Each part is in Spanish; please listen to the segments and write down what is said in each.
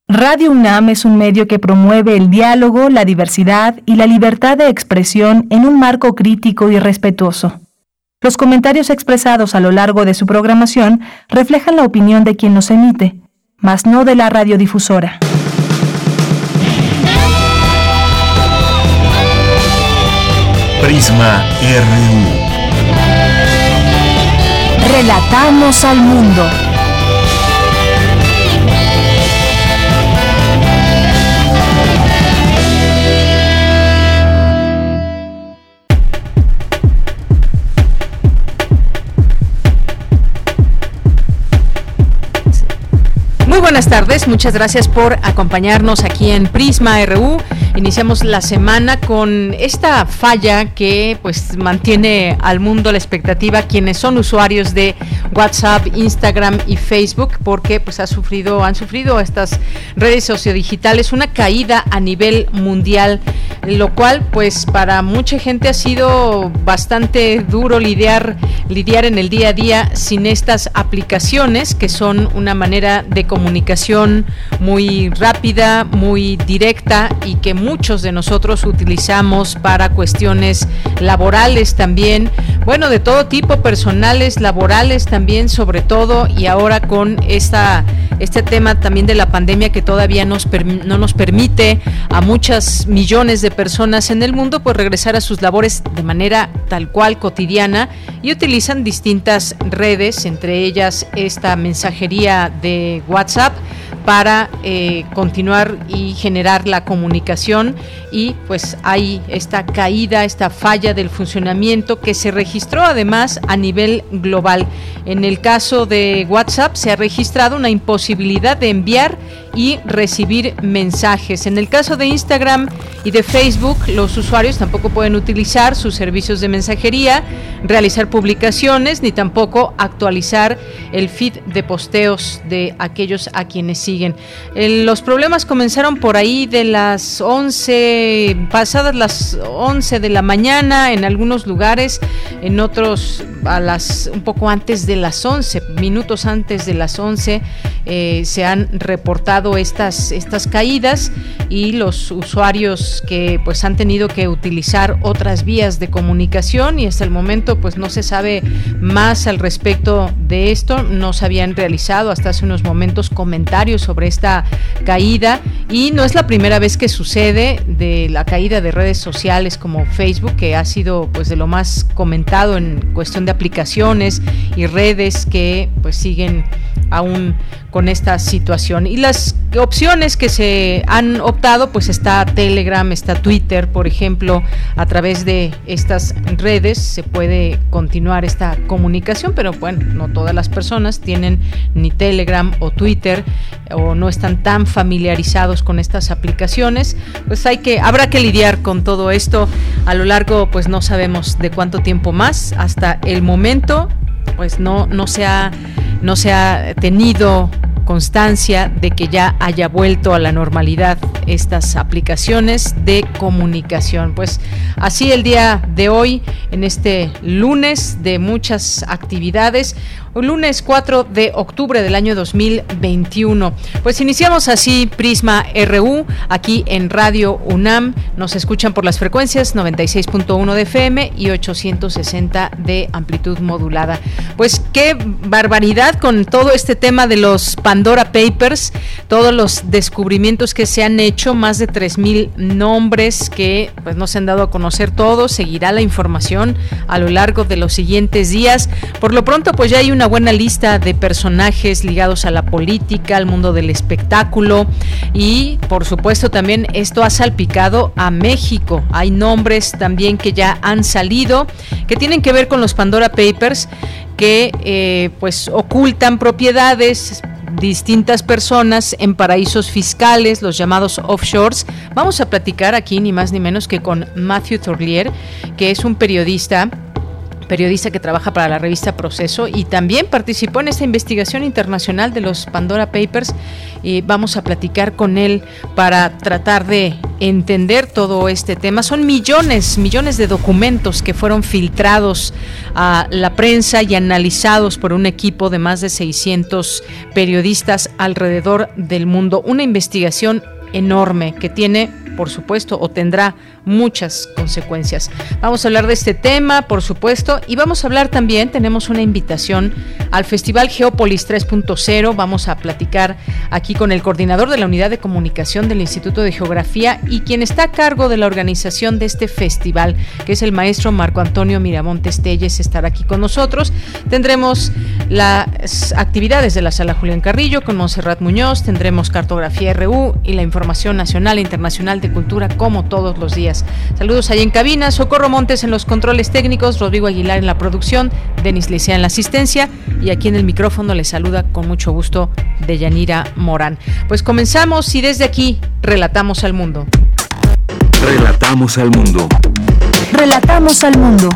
Radio UNAM es un medio que promueve el diálogo, la diversidad y la libertad de expresión en un marco crítico y respetuoso. Los comentarios expresados a lo largo de su programación reflejan la opinión de quien los emite, mas no de la radiodifusora. Prisma RU. Relatamos al mundo. Muy buenas tardes, muchas gracias por acompañarnos aquí en Prisma RU. Iniciamos la semana con esta falla que pues mantiene al mundo la expectativa quienes son usuarios de WhatsApp, Instagram y Facebook, porque pues han sufrido estas redes sociodigitales una caída a nivel mundial, lo cual pues para mucha gente ha sido bastante duro lidiar en el día a día sin estas aplicaciones que son una manera de comunicación muy rápida, muy directa y que muchos de nosotros utilizamos para cuestiones laborales también, bueno, de todo tipo, personales, laborales también, sobre todo, y ahora con este tema también de la pandemia que todavía no nos permite a muchas millones de personas en el mundo pues regresar a sus labores de manera tal cual cotidiana, y utilizan distintas redes, entre ellas esta mensajería de WhatsApp para continuar y generar la comunicación, y pues hay esta caída, esta falla del funcionamiento que se registró además a nivel global. En el caso de WhatsApp se ha registrado una imposibilidad de enviar y recibir mensajes. En el caso de Instagram y de Facebook, los usuarios tampoco pueden utilizar sus servicios de mensajería, realizar publicaciones, ni tampoco actualizar el feed de posteos de aquellos a quienes siguen. Los problemas comenzaron por ahí de las 11, pasadas las 11 de la mañana en algunos lugares, en otros un poco antes de las 11, minutos antes de las 11, se han reportado estas caídas, y los usuarios que pues han tenido que utilizar otras vías de comunicación, y hasta el momento pues no se sabe más al respecto de esto. No se habían realizado hasta hace unos momentos comentarios sobre esta caída, y no es la primera vez que sucede de la caída de redes sociales como Facebook, que ha sido pues de lo más comentado en cuestión de aplicaciones y redes que pues siguen aún con esta situación. Y las opciones que se han optado, pues está Telegram, está Twitter, por ejemplo. A través de estas redes se puede continuar esta comunicación, pero bueno, no todas las personas tienen ni Telegram o Twitter, o no están tan familiarizados con estas aplicaciones. Pues habrá que lidiar con todo esto a lo largo, pues no sabemos de cuánto tiempo más. Hasta el momento pues no se ha tenido constancia de que ya haya vuelto a la normalidad estas aplicaciones de comunicación. Pues así el día de hoy, en este lunes de muchas actividades, lunes 4 de octubre del año 2021. Pues iniciamos así Prisma RU aquí en Radio UNAM. Nos escuchan por las frecuencias 96.1 de FM y 860 de amplitud modulada. Pues qué barbaridad con todo este tema de los Pandora Papers, todos los descubrimientos que se han hecho, más de 3,000 nombres que pues no se han dado a conocer todos. Seguirá la información a lo largo de los siguientes días. Por lo pronto pues ya hay una buena lista de personajes ligados a la política, al mundo del espectáculo, y por supuesto también esto ha salpicado a México. Hay nombres también que ya han salido que tienen que ver con los Pandora Papers, que pues ocultan propiedades distintas personas en paraísos fiscales, los llamados offshores. Vamos a platicar aquí ni más ni menos que con Matthew Torlier, que es un periodista periodista que trabaja para la revista Proceso y también participó en esta investigación internacional de los Pandora Papers. Vamos a platicar con él para tratar de entender todo este tema. Son millones de documentos que fueron filtrados a la prensa y analizados por un equipo de más de 600 periodistas alrededor del mundo. Una investigación enorme que tiene, por supuesto, o tendrá muchas consecuencias. Vamos a hablar de este tema, por supuesto, y vamos a hablar también, tenemos una invitación al Festival Geópolis 3.0. Vamos a platicar aquí con el coordinador de la Unidad de Comunicación del Instituto de Geografía y quien está a cargo de la organización de este festival, que es el maestro Marco Antonio Miramontes Telles, estará aquí con nosotros. Tendremos las actividades de la Sala Julián Carrillo con Montserrat Muñoz, tendremos Cartografía RU y la información nacional e internacional de cultura como todos los días. Saludos ahí en cabina, Socorro Montes en los controles técnicos, Rodrigo Aguilar en la producción, Denis Licea en la asistencia y aquí en el micrófono les saluda con mucho gusto Deyanira Morán. Pues comenzamos y desde aquí relatamos al mundo. Relatamos al mundo. Relatamos al mundo.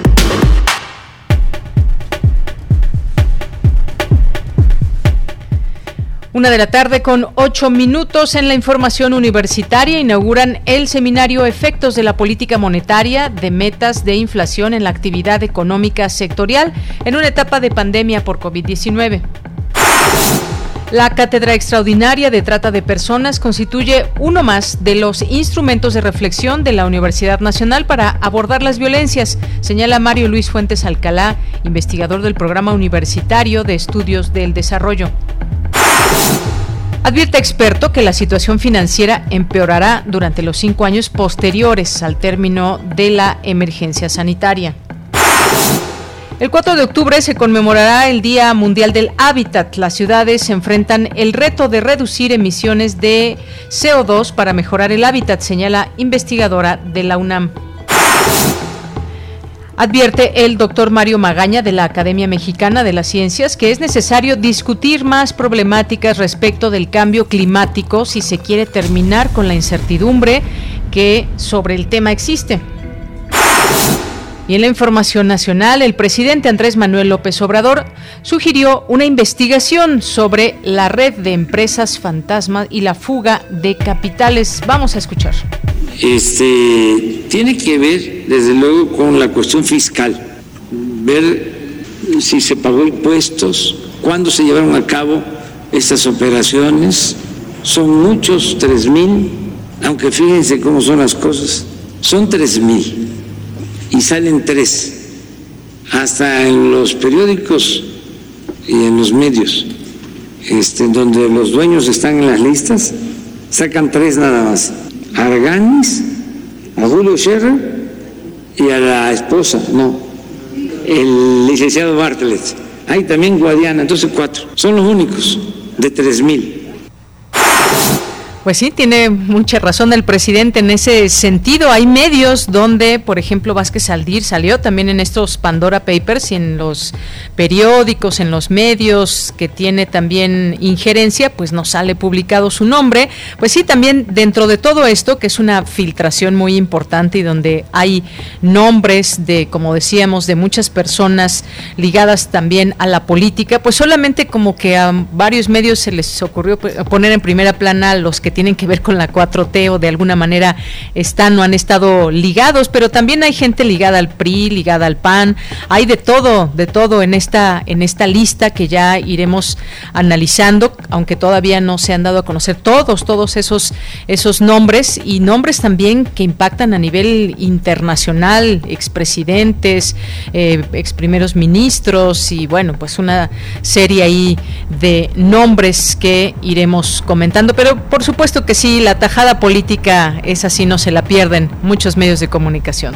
1:08 p.m. En la información universitaria inauguran el seminario Efectos de la Política Monetaria de Metas de Inflación en la Actividad Económica Sectorial en una etapa de pandemia por COVID-19. La Cátedra Extraordinaria de Trata de Personas constituye uno más de los instrumentos de reflexión de la Universidad Nacional para abordar las violencias, señala Mario Luis Fuentes Alcalá, investigador del Programa Universitario de Estudios del Desarrollo. Advierte experto que la situación financiera empeorará durante los 5 años posteriores al término de la emergencia sanitaria. El 4 de octubre se conmemorará el Día Mundial del Hábitat. Las ciudades enfrentan el reto de reducir emisiones de CO2 para mejorar el hábitat, señala investigadora de la UNAM. Advierte el doctor Mario Magaña de la Academia Mexicana de las Ciencias que es necesario discutir más problemáticas respecto del cambio climático si se quiere terminar con la incertidumbre que sobre el tema existe. Y en la información nacional, el presidente Andrés Manuel López Obrador sugirió una investigación sobre la red de empresas fantasma y la fuga de capitales. Vamos a escuchar. Tiene que ver, desde luego, con la cuestión fiscal, ver si se pagó impuestos, cuándo se llevaron a cabo estas operaciones. Son muchos, 3,000, aunque fíjense cómo son las cosas, son 3,000 y salen 3, hasta en los periódicos y en los medios, donde los dueños están en las listas, sacan 3 nada más. A Arganis, a Julio Scherer y a la esposa, el licenciado Bartlett. Hay también Guadiana, entonces 4. Son los únicos de 3,000. Pues sí, tiene mucha razón el presidente en ese sentido. Hay medios donde, por ejemplo, Vázquez Aldir salió también en estos Pandora Papers y en los periódicos, en los medios que tiene también injerencia, pues no sale publicado su nombre. Pues sí, también dentro de todo esto, que es una filtración muy importante y donde hay nombres de, como decíamos, de muchas personas ligadas también a la política, pues solamente como que a varios medios se les ocurrió poner en primera plana a los que tienen que ver con la 4T o de alguna manera están o han estado ligados, pero también hay gente ligada al PRI, ligada al PAN, hay de todo en esta lista que ya iremos analizando, aunque todavía no se han dado a conocer todos esos nombres y nombres también que impactan a nivel internacional, expresidentes, ex primeros ministros y bueno, pues una serie ahí de nombres que iremos comentando, pero por supuesto que sí, la tajada política es así, no se la pierden muchos medios de comunicación.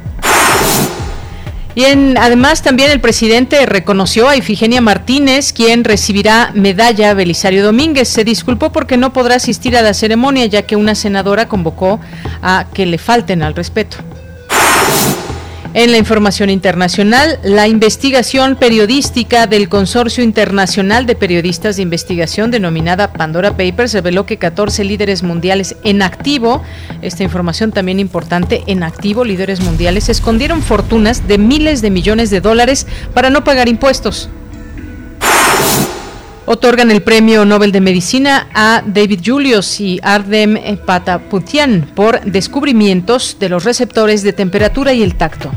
Y además también el presidente reconoció a Ifigenia Martínez, quien recibirá medalla Belisario Domínguez. Se disculpó porque no podrá asistir a la ceremonia, ya que una senadora convocó a que le falten al respeto. En la información internacional, la investigación periodística del Consorcio Internacional de Periodistas de Investigación, denominada Pandora Papers, reveló que 14 líderes mundiales en activo, esta información también importante, en activo, líderes mundiales, escondieron fortunas de miles de millones de dólares para no pagar impuestos. Otorgan el Premio Nobel de Medicina a David Julius y Ardem Pataputian por descubrimientos de los receptores de temperatura y el tacto.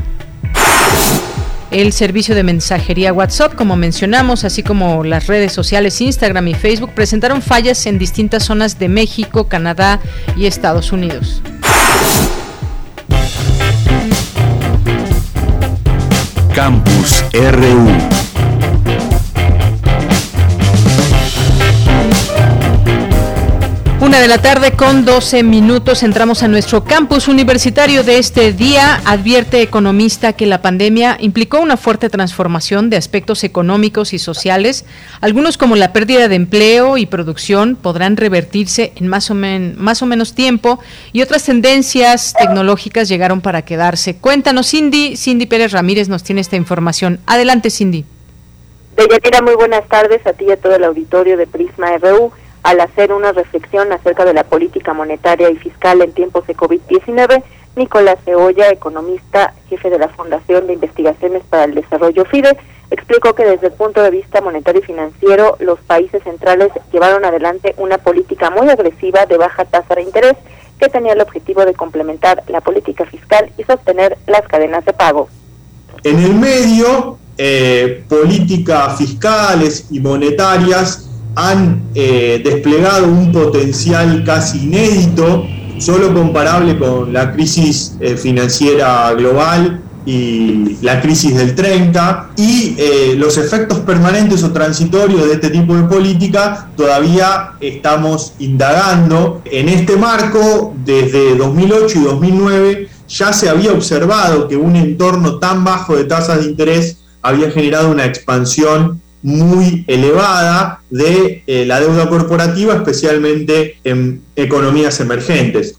El servicio de mensajería WhatsApp, como mencionamos, así como las redes sociales Instagram y Facebook, presentaron fallas en distintas zonas de México, Canadá y Estados Unidos. Campus RU. 1:12 p.m. Entramos a nuestro campus universitario de este día. Advierte economista que la pandemia implicó una fuerte transformación de aspectos económicos y sociales. Algunos, como la pérdida de empleo y producción, podrán revertirse en más o menos tiempo, y otras tendencias tecnológicas llegaron para quedarse. Cuéntanos, Cindy Pérez Ramírez nos tiene esta información. Adelante, Cindy. Deyanira, muy buenas tardes a ti y a todo el auditorio de Prisma RU. Al hacer una reflexión acerca de la política monetaria y fiscal en tiempos de COVID-19, Nicolás Ceolla, economista, jefe de la Fundación de Investigaciones para el Desarrollo FIDE, explicó que desde el punto de vista monetario y financiero, los países centrales llevaron adelante una política muy agresiva de baja tasa de interés que tenía el objetivo de complementar la política fiscal y sostener las cadenas de pago. En el medio, políticas fiscales y monetarias han desplegado un potencial casi inédito, solo comparable con la crisis financiera global y la crisis del 30, y los efectos permanentes o transitorios de este tipo de política todavía estamos indagando. En este marco, desde 2008 y 2009, ya se había observado que un entorno tan bajo de tasas de interés había generado una expansión muy elevada de la deuda corporativa, especialmente en economías emergentes.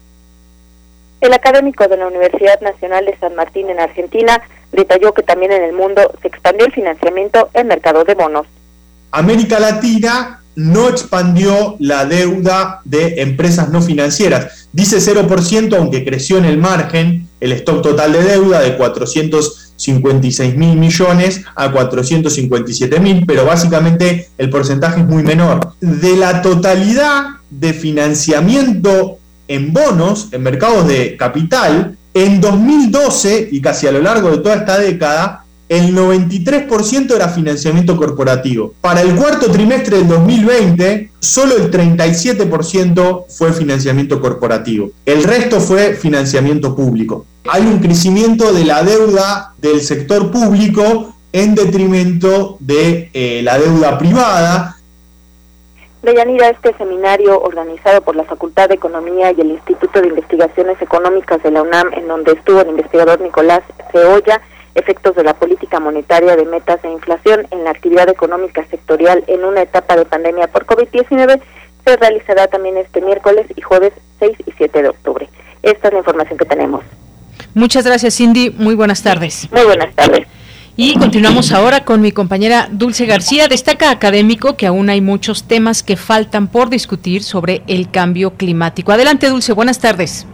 El académico de la Universidad Nacional de San Martín en Argentina detalló que también en el mundo se expandió el financiamiento en mercado de bonos. América Latina no expandió la deuda de empresas no financieras. Dice 0%, aunque creció en el margen el stock total de deuda de 456.000 millones a 457.000, pero básicamente el porcentaje es muy menor. De la totalidad de financiamiento en bonos, en mercados de capital, en 2012 y casi a lo largo de toda esta década, el 93% era financiamiento corporativo. Para el cuarto trimestre del 2020, solo el 37% fue financiamiento corporativo. El resto fue financiamiento público. Hay un crecimiento de la deuda del sector público en detrimento de la deuda privada. Deyanira, este seminario organizado por la Facultad de Economía y el Instituto de Investigaciones Económicas de la UNAM, en donde estuvo el investigador Nicolás Ceolla, efectos de la política monetaria de metas de inflación en la actividad económica sectorial en una etapa de pandemia por COVID-19, se realizará también este miércoles y jueves 6 y 7 de octubre. Esta es la información que tenemos. Muchas gracias, Cindy. Muy buenas tardes. Muy buenas tardes. Y continuamos ahora con mi compañera Dulce García. Destaca académico que aún hay muchos temas que faltan por discutir sobre el cambio climático. Adelante, Dulce, buenas tardes.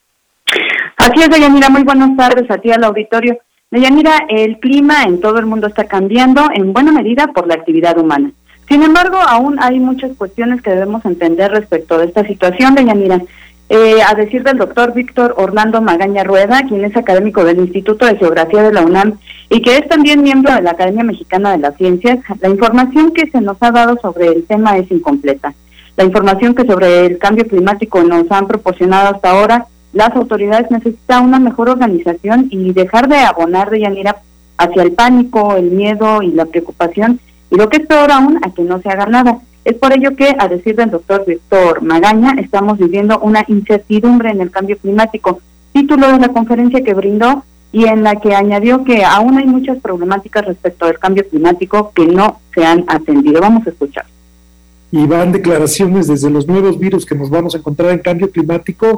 Así es, Deyanira, muy buenas tardes a ti al auditorio. Deyanira, el clima en todo el mundo está cambiando en buena medida por la actividad humana. Sin embargo, aún hay muchas cuestiones que debemos entender respecto de esta situación, Deyanira. A decir del doctor Víctor Orlando Magaña Rueda, quien es académico del Instituto de Geografía de la UNAM y que es también miembro de la Academia Mexicana de las Ciencias, la información que se nos ha dado sobre el tema es incompleta. La información que sobre el cambio climático nos han proporcionado hasta ahora, las autoridades necesitan una mejor organización y dejar de abonar, Deyanira, hacia el pánico, el miedo y la preocupación, y lo que es peor aún, a que no se haga nada. Es por ello que, a decir del doctor Víctor Magaña, estamos viviendo una incertidumbre en el cambio climático, título de la conferencia que brindó y en la que añadió que aún hay muchas problemáticas respecto al cambio climático que no se han atendido. Vamos a escuchar. Y van declaraciones desde los nuevos virus que nos vamos a encontrar en cambio climático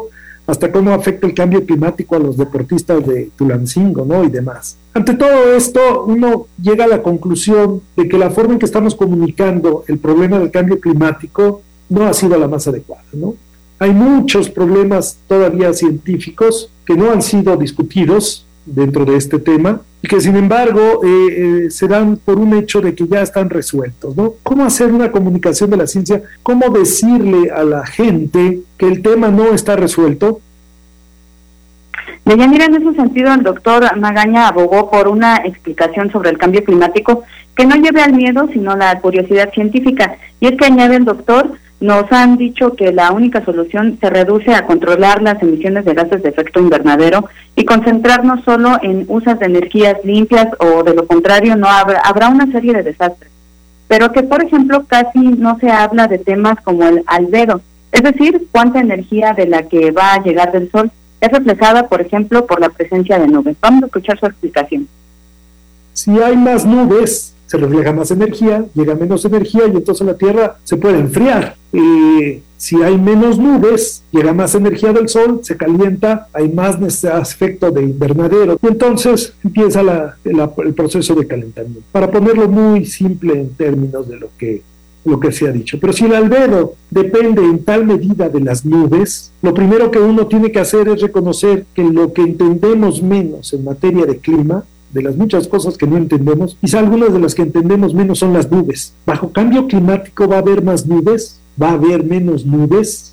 hasta cómo afecta el cambio climático a los deportistas de Tulancingo, ¿no? Y demás. Ante todo esto, uno llega a la conclusión de que la forma en que estamos comunicando el problema del cambio climático no ha sido la más adecuada, ¿no? Hay muchos problemas todavía científicos que no han sido discutidos dentro de este tema y que sin embargo se dan por un hecho de que ya están resueltos, ¿no? ¿Cómo hacer una comunicación de la ciencia? ¿Cómo decirle a la gente que el tema no está resuelto? Deyanira, en ese sentido, el doctor Magaña abogó por una explicación sobre el cambio climático que no lleve al miedo, sino a la curiosidad científica. Y es que, añade el doctor, nos han dicho que la única solución se reduce a controlar las emisiones de gases de efecto invernadero y concentrarnos solo en usos de energías limpias, o de lo contrario no habrá una serie de desastres. Pero que, por ejemplo, casi no se habla de temas como el albedo, es decir, cuánta energía de la que va a llegar del sol es reflejada, por ejemplo, por la presencia de nubes. Vamos a escuchar su explicación. Si hay más nubes, se refleja más energía, llega menos energía y entonces la Tierra se puede enfriar. Si hay menos nubes, llega más energía del sol, se calienta, hay más efecto de invernadero y entonces empieza el proceso de calentamiento. Para ponerlo muy simple en términos de lo que se ha dicho. Pero si el albedo depende en tal medida de las nubes, lo primero que uno tiene que hacer es reconocer que lo que entendemos menos en materia de clima, de las muchas cosas que no entendemos, quizá algunas de las que entendemos menos son las nubes. ¿Bajo cambio climático va a haber más nubes? ¿Va a haber menos nubes?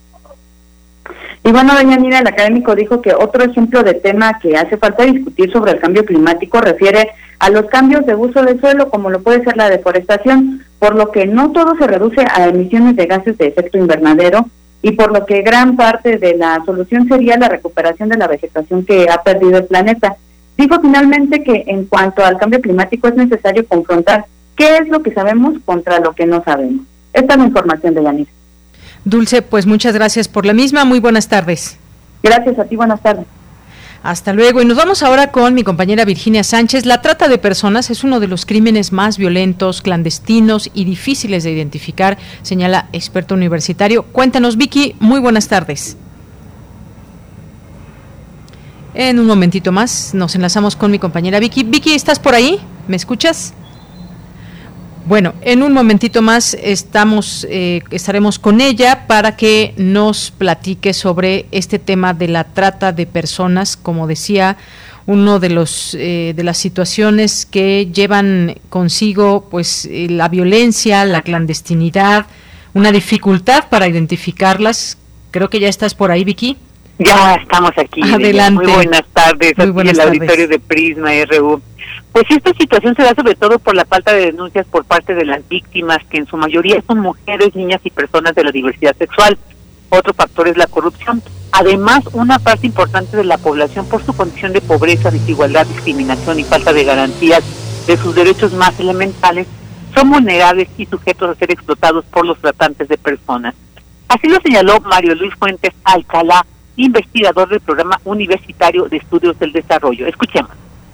Y bueno, doña Nira, el académico dijo que otro ejemplo de tema que hace falta discutir sobre el cambio climático refiere a los cambios de uso del suelo, como lo puede ser la deforestación, por lo que no todo se reduce a emisiones de gases de efecto invernadero, y por lo que gran parte de la solución sería la recuperación de la vegetación que ha perdido el planeta. Dijo finalmente que en cuanto al cambio climático es necesario confrontar qué es lo que sabemos contra lo que no sabemos. Esta es la información de Yanira. Dulce, pues muchas gracias por la misma. Muy buenas tardes. Gracias a ti, buenas tardes. Hasta luego. Y nos vamos ahora con mi compañera Virginia Sánchez. La trata de personas es uno de los crímenes más violentos, clandestinos y difíciles de identificar, señala experto universitario. Cuéntanos, Vicky. Muy buenas tardes. En un momentito más nos enlazamos con mi compañera Vicky. Vicky, ¿estás por ahí? ¿Me escuchas? Bueno, en un momentito más estaremos con ella para que nos platique sobre este tema de la trata de personas, como decía, uno de las situaciones que llevan consigo pues la violencia, la clandestinidad, una dificultad para identificarlas. Creo que ya estás por ahí, Vicky. Ya estamos aquí. Adelante. Muy buenas tardes. Muy buenas tardes. Auditorio de Prisma RU. Pues esta situación se da sobre todo por la falta de denuncias por parte de las víctimas, que en su mayoría son mujeres, niñas y personas de la diversidad sexual. Otro factor es la corrupción. Además, una parte importante de la población, por su condición de pobreza, desigualdad, discriminación y falta de garantías de sus derechos más elementales, son vulnerables y sujetos a ser explotados por los tratantes de personas. Así lo señaló Mario Luis Fuentes Alcalá, investigador del Programa Universitario de Estudios del Desarrollo. Escuchemos.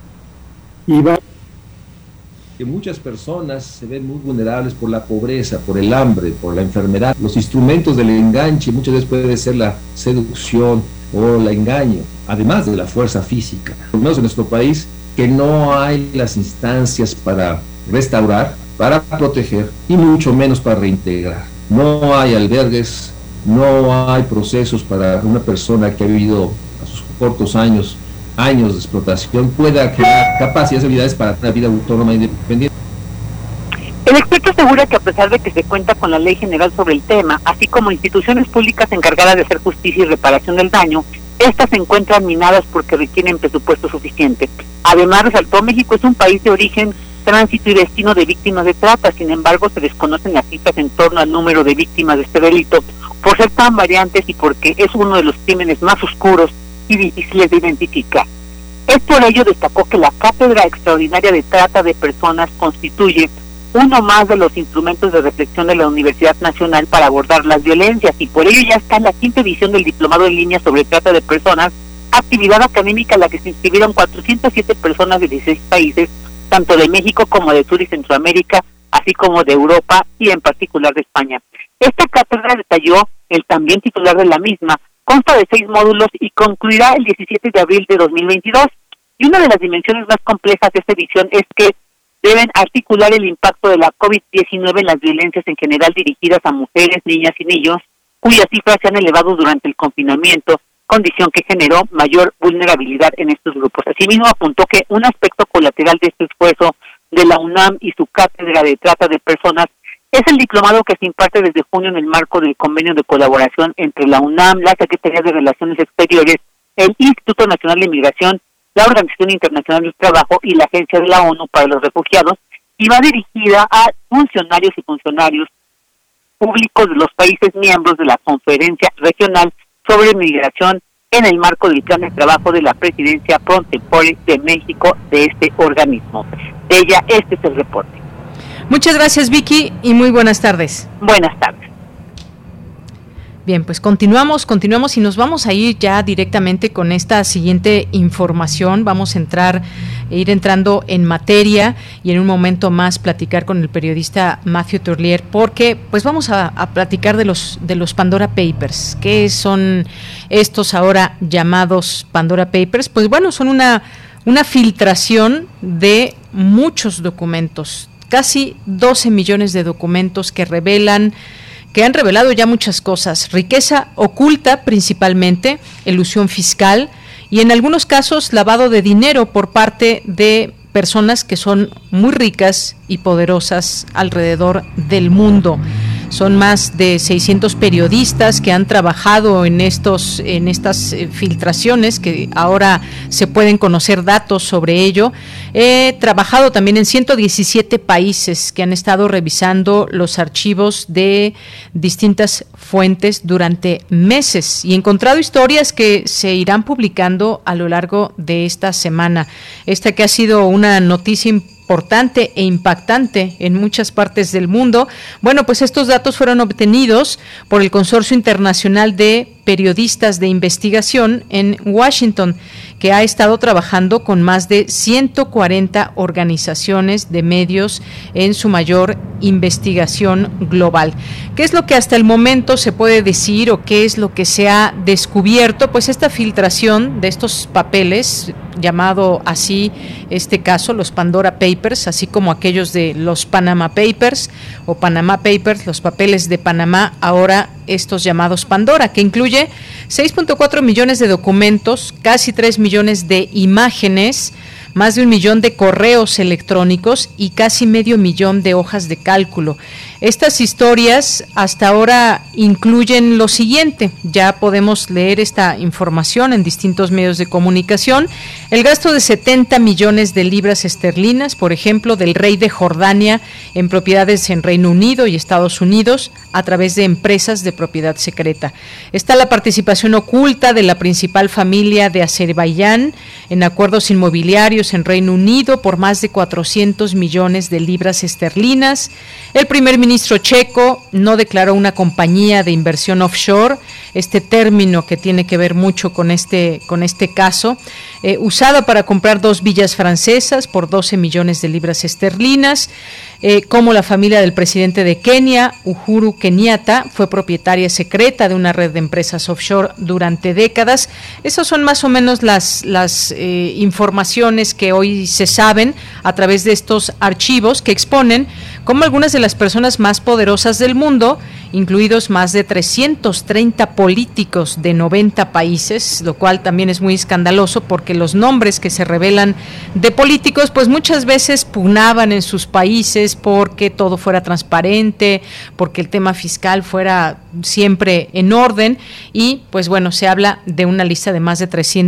Que muchas personas se ven muy vulnerables por la pobreza, por el hambre, por la enfermedad. Los instrumentos del enganche muchas veces puede ser la seducción o el engaño, además de la fuerza física. Por lo menos en nuestro país, que no hay las instancias para restaurar, para proteger y mucho menos para reintegrar. No hay albergues, no hay procesos para una persona que ha vivido a sus cortos años de explotación pueda crear capacidades y habilidades para una vida autónoma e independiente. El experto asegura que a pesar de que se cuenta con la ley general sobre el tema, así como instituciones públicas encargadas de hacer justicia y reparación del daño, estas se encuentran minadas porque requieren presupuesto suficiente. Además, resaltó, México es un país de origen, tránsito y destino de víctimas de trata. Sin embargo, se desconocen las cifras en torno al número de víctimas de este delito por ser tan variantes y porque es uno de los crímenes más oscuros y difíciles de identificar. Es por ello destacó que la Cátedra Extraordinaria de Trata de Personas constituye uno más de los instrumentos de reflexión de la Universidad Nacional para abordar las violencias, y por ello ya está en la 5ª edición del Diplomado en Línea sobre Trata de Personas, actividad académica en la que se inscribieron 407 personas de 16 países, tanto de México como de Sur y Centroamérica, así como de Europa y en particular de España. Esta cátedra, detalló el también titular de la misma, Consta de 6 módulos y concluirá el 17 de abril de 2022. Y una de las dimensiones más complejas de esta edición es que deben articular el impacto de la COVID-19 en las violencias en general dirigidas a mujeres, niñas y niños, cuyas cifras se han elevado durante el confinamiento, condición que generó mayor vulnerabilidad en estos grupos. Asimismo, apuntó que un aspecto colateral de este esfuerzo de la UNAM y su cátedra de trata de personas es el diplomado que se imparte desde junio en el marco del convenio de colaboración entre la UNAM, la Secretaría de Relaciones Exteriores, el Instituto Nacional de Migración, la Organización Internacional del Trabajo y la Agencia de la ONU para los Refugiados, y va dirigida a funcionarios y funcionarios públicos de los países miembros de la Conferencia Regional sobre Migración en el marco del plan de trabajo de la Presidencia Pro Tempore de México de este organismo. De ella, este es el reporte. Muchas gracias, Vicky, y muy buenas tardes. Buenas tardes. Bien, pues continuamos y nos vamos a ir ya directamente con esta siguiente información. Vamos a ir entrando en materia y en un momento más platicar con el periodista Matthew Turlier, porque pues vamos a platicar de los Pandora Papers. ¿Qué son estos ahora llamados Pandora Papers? Pues bueno, son una filtración de muchos documentos, casi 12 millones de documentos que han revelado ya muchas cosas: riqueza oculta principalmente, elusión fiscal y en algunos casos lavado de dinero por parte de personas que son muy ricas y poderosas alrededor del mundo. Son más de 600 periodistas que han trabajado en estas filtraciones, que ahora se pueden conocer datos sobre ello. He trabajado también en 117 países que han estado revisando los archivos de distintas fuentes durante meses y he encontrado historias que se irán publicando a lo largo de esta semana. Esta que ha sido una noticia importante e impactante en muchas partes del mundo. Bueno, pues estos datos fueron obtenidos por el Consorcio Internacional de Periodistas de Investigación en Washington, que ha estado trabajando con más de 140 organizaciones de medios en su mayor investigación global. ¿Qué es lo que hasta el momento se puede decir o qué es lo que se ha descubierto? Pues esta filtración de estos papeles, llamado así este caso, los Pandora Papers, así como aquellos de los Panama Papers o Panama Papers, los papeles de Panamá, ahora estos llamados Pandora, que incluye 6.4 millones de documentos, casi 3 millones de imágenes, más de 1 millón de correos electrónicos y casi medio millón de hojas de cálculo. Estas historias hasta ahora incluyen lo siguiente: ya podemos leer esta información en distintos medios de comunicación. El gasto de 70 millones de libras esterlinas, por ejemplo, del rey de Jordania en propiedades en Reino Unido y Estados Unidos a través de empresas de propiedad secreta. Está la participación oculta de la principal familia de Azerbaiyán en acuerdos inmobiliarios en Reino Unido por más de 400 millones de libras esterlinas. El primer ministro checo no declaró una compañía de inversión offshore, este término que tiene que ver mucho con este caso, usado para comprar 2 villas francesas por 12 millones de libras esterlinas. Como la familia del presidente de Kenia, Uhuru Kenyatta, fue propietaria secreta de una red de empresas offshore durante décadas. Esas son más o menos las informaciones que hoy se saben a través de estos archivos que exponen cómo algunas de las personas más poderosas del mundo, incluidos más de 330 políticos de 90 países, lo cual también es muy escandaloso porque los nombres que se revelan de políticos pues muchas veces pugnaban en sus países porque todo fuera transparente, porque el tema fiscal fuera siempre en orden y pues bueno, se habla de una lista de más de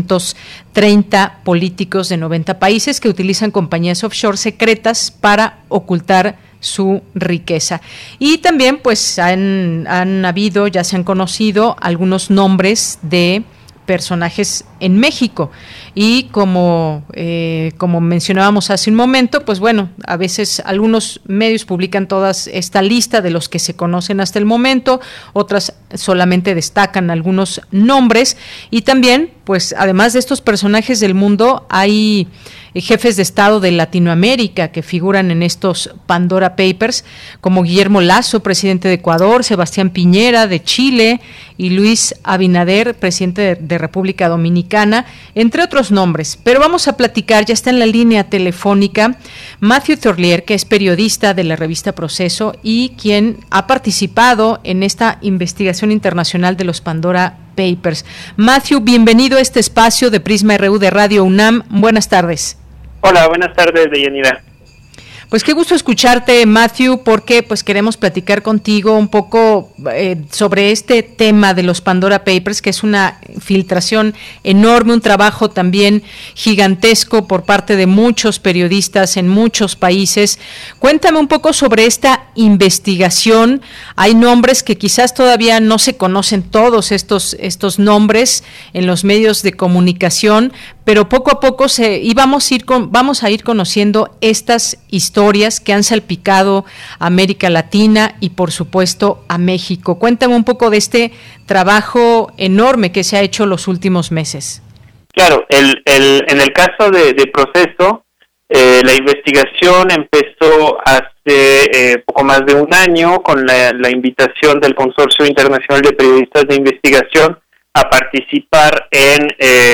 330 políticos de 90 países que utilizan compañías offshore secretas para ocultar su riqueza. Y también pues han habido, ya se han conocido algunos nombres de personajes en México y como mencionábamos hace un momento, pues bueno, a veces algunos medios publican toda esta lista de los que se conocen hasta el momento, otras solamente destacan algunos nombres y también pues además de estos personajes del mundo, hay jefes de Estado de Latinoamérica que figuran en estos Pandora Papers, como Guillermo Lasso, presidente de Ecuador, Sebastián Piñera de Chile y Luis Abinader, presidente de República Dominicana, entre otros nombres. Pero vamos a platicar, ya está en la línea telefónica, Matthew Thorlier, que es periodista de la revista Proceso y quien ha participado en esta investigación internacional de los Pandora Papers. Matthew, bienvenido a este espacio de Prisma RU de Radio UNAM. Buenas tardes. Hola, buenas tardes, Deyanira. Pues qué gusto escucharte, Matthew, porque pues queremos platicar contigo un poco sobre este tema de los Pandora Papers, que es una filtración enorme, un trabajo también gigantesco por parte de muchos periodistas en muchos países. Cuéntame un poco sobre esta investigación. Hay nombres que quizás todavía no se conocen, todos estos nombres en los medios de comunicación, pero poco a poco vamos a ir conociendo estas historias que han salpicado a América Latina y por supuesto a México. Cuéntame un poco de este trabajo enorme que se ha hecho los últimos meses. Claro, en el caso de Proceso, la investigación empezó hace poco más de un año con la invitación del Consorcio Internacional de Periodistas de Investigación a participar en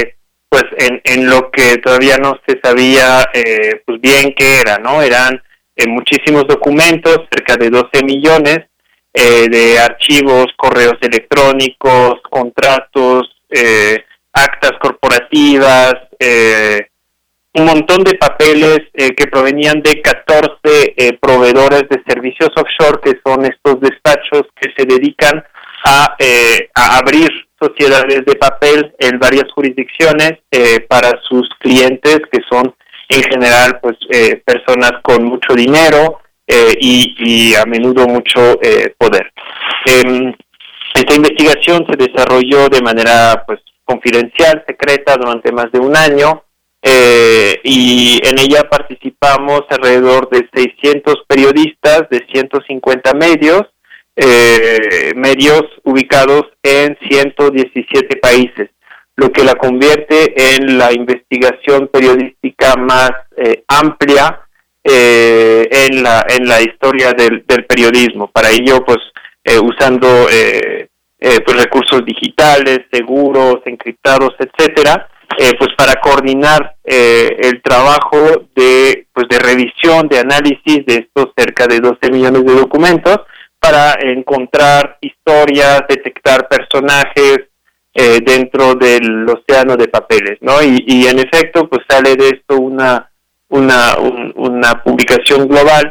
lo que todavía no se sabía pues bien qué era, ¿no? Eran muchísimos documentos, cerca de 12 millones de archivos, correos electrónicos, contratos, actas corporativas, un montón de papeles que provenían de 14 proveedores de servicios offshore, que son estos despachos que se dedican a abrir sociedades de papel en varias jurisdicciones para sus clientes, que son en general pues personas con mucho dinero y a menudo mucho poder. Esta investigación se desarrolló de manera pues confidencial, secreta, durante más de un año, y en ella participamos alrededor de 600 periodistas de 150 medios ubicados en 117 países, lo que la convierte en la investigación periodística más amplia en la historia del periodismo. Para ello, pues usando pues recursos digitales, seguros, encriptados, etcétera, pues para coordinar el trabajo de revisión, de análisis de estos cerca de 12 millones de documentos, para encontrar historias, detectar personajes dentro del océano de papeles, ¿no? Y en efecto, pues sale de esto una publicación global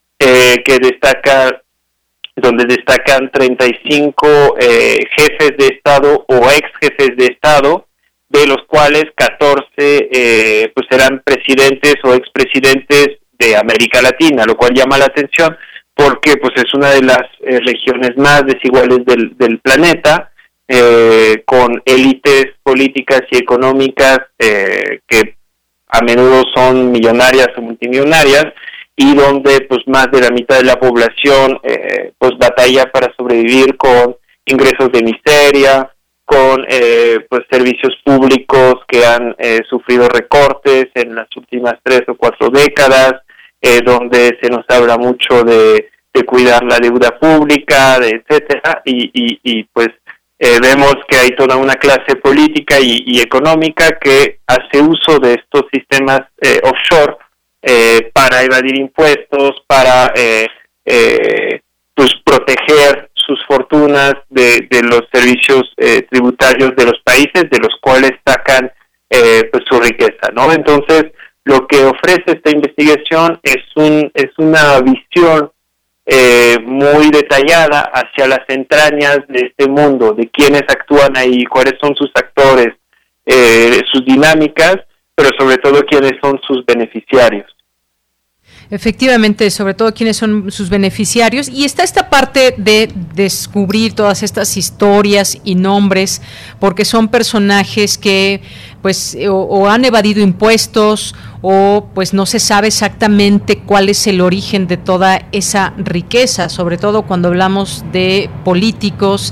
donde destacan 35 jefes de Estado o ex jefes de Estado, de los cuales 14 pues eran presidentes o expresidentes de América Latina, lo cual llama la atención porque pues es una de las regiones más desiguales del planeta, con élites políticas y económicas que a menudo son millonarias o multimillonarias, y donde pues más de la mitad de la población pues batalla para sobrevivir con ingresos de miseria, con pues servicios públicos que han sufrido recortes en las últimas 3 o 4 décadas, donde se nos habla mucho de cuidar la deuda pública, etcétera, y pues vemos que hay toda una clase política y económica que hace uso de estos sistemas offshore para evadir impuestos, para pues proteger sus fortunas de los servicios tributarios de los países de los cuales sacan pues su riqueza, ¿no? Entonces, lo que ofrece esta investigación es una visión muy detallada hacia las entrañas de este mundo, de quiénes actúan ahí, cuáles son sus actores, sus dinámicas, pero sobre todo quiénes son sus beneficiarios. Efectivamente, sobre todo quiénes son sus beneficiarios, y está esta parte de descubrir todas estas historias y nombres, porque son personajes que pues o han evadido impuestos o pues no se sabe exactamente cuál es el origen de toda esa riqueza, sobre todo cuando hablamos de políticos,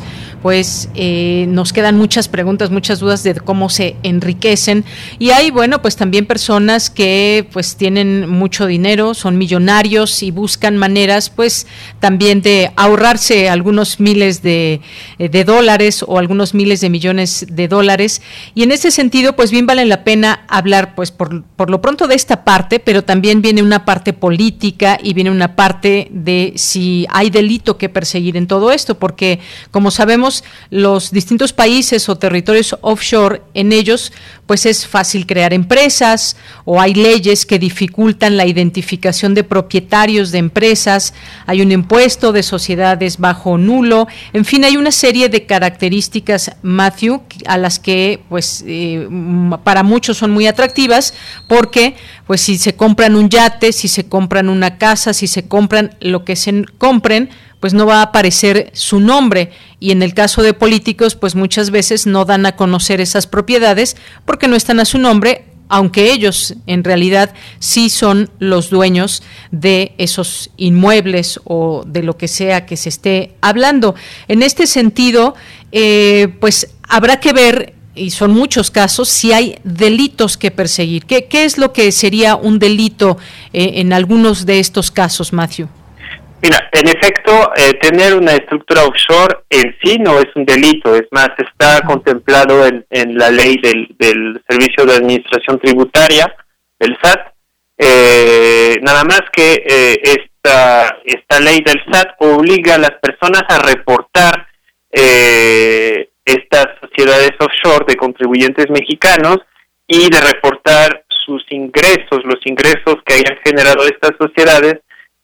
pues nos quedan muchas preguntas, muchas dudas de cómo se enriquecen. Y hay, bueno, pues también personas que pues tienen mucho dinero, son millonarios y buscan maneras pues también de ahorrarse algunos miles de dólares o algunos miles de millones de dólares. Y en ese sentido, pues bien vale la pena hablar pues por lo pronto de esta parte, pero también viene una parte política y viene una parte de si hay delito que perseguir en todo esto, porque como sabemos, los distintos países o territorios offshore, en ellos pues es fácil crear empresas o hay leyes que dificultan la identificación de propietarios de empresas, hay un impuesto de sociedades bajo nulo, en fin, hay una serie de características, Matthew, a las que pues para muchos son muy atractivas, porque pues si se compran un yate, si se compran una casa, si se compran lo que se compren, pues no va a aparecer su nombre, y en el caso de políticos pues muchas veces no dan a conocer esas propiedades porque no están a su nombre, aunque ellos en realidad sí son los dueños de esos inmuebles o de lo que sea que se esté hablando. En este sentido, pues habrá que ver, y son muchos casos, si hay delitos que perseguir. ¿Qué es lo que sería un delito en algunos de estos casos, Matthew? Mira, en efecto, tener una estructura offshore en sí no es un delito, es más, está contemplado en la ley del Servicio de Administración Tributaria, el SAT, nada más que esta ley del SAT obliga a las personas a reportar estas sociedades offshore de contribuyentes mexicanos y de reportar sus ingresos, los ingresos que hayan generado estas sociedades,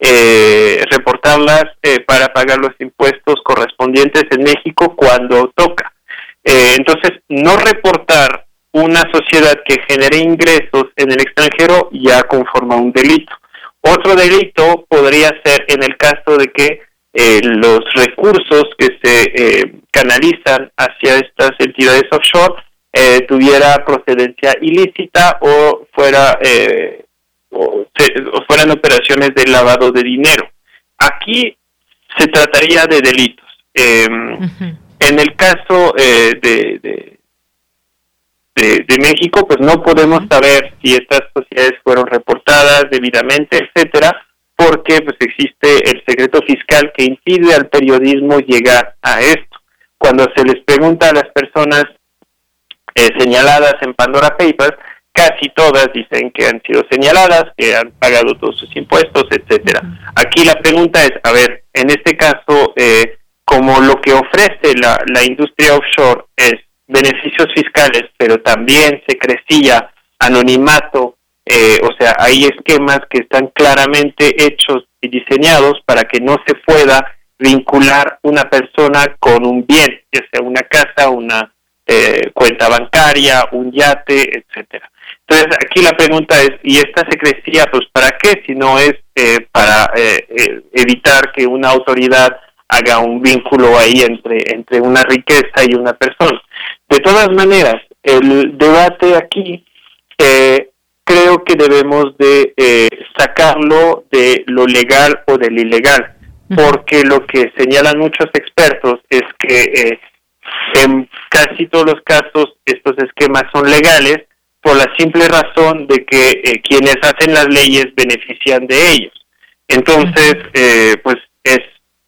reportarlas para pagar los impuestos correspondientes en México cuando toca. Entonces, no reportar una sociedad que genere ingresos en el extranjero ya conforma un delito. Otro delito podría ser en el caso de que los recursos que se canalizan hacia estas entidades offshore tuviera procedencia ilícita o fueran operaciones de lavado de dinero. Aquí se trataría de delitos. En el caso de México, pues no podemos saber si estas sociedades fueron reportadas debidamente, etcétera, porque pues existe el secreto fiscal que impide al periodismo llegar a esto. Cuando se les pregunta a las personas señaladas en Pandora Papers, casi todas dicen que han sido señaladas, que han pagado todos sus impuestos, etcétera. Aquí la pregunta es, a ver, en este caso, como lo que ofrece la industria offshore es beneficios fiscales, pero también secrecía, anonimato, o sea, hay esquemas que están claramente hechos y diseñados para que no se pueda vincular una persona con un bien, ya sea una casa, una cuenta bancaria, un yate, etcétera. Entonces, aquí la pregunta es, ¿y esta secrecía, pues para qué? Si no es para evitar que una autoridad haga un vínculo ahí entre una riqueza y una persona. De todas maneras, el debate aquí creo que debemos de sacarlo de lo legal o del ilegal, porque lo que señalan muchos expertos es que en casi todos los casos estos esquemas son legales por la simple razón de que quienes hacen las leyes benefician de ellos. Entonces, pues es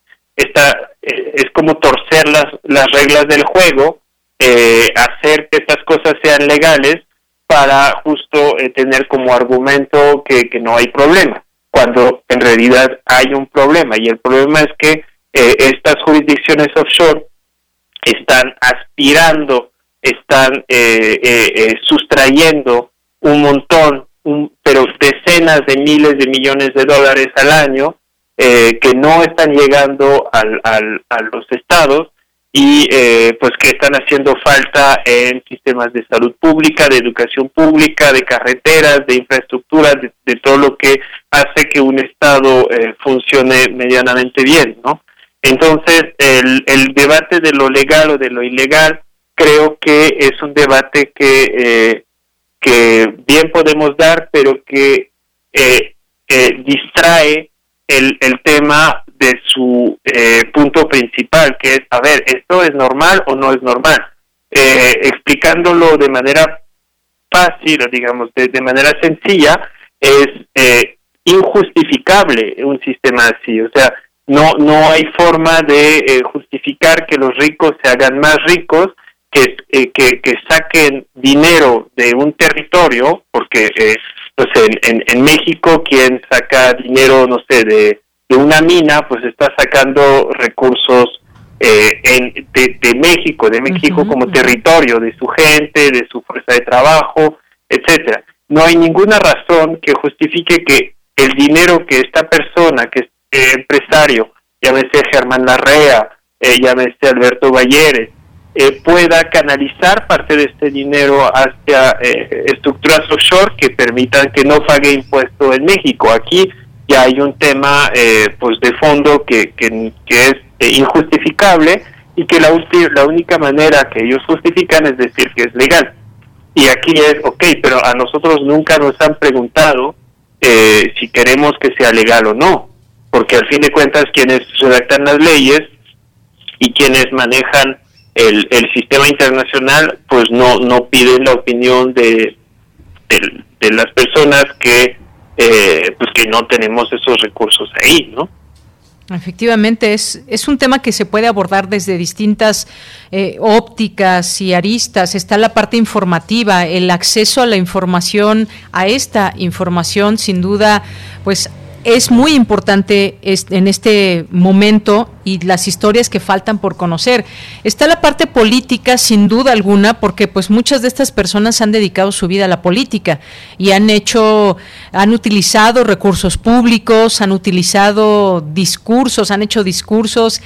como torcer las reglas del juego, hacer que estas cosas sean legales para justo tener como argumento que no hay problema, cuando en realidad hay un problema, y el problema es que estas jurisdicciones offshore están aspirando, están sustrayendo un montón, pero decenas de miles de millones de dólares al año que no están llegando a los estados y pues que están haciendo falta en sistemas de salud pública, de educación pública, de carreteras, de infraestructura, de todo lo que hace que un estado funcione medianamente bien, ¿no? Entonces, el debate de lo legal o de lo ilegal creo que es un debate que bien podemos dar, pero que distrae el tema de su punto principal, que es, a ver, ¿esto es normal o no es normal? Explicándolo de manera fácil, digamos, de manera sencilla, es injustificable un sistema así. O sea, no hay forma de justificar que los ricos se hagan más ricos, que saquen dinero de un territorio, porque no sé, en México quien saca dinero, no sé, de una mina, pues está sacando recursos de México como territorio, de su gente, de su fuerza de trabajo, etcétera. No hay ninguna razón que justifique que el dinero que esta persona, que es empresario, llámese Germán Larrea, llámese Alberto Valleres, pueda canalizar parte de este dinero hacia estructuras offshore que permitan que no pague impuesto en México. Aquí ya hay un tema pues de fondo que es injustificable, y que la única manera que ellos justifican es decir que es legal. Y aquí es, pero a nosotros nunca nos han preguntado si queremos que sea legal o no, porque al fin de cuentas quienes redactan las leyes y quienes manejan el sistema internacional, pues no piden la opinión de las personas que pues que no tenemos esos recursos ahí, ¿no? Efectivamente, es un tema que se puede abordar desde distintas ópticas y aristas. Está la parte informativa, el acceso a la información, a esta información, sin duda, pues es muy importante en este momento, y las historias que faltan por conocer. Está la parte política, sin duda alguna, porque pues muchas de estas personas han dedicado su vida a la política y han utilizado recursos públicos, han utilizado discursos, han hecho discursos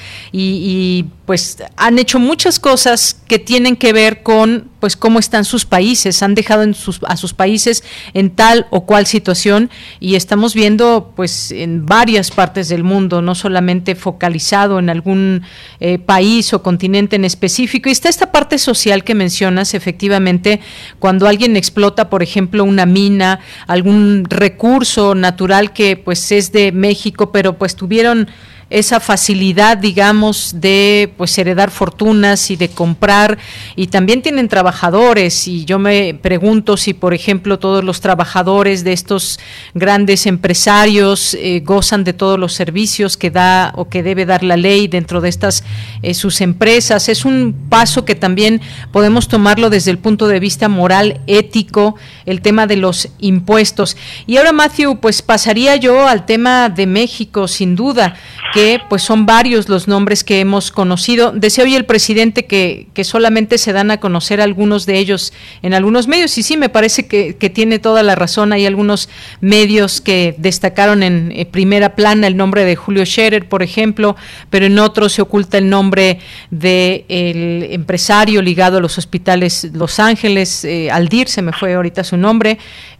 y pues han hecho muchas cosas que tienen que ver con pues cómo están sus países, han dejado a sus países en tal o cual situación, y estamos viendo pues en varias partes del mundo, no solamente focalizado en algún país o continente en específico. Y está esta parte social que mencionas, efectivamente, cuando alguien explota, por ejemplo, una mina, algún recurso natural que pues es de México, pero pues tuvieron esa facilidad, digamos, de pues heredar fortunas y de comprar, y también tienen trabajadores, y yo me pregunto si, por ejemplo, todos los trabajadores de estos grandes empresarios gozan de todos los servicios que da o que debe dar la ley dentro de estas sus empresas. Es un paso que también podemos tomarlo desde el punto de vista moral, ético, el tema de los impuestos. Y ahora, Matthew, pues pasaría yo al tema de México, sin duda, que pues son varios los nombres que hemos conocido. Decía hoy el presidente que solamente se dan a conocer algunos de ellos en algunos medios, y sí, me parece que tiene toda la razón. Hay algunos medios que destacaron en primera plana el nombre de Julio Scherer, por ejemplo, pero en otros se oculta el nombre del empresario ligado a los hospitales Los Ángeles, Aldir, se me fue ahorita su nombre.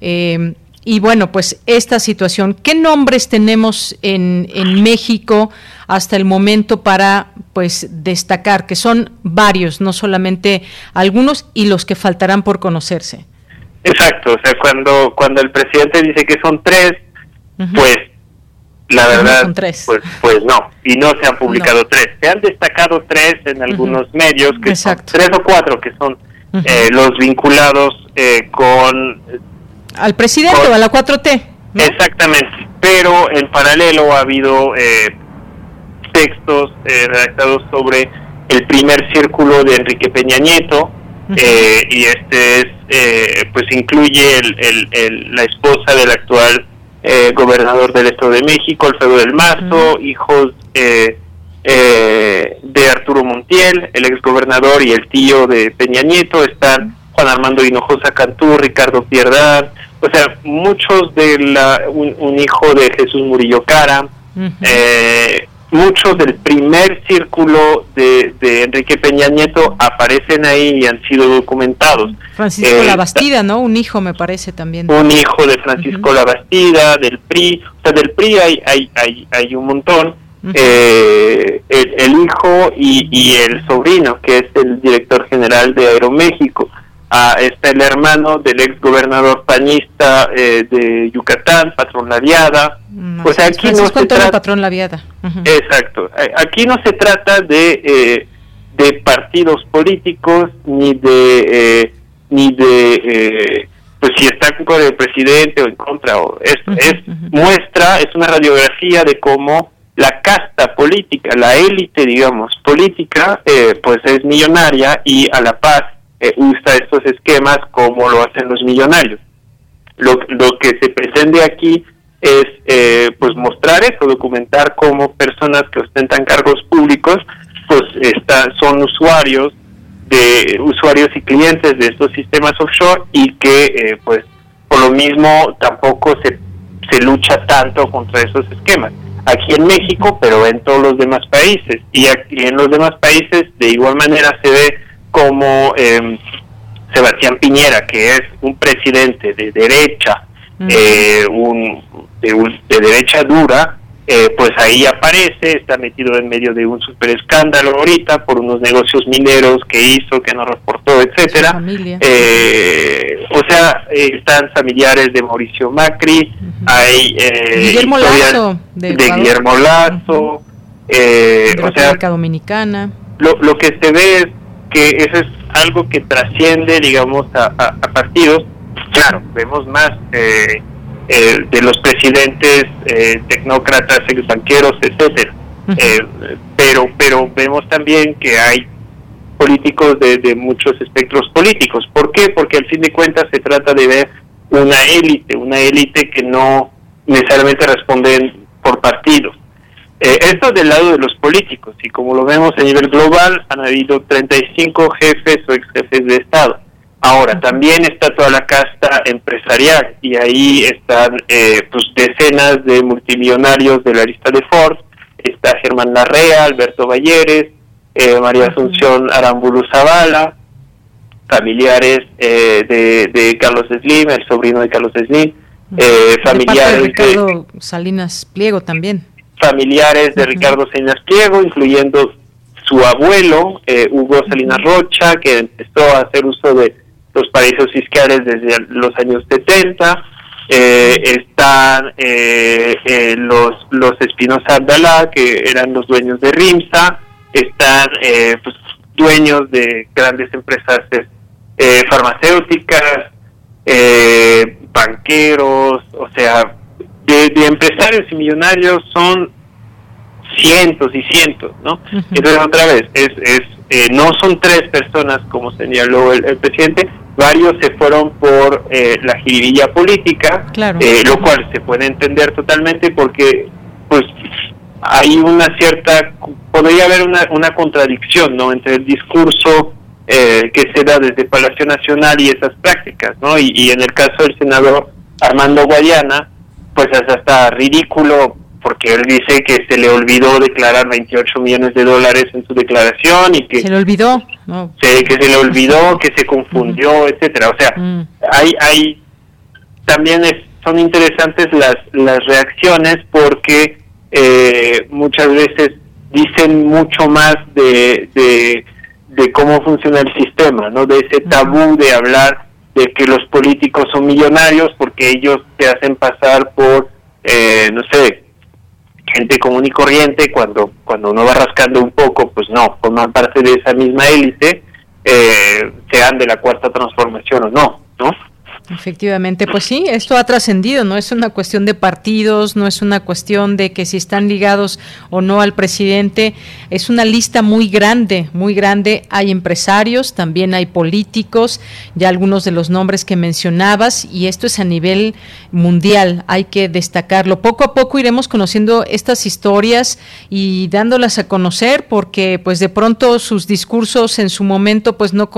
Y bueno, pues esta situación, ¿qué nombres tenemos en México hasta el momento para pues destacar? Que son varios, no solamente algunos, y los que faltarán por conocerse. Exacto, o sea, cuando el presidente dice que son 3, pues la verdad, son 3. Pues no, y no se han publicado 3. Se han destacado 3 en algunos medios, que son 3 o 4, que son los vinculados con... al presidente o a la 4T, ¿no? Exactamente, pero en paralelo ha habido textos redactados sobre el primer círculo de Enrique Peña Nieto, y este es pues incluye la esposa del actual gobernador del Estado de México, Alfredo del Mazo, hijos de Arturo Montiel, el exgobernador, y el tío de Peña Nieto. Están Juan Armando Hinojosa Cantú, Ricardo Pierdán, o sea, muchos de un hijo de Jesús Murillo Cara, muchos del primer círculo de Enrique Peña Nieto aparecen ahí y han sido documentados. Francisco Labastida, ¿no? Un hijo, me parece, también. Un hijo de Francisco Labastida, del PRI, o sea, del PRI hay un montón. El hijo y el sobrino, que es el director general de Aeroméxico. Está el hermano del ex gobernador panista de Yucatán, Patrón Laviada, O sea, aquí Francisco no se Antonio trata... Patrón Laviada. Exacto. Aquí no se trata de partidos políticos ni de pues si está con el presidente o en contra o esto. Es una radiografía de cómo la casta política, la élite, digamos, política, pues es millonaria y a la paz usa estos esquemas como lo hacen los millonarios. Lo que se pretende aquí es pues mostrar eso, documentar cómo personas que ostentan cargos públicos pues son usuarios y clientes de estos sistemas offshore y que pues por lo mismo tampoco se lucha tanto contra esos esquemas aquí en México, pero en todos los demás países, y aquí en los demás países de igual manera se ve como Sebastián Piñera, que es un presidente de derecha, de derecha dura, pues ahí aparece, está metido en medio de un super escándalo ahorita por unos negocios mineros que hizo, que no reportó, etcétera. O sea, están familiares de Mauricio Macri, hay Guillermo Lazo de Guillermo Lazo, de República Dominicana. Lo que se ve es que eso es algo que trasciende, digamos, a partidos. Claro, vemos más de los presidentes, tecnócratas, banqueros, etcétera. Pero vemos también que hay políticos de muchos espectros políticos. ¿Por qué? Porque al fin de cuentas se trata de ver una élite que no necesariamente responden por partidos. Esto del lado de los políticos, y como lo vemos a nivel global, han habido 35 jefes o ex jefes de Estado. Ahora, también está toda la casta empresarial, y ahí están pues decenas de multimillonarios de la lista de Forbes. Está Germán Larrea, Alberto Balleres, María Asunción Aramburu Zavala, familiares de Carlos Slim, el sobrino de Carlos Slim, familiares de Ricardo Salinas Pliego también. Familiares de Ricardo Salinas Pliego, incluyendo su abuelo, Hugo Salinas Rocha, que empezó a hacer uso de los paraísos fiscales desde los años 70. Están los Espinosa Abdalá, que eran los dueños de RIMSA. Están pues, dueños de grandes empresas farmacéuticas, banqueros, o sea, de empresarios y millonarios son cientos y cientos, ¿no? Entonces, otra vez, no son 3 personas como señaló el presidente, varios se fueron por la jiribilla política, claro. Lo cual se puede entender totalmente porque pues hay podría haber una contradicción, ¿no?, entre el discurso que se da desde Palacio Nacional y esas prácticas, ¿no? Y en el caso del senador Armando Guadiana, pues es hasta ridículo, porque él dice que se le olvidó declarar $28 millones en su declaración y que... ¿Se le olvidó? No. Que se le olvidó, que se confundió, etcétera. O sea, hay también son interesantes las reacciones porque muchas veces dicen mucho más de cómo funciona el sistema, ¿no? De ese tabú de hablar de que los políticos son millonarios porque ellos se hacen pasar por, no sé, gente común y corriente, cuando uno va rascando un poco, pues no, forman parte de esa misma élite, sean de la Cuarta Transformación o no, ¿no? Efectivamente, pues sí, esto ha trascendido, no es una cuestión de partidos, no es una cuestión de que si están ligados o no al presidente, es una lista muy grande, hay empresarios, también hay políticos, ya algunos de los nombres que mencionabas, y esto es a nivel mundial, hay que destacarlo. Poco a poco iremos conociendo estas historias y dándolas a conocer, porque pues de pronto sus discursos en su momento pues no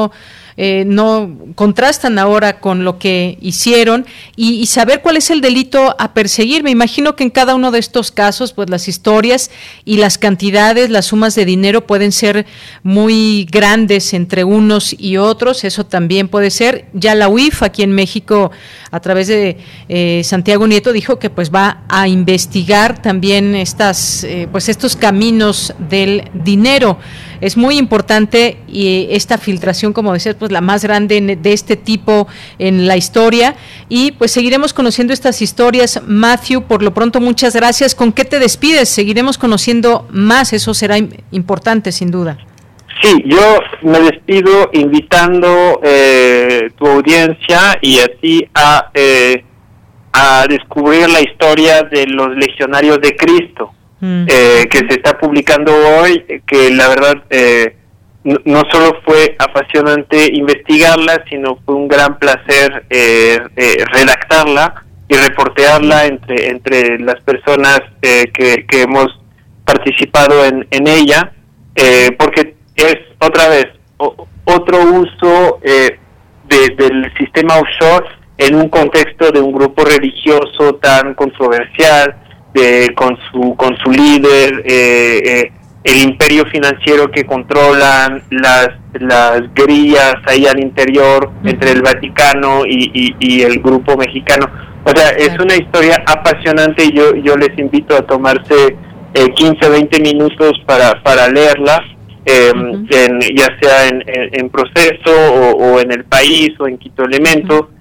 contrastan ahora con lo que hicieron y saber cuál es el delito a perseguir. Me imagino que en cada uno de estos casos, pues las historias y las cantidades, las sumas de dinero pueden ser muy grandes entre unos y otros, eso también puede ser. Ya la UIF aquí en México, a través de Santiago Nieto, dijo que pues va a investigar también estos caminos del dinero. es muy importante y esta filtración, como decías, pues la más grande de este tipo en la historia, y pues seguiremos conociendo estas historias. Matthew, por lo pronto, muchas gracias. ¿Con qué te despides? Seguiremos conociendo más, eso será importante sin duda. Sí, yo me despido invitando tu audiencia y así a descubrir la historia de los legionarios de Cristo, que se está publicando hoy, que la verdad no solo fue apasionante investigarla, sino fue un gran placer redactarla y reportearla entre las personas que hemos participado en ella, porque es otra vez otro uso del sistema offshore en un contexto de un grupo religioso tan controversial, con su líder, el imperio financiero que controlan, las guerrillas ahí al interior entre el Vaticano y el grupo mexicano. O sea, es una historia apasionante y yo les invito a tomarse 15 o 20 minutos para leerla, ya sea en Proceso o en El País o en Quito Elemento.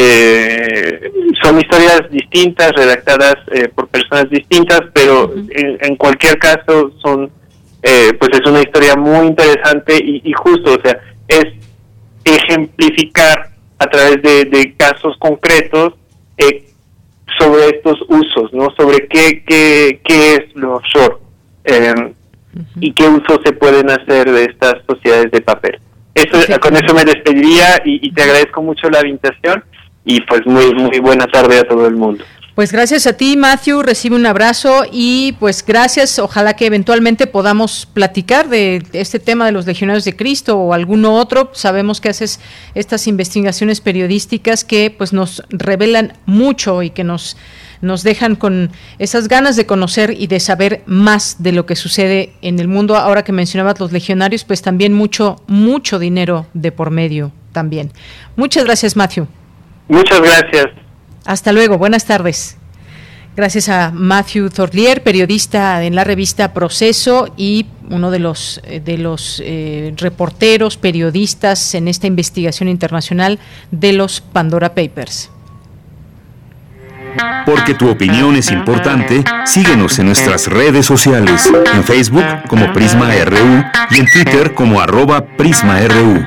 Son historias distintas, redactadas por personas distintas, pero en cualquier caso pues es una historia muy interesante y justo, o sea, es ejemplificar a través de casos concretos sobre estos usos, ¿no? Sobre qué es lo offshore y qué usos se pueden hacer de estas sociedades de papel. Con eso me despediría y te agradezco mucho la invitación y pues muy muy buena tarde a todo el mundo. Pues gracias a ti, Matthew, recibe un abrazo y pues gracias, ojalá que eventualmente podamos platicar de este tema de los Legionarios de Cristo o alguno otro. Sabemos que haces estas investigaciones periodísticas que pues nos revelan mucho y que nos dejan con esas ganas de conocer y de saber más de lo que sucede en el mundo. Ahora que mencionabas los legionarios, pues también mucho dinero de por medio también. Muchas gracias, Matthew. Muchas gracias. Hasta luego, buenas tardes. Gracias a Matthew Thorlier, periodista en la revista Proceso y uno de los reporteros, periodistas en esta investigación internacional de los Pandora Papers. Porque tu opinión es importante, síguenos en nuestras redes sociales, en Facebook como Prisma RU y en Twitter como @PrismaRU.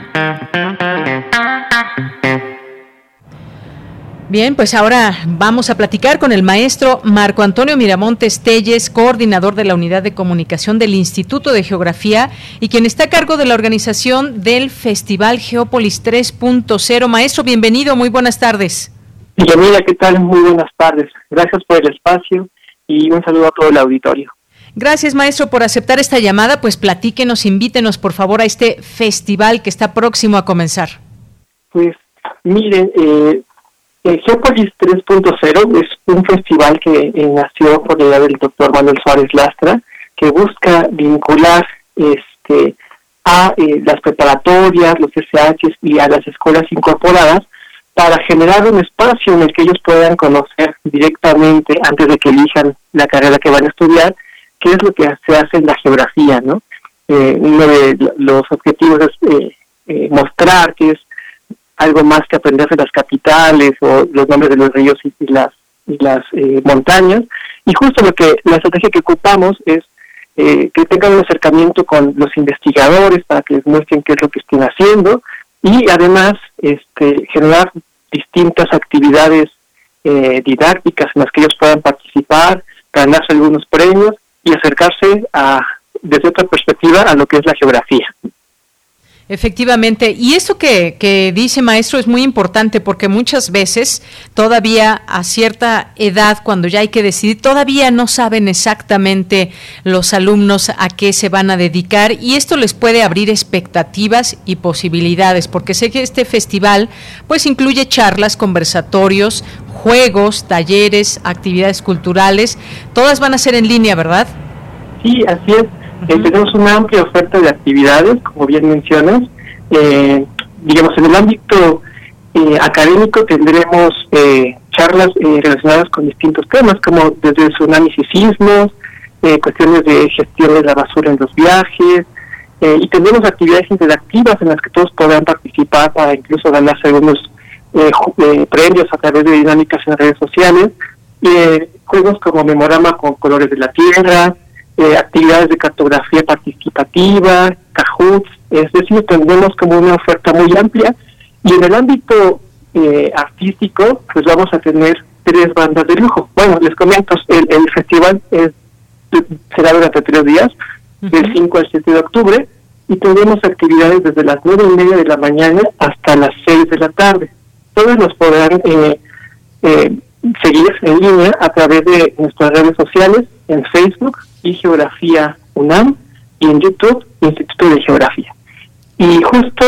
Bien, pues ahora vamos a platicar con el maestro Marco Antonio Miramontes Telles, coordinador de la Unidad de Comunicación del Instituto de Geografía y quien está a cargo de la organización del Festival Geópolis 3.0. Maestro, bienvenido, muy buenas tardes. Yanira, ¿qué tal? Muy buenas tardes. Gracias por el espacio y un saludo a todo el auditorio. Gracias, maestro, por aceptar esta llamada. Pues platíquenos, invítenos, por favor, a este festival que está próximo a comenzar. Pues, miren, Geópolis 3.0 es un festival que nació por la idea del doctor Manuel Suárez Lastra, que busca vincular a las preparatorias, los SHs y a las escuelas incorporadas para generar un espacio en el que ellos puedan conocer directamente, antes de que elijan la carrera que van a estudiar, qué es lo que se hace en la geografía, ¿no? Uno de los objetivos es mostrar que es algo más que aprenderse las capitales o los nombres de los ríos y las montañas, y justo la estrategia que ocupamos es que tengan un acercamiento con los investigadores para que les muestren qué es lo que estén haciendo y además generar distintas actividades didácticas en las que ellos puedan participar, ganarse algunos premios y acercarse desde otra perspectiva a lo que es la geografía. Efectivamente, y eso que dice, maestro, es muy importante porque muchas veces todavía a cierta edad, cuando ya hay que decidir, todavía no saben exactamente los alumnos a qué se van a dedicar y esto les puede abrir expectativas y posibilidades, porque sé que este festival pues incluye charlas, conversatorios, juegos, talleres, actividades culturales, todas van a ser en línea, ¿verdad? Sí, así es. Tenemos una amplia oferta de actividades, como bien mencionas. Digamos, en el ámbito académico tendremos charlas relacionadas con distintos temas, como desde tsunamis y sismos, cuestiones de gestión de la basura en los viajes, y tendremos actividades interactivas en las que todos podrán participar para incluso ganarse algunos premios a través de dinámicas en redes sociales, juegos como memorama con colores de la tierra, actividades de cartografía participativa, Kahoots, es decir, tendremos como una oferta muy amplia. Y en el ámbito artístico, pues vamos a tener 3 bandas de lujo. Bueno, les comento, el festival será durante 3 días, del 5 al 7 de octubre, y tendremos actividades desde las 9:30 de la mañana hasta las 6 de la tarde. Todos nos podrán seguir en línea a través de nuestras redes sociales, en Facebook y Geografía UNAM, y en YouTube Instituto de Geografía. Y justo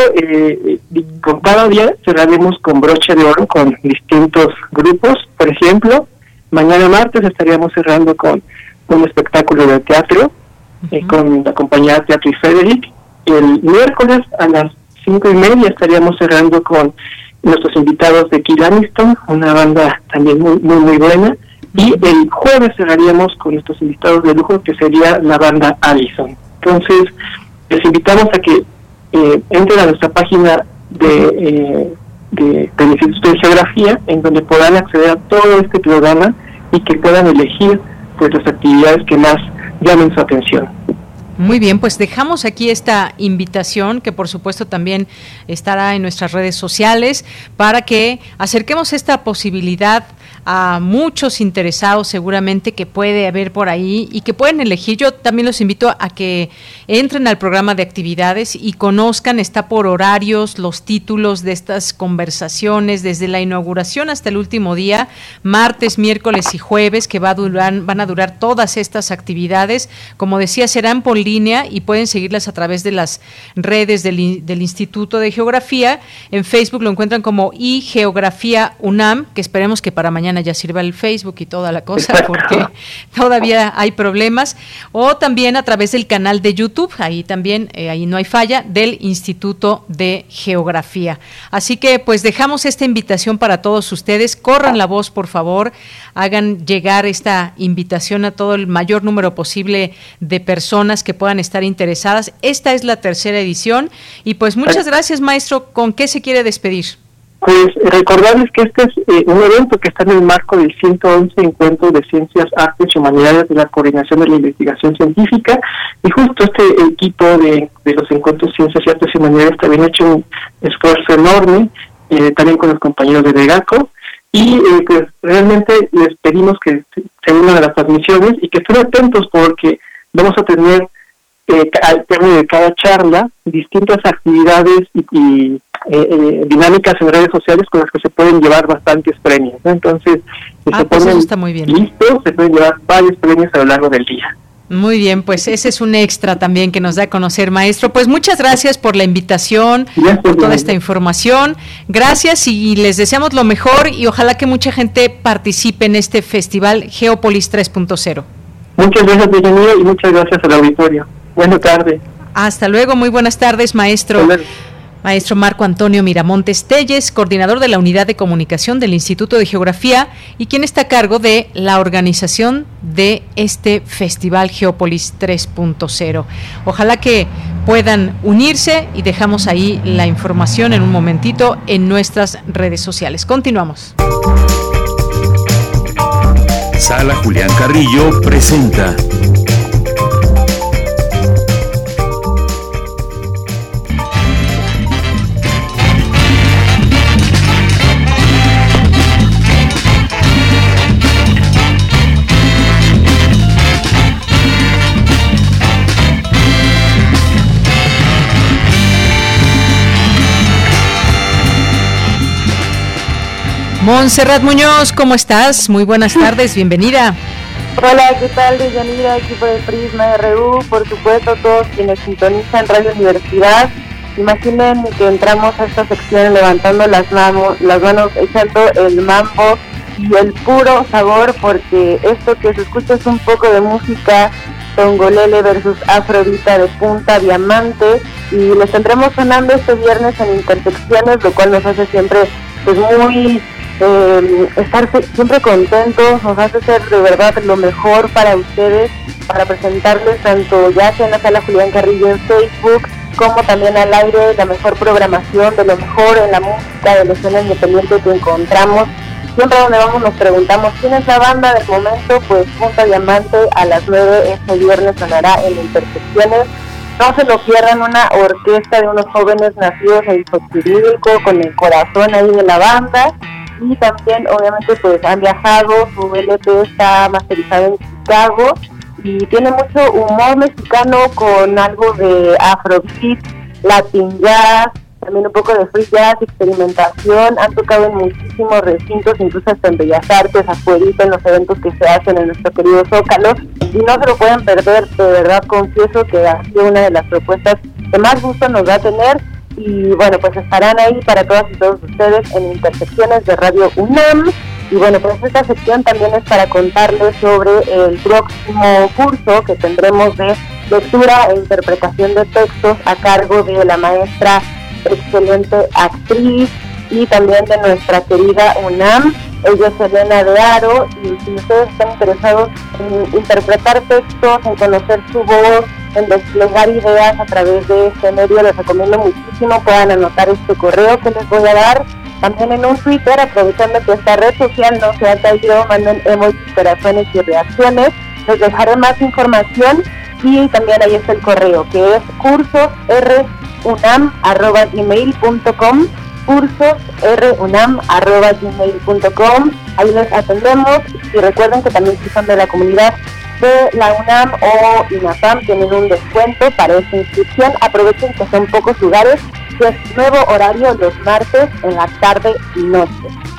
con cada día cerraremos con broche de oro con distintos grupos. Por ejemplo, mañana martes estaríamos cerrando con un espectáculo de teatro con la compañía Teatro y Frederick. El miércoles a las 5:30 estaríamos cerrando con nuestros invitados de Kill Aniston, una banda también muy buena. Y el jueves cerraríamos con nuestros invitados de lujo, que sería la banda Allison. Entonces, les invitamos a que entren a nuestra página del Instituto de Geografía, en donde podrán acceder a todo este programa y que puedan elegir pues las actividades que más llamen su atención. Muy bien, pues dejamos aquí esta invitación que por supuesto también estará en nuestras redes sociales para que acerquemos esta posibilidad a muchos interesados seguramente que puede haber por ahí y que pueden elegir. Yo también los invito a que entren al programa de actividades y conozcan, está por horarios, los títulos de estas conversaciones desde la inauguración hasta el último día, martes, miércoles y jueves, que van a durar todas estas actividades. Como decía, serán por línea y pueden seguirlas a través de las redes del Instituto de Geografía. En Facebook lo encuentran como iGeografía UNAM, que esperemos que para mañana ya sirva el Facebook y toda la cosa, porque todavía hay problemas, o también a través del canal de YouTube, ahí también, ahí no hay falla, del Instituto de Geografía. Así que pues dejamos esta invitación para todos ustedes, corran la voz por favor, hagan llegar esta invitación a todo el mayor número posible de personas que puedan estar interesadas. Esta es la 3ª edición y pues muchas gracias, maestro. ¿Con qué se quiere despedir? Pues recordarles que este es un evento que está en el marco del 111 Encuentro de Ciencias, Artes y Humanidades de la Coordinación de la Investigación Científica, y justo este equipo de los Encuentros Ciencias y Artes y Humanidades también ha hecho un esfuerzo enorme, también con los compañeros de DEGACO, y pues realmente les pedimos que se unan a las transmisiones y que estén atentos porque vamos a tener al término de cada charla distintas actividades y dinámicas en redes sociales con las que se pueden llevar bastantes premios, ¿no? Entonces, se pues eso está muy bien. Listos, se pueden llevar varios premios a lo largo del día. Muy bien, pues ese es un extra también que nos da a conocer, maestro. Pues muchas gracias por la invitación, por toda esta información. Gracias y les deseamos lo mejor y ojalá que mucha gente participe en este festival Geópolis 3.0. Muchas gracias, Deyanira, y muchas gracias al auditorio. Buenas tardes. Hasta luego, muy buenas tardes, maestro. Maestro Marco Antonio Miramontes Telles, coordinador de la Unidad de Comunicación del Instituto de Geografía y quien está a cargo de la organización de este Festival Geópolis 3.0. Ojalá que puedan unirse y dejamos ahí la información en un momentito en nuestras redes sociales. Continuamos. Sala Julián Carrillo presenta Montserrat Muñoz, ¿cómo estás? Muy buenas tardes, bienvenida. Hola, ¿qué tal, Deyanira? Aquí por el Prisma RU, por supuesto, todos quienes sintonizan Radio Universidad. Imaginen que entramos a esta sección levantando las manos, echando el mambo y el puro sabor, porque esto que se escucha es un poco de música tongolele versus afrodita de Punta Diamante, y les tendremos sonando este viernes en Intersecciones, lo cual nos hace siempre pues muy estar siempre contentos, nos hace ser de verdad lo mejor para ustedes, para presentarles tanto ya sea en la Sala Julián Carrillo en Facebook, como también al aire la mejor programación, de lo mejor en la música, de la escena independiente que encontramos. Siempre donde vamos nos preguntamos quién es la banda del momento. Pues Punta Diamante a las 9 este viernes sonará en Intersecciones. No se lo pierdan, una orquesta de unos jóvenes nacidos en Xochimilco, con el corazón ahí de la banda, y también obviamente pues han viajado, su LP está masterizado en Chicago y tiene mucho humor mexicano con algo de afrobeat, latin jazz, también un poco de free jazz, experimentación. Han tocado en muchísimos recintos, incluso hasta en Bellas Artes, afuera, en los eventos que se hacen en nuestro querido Zócalo, y no se lo pueden perder. De verdad confieso que ha sido una de las propuestas que más gusto nos va a tener, y bueno, pues estarán ahí para todas y todos ustedes en Intersecciones de Radio UNAM. Y bueno, pues esta sección también es para contarles sobre el próximo curso que tendremos de lectura e interpretación de textos a cargo de la maestra excelente actriz y también de nuestra querida UNAM. Ella es Elena de Aro, y si ustedes están interesados en interpretar textos, en conocer su voz, en desplegar ideas a través de este medio, les recomiendo muchísimo puedan anotar este correo que les voy a dar. También en un Twitter, aprovechando que esta red social no se ha caído, manden emojis, corazones y reacciones. Les dejaré más información, y también ahí está el correo, que es cursosrunam@gmail.com, cursosrunam@gmail.com. Ahí les atendemos, y recuerden que también si son de la comunidad de la UNAM o INAPAM tienen un descuento para esta inscripción. Aprovechen que son pocos lugares, que es nuevo horario los martes en la tarde y noche.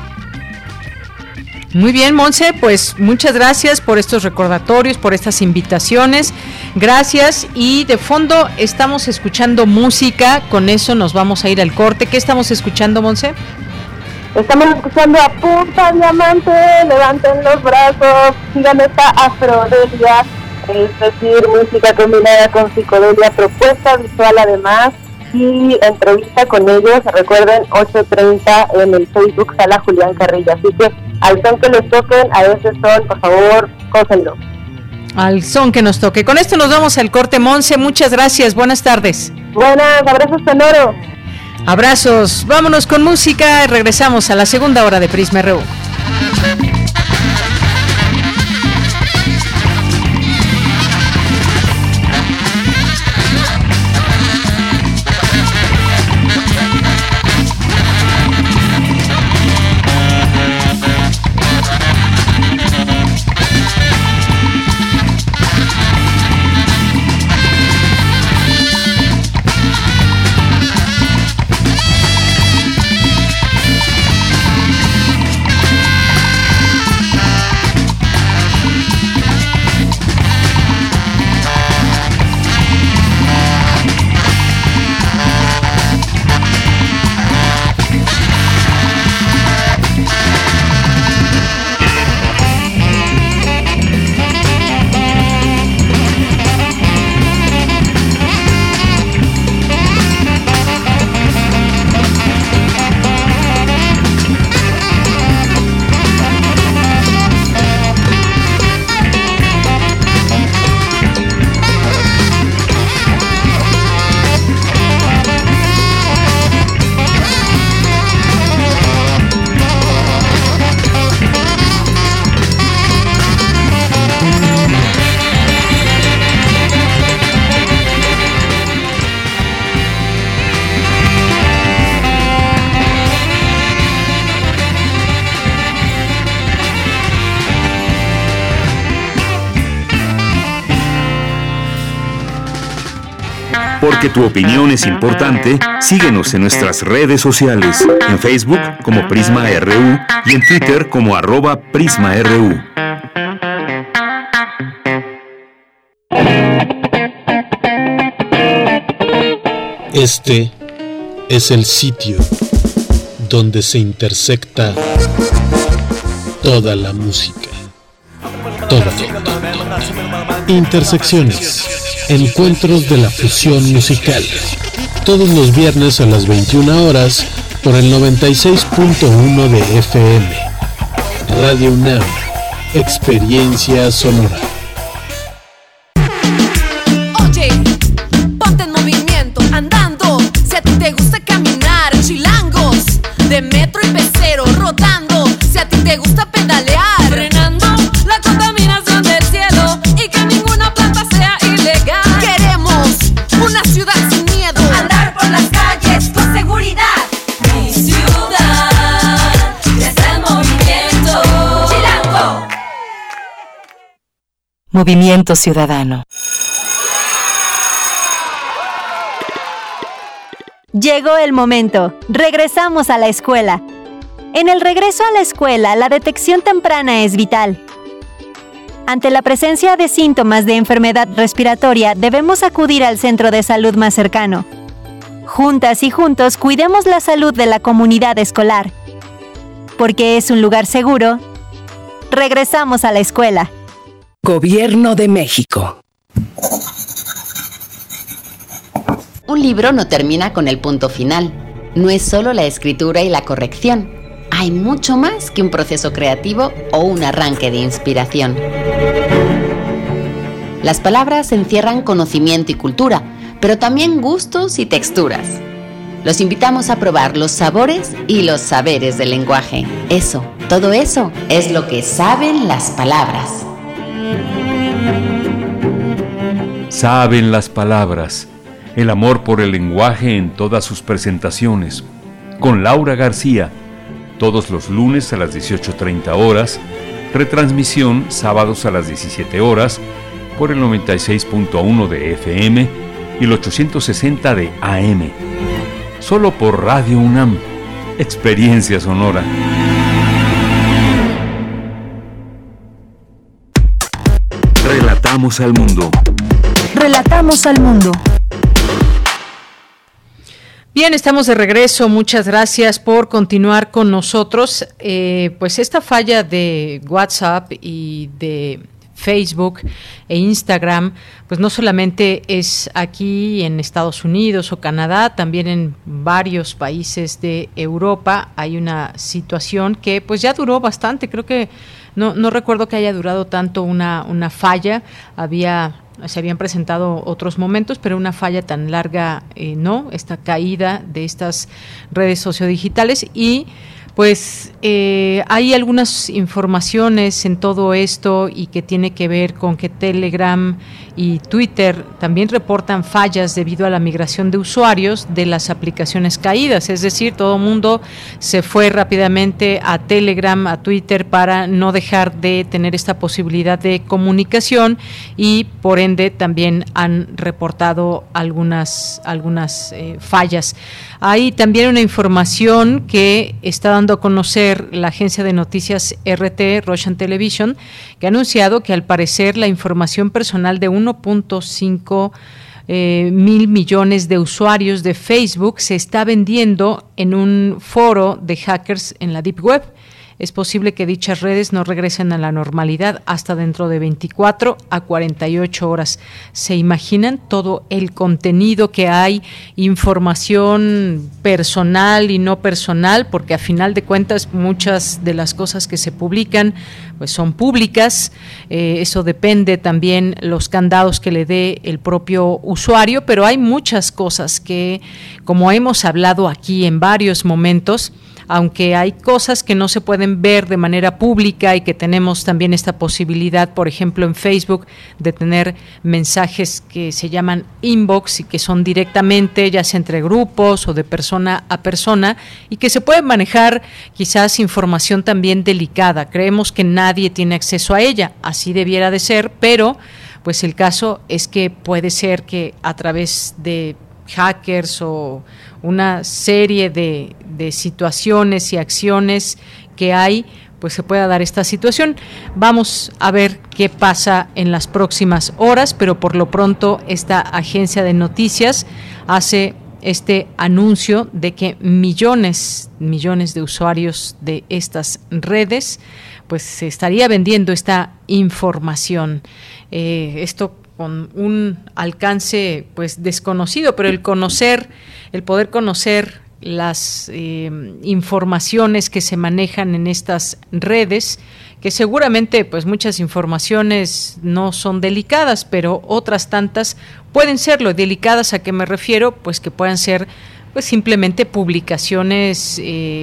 Muy bien, Monse, pues muchas gracias por estos recordatorios, por estas invitaciones. Gracias, y de fondo estamos escuchando música, con eso nos vamos a ir al corte. ¿Qué estamos escuchando, Monse? Estamos escuchando a Punta Diamante, levanten los brazos, sigan esta afrodelia, es decir, música combinada con psicodelia, propuesta visual además, y entrevista con ellos. Recuerden, 8:30 en el Facebook Sala Julián Carrillo, así que al son que les toquen, a ese son, por favor, cósenlo. Al son que nos toque. Con esto nos vamos al corte, Monse, muchas gracias, buenas tardes. Buenas, abrazos sonoro. Abrazos, vámonos con música, regresamos a la segunda hora de Prisma RU. Porque tu opinión es importante, síguenos en nuestras redes sociales, en Facebook como Prisma RU y en Twitter como @PrismaRU. Este es el sitio donde se intersecta toda la música. Toda. Intersecciones. Encuentros de la fusión musical. Todos los viernes a las 21 horas por el 96.1 de FM. Radio UNAM, experiencia sonora. Oye, ponte en movimiento, andando. Si a ti te gusta caminar, chilangos, de metro y pecero, rodando. Si a ti te gusta pedalear, frenando la contaminación del cielo y que ninguna planta sea ilegal. Queremos una ciudad sin miedo, andar por las calles con seguridad. Mi ciudad está en movimiento. Chilango. Movimiento Ciudadano. Llegó el momento. Regresamos a la escuela. En el regreso a la escuela, la detección temprana es vital. Ante la presencia de síntomas de enfermedad respiratoria, debemos acudir al centro de salud más cercano. Juntas y juntos, cuidemos la salud de la comunidad escolar. Porque es un lugar seguro. Regresamos a la escuela. Gobierno de México. Un libro no termina con el punto final. No es solo la escritura y la corrección. Hay mucho más que un proceso creativo o un arranque de inspiración. Las palabras encierran conocimiento y cultura, pero también gustos y texturas. Los invitamos a probar los sabores y los saberes del lenguaje. Eso, todo eso, es lo que saben las palabras. Saben las palabras. El amor por el lenguaje en todas sus presentaciones. Con Laura García, todos los lunes a las 18:30 horas, retransmisión sábados a las 17 horas, por el 96.1 de FM y el 860 de AM. Solo por Radio UNAM, experiencia sonora. Relatamos al mundo. Relatamos al mundo. Bien, estamos de regreso. Muchas gracias por continuar con nosotros. Pues esta falla de WhatsApp y de Facebook e Instagram, pues no solamente es aquí en Estados Unidos o Canadá, también en varios países de Europa hay una situación que pues ya duró bastante. Creo que no recuerdo que haya durado tanto una falla. Se habían presentado otros momentos, pero una falla tan larga no, esta caída de estas redes sociodigitales. Y pues hay algunas informaciones en todo esto y que tiene que ver con que Telegram y Twitter también reportan fallas debido a la migración de usuarios de las aplicaciones caídas, es decir, todo el mundo se fue rápidamente a Telegram, a Twitter, para no dejar de tener esta posibilidad de comunicación, y por ende también han reportado algunas fallas. Hay también una información que está dando a conocer la agencia de noticias RT, Russian Television, que ha anunciado que al parecer la información personal de 1.5 mil millones de usuarios de Facebook se está vendiendo en un foro de hackers en la Deep Web. Es posible que dichas redes no regresen a la normalidad hasta dentro de 24 a 48 horas. ¿Se imaginan todo el contenido que hay? Información personal y no personal, porque a final de cuentas muchas de las cosas que se publican pues son públicas. Eso depende también los candados que le dé el propio usuario, pero hay muchas cosas que, como hemos hablado aquí en varios momentos, aunque hay cosas que no se pueden ver de manera pública y que tenemos también esta posibilidad, por ejemplo, en Facebook, de tener mensajes que se llaman inbox y que son directamente, ya sea entre grupos o de persona a persona, y que se puede manejar quizás información también delicada. Creemos que nadie tiene acceso a ella, así debiera de ser, pero pues el caso es que puede ser que a través de hackers o una serie de situaciones y acciones que hay, pues se pueda dar esta situación. Vamos a ver qué pasa en las próximas horas, pero por lo pronto esta agencia de noticias hace este anuncio de que millones de usuarios de estas redes, pues se estaría vendiendo esta información. Esto con un alcance pues desconocido, pero el poder conocer las informaciones que se manejan en estas redes, que seguramente pues muchas informaciones no son delicadas, pero otras tantas pueden serlo. Delicadas, ¿a qué me refiero? Pues que puedan ser pues simplemente publicaciones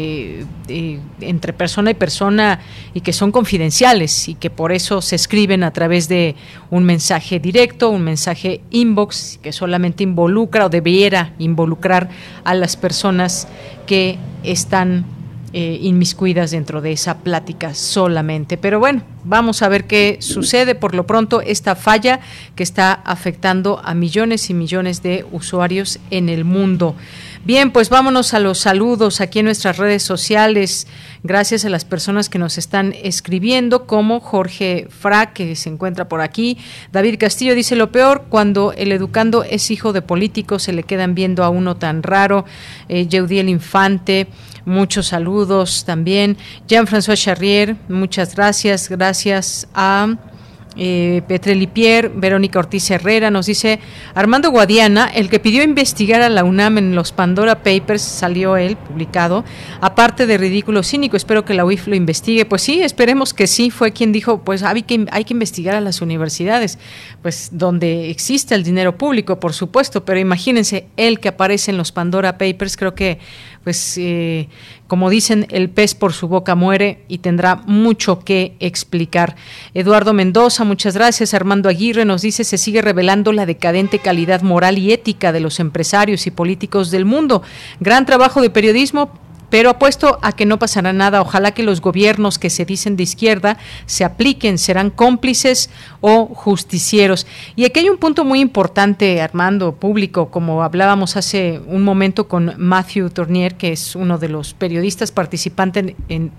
entre persona y persona y que son confidenciales y que por eso se escriben a través de un mensaje directo, un mensaje inbox que solamente involucra o debiera involucrar a las personas que están inmiscuidas dentro de esa plática solamente. Pero bueno, vamos a ver qué sucede. Por lo pronto, esta falla que está afectando a millones y millones de usuarios en el mundo. Bien, pues vámonos a los saludos aquí en nuestras redes sociales. Gracias a las personas que nos están escribiendo, como Jorge Fra, que se encuentra por aquí. David Castillo dice: lo peor, cuando el educando es hijo de políticos, se le quedan viendo a uno tan raro. Yeudiel Infante, muchos saludos también. Jean-François Charrier, muchas gracias. Gracias a Petre Lipier. Verónica Ortiz Herrera nos dice: Armando Guadiana, el que pidió investigar a la UNAM en los Pandora Papers, salió él publicado, aparte de ridículo cínico, espero que la UIF lo investigue. Pues sí, esperemos que sí. Fue quien dijo, pues hay que investigar a las universidades, pues donde existe el dinero público, por supuesto, pero imagínense, él que aparece en los Pandora Papers, creo que pues como dicen, el pez por su boca muere y tendrá mucho que explicar. Eduardo Mendoza, muchas gracias. Armando Aguirre nos dice: se sigue revelando la decadente calidad moral y ética de los empresarios y políticos del mundo. Gran trabajo de periodismo, pero apuesto a que no pasará nada. Ojalá que los gobiernos que se dicen de izquierda se apliquen, serán cómplices o justicieros. Y aquí hay un punto muy importante, Armando, público, como hablábamos hace un momento con Matthew Tournier, que es uno de los periodistas participantes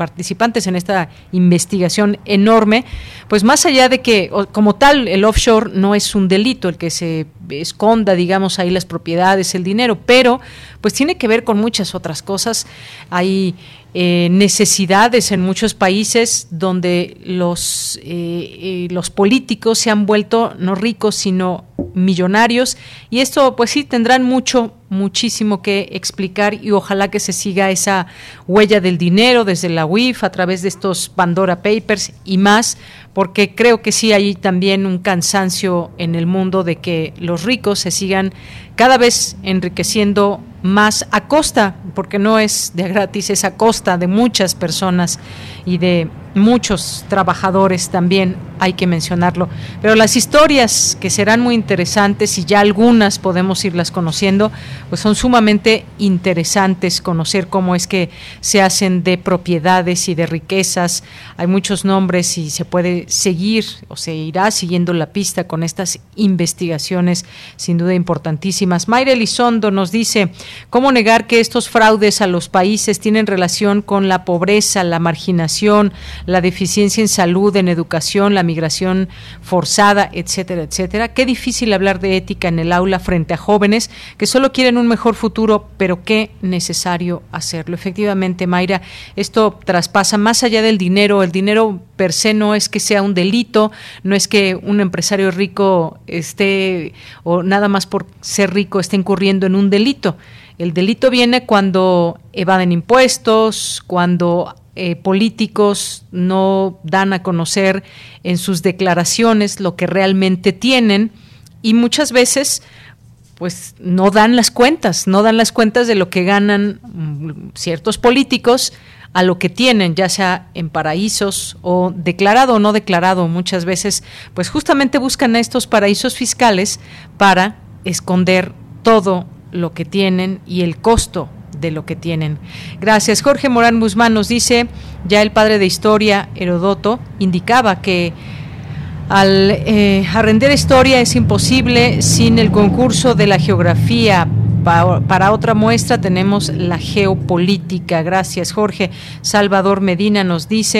en esta investigación enorme. Pues más allá de que, como tal, el offshore no es un delito, el que se esconda, digamos, ahí las propiedades, el dinero, pero pues tiene que ver con muchas otras cosas. Hay necesidades en muchos países donde los políticos se han vuelto no ricos sino millonarios, y esto pues sí tendrán muchísimo que explicar, y ojalá que se siga esa huella del dinero desde la UIF a través de estos Pandora Papers y más, porque creo que sí hay también un cansancio en el mundo de que los ricos se sigan cada vez enriqueciendo más a costa, porque no es de gratis, es a costa de muchas personas y de muchos trabajadores también, hay que mencionarlo. Pero las historias, que serán muy interesantes y ya algunas podemos irlas conociendo, pues son sumamente interesantes conocer cómo es que se hacen de propiedades y de riquezas. Hay muchos nombres y se puede seguir o se irá siguiendo la pista con estas investigaciones sin duda importantísimas. Mayra Elizondo nos dice: ¿cómo negar que estos fraudes a los países tienen relación con la pobreza, la marginación, la deficiencia en salud, en educación, la migración forzada, etcétera, etcétera? Qué difícil hablar de ética en el aula frente a jóvenes que solo quieren un mejor futuro, pero qué necesario hacerlo. Efectivamente, Mayra, esto traspasa más allá del dinero. El dinero per se no es que sea un delito, no es que un empresario rico esté, o nada más por ser rico, esté incurriendo en un delito. El delito viene cuando evaden impuestos, cuando políticos no dan a conocer en sus declaraciones lo que realmente tienen, y muchas veces pues no dan las cuentas de lo que ganan ciertos políticos a lo que tienen, ya sea en paraísos o declarado o no declarado. Muchas veces pues justamente buscan a estos paraísos fiscales para esconder todo lo que tienen y el costo de lo que tienen. Gracias. Jorge Morán Guzmán nos dice: ya el padre de historia, Heródoto, indicaba que al aprender historia es imposible sin el concurso de la geografía. Para otra muestra tenemos la geopolítica. Gracias, Jorge. Salvador Medina nos dice: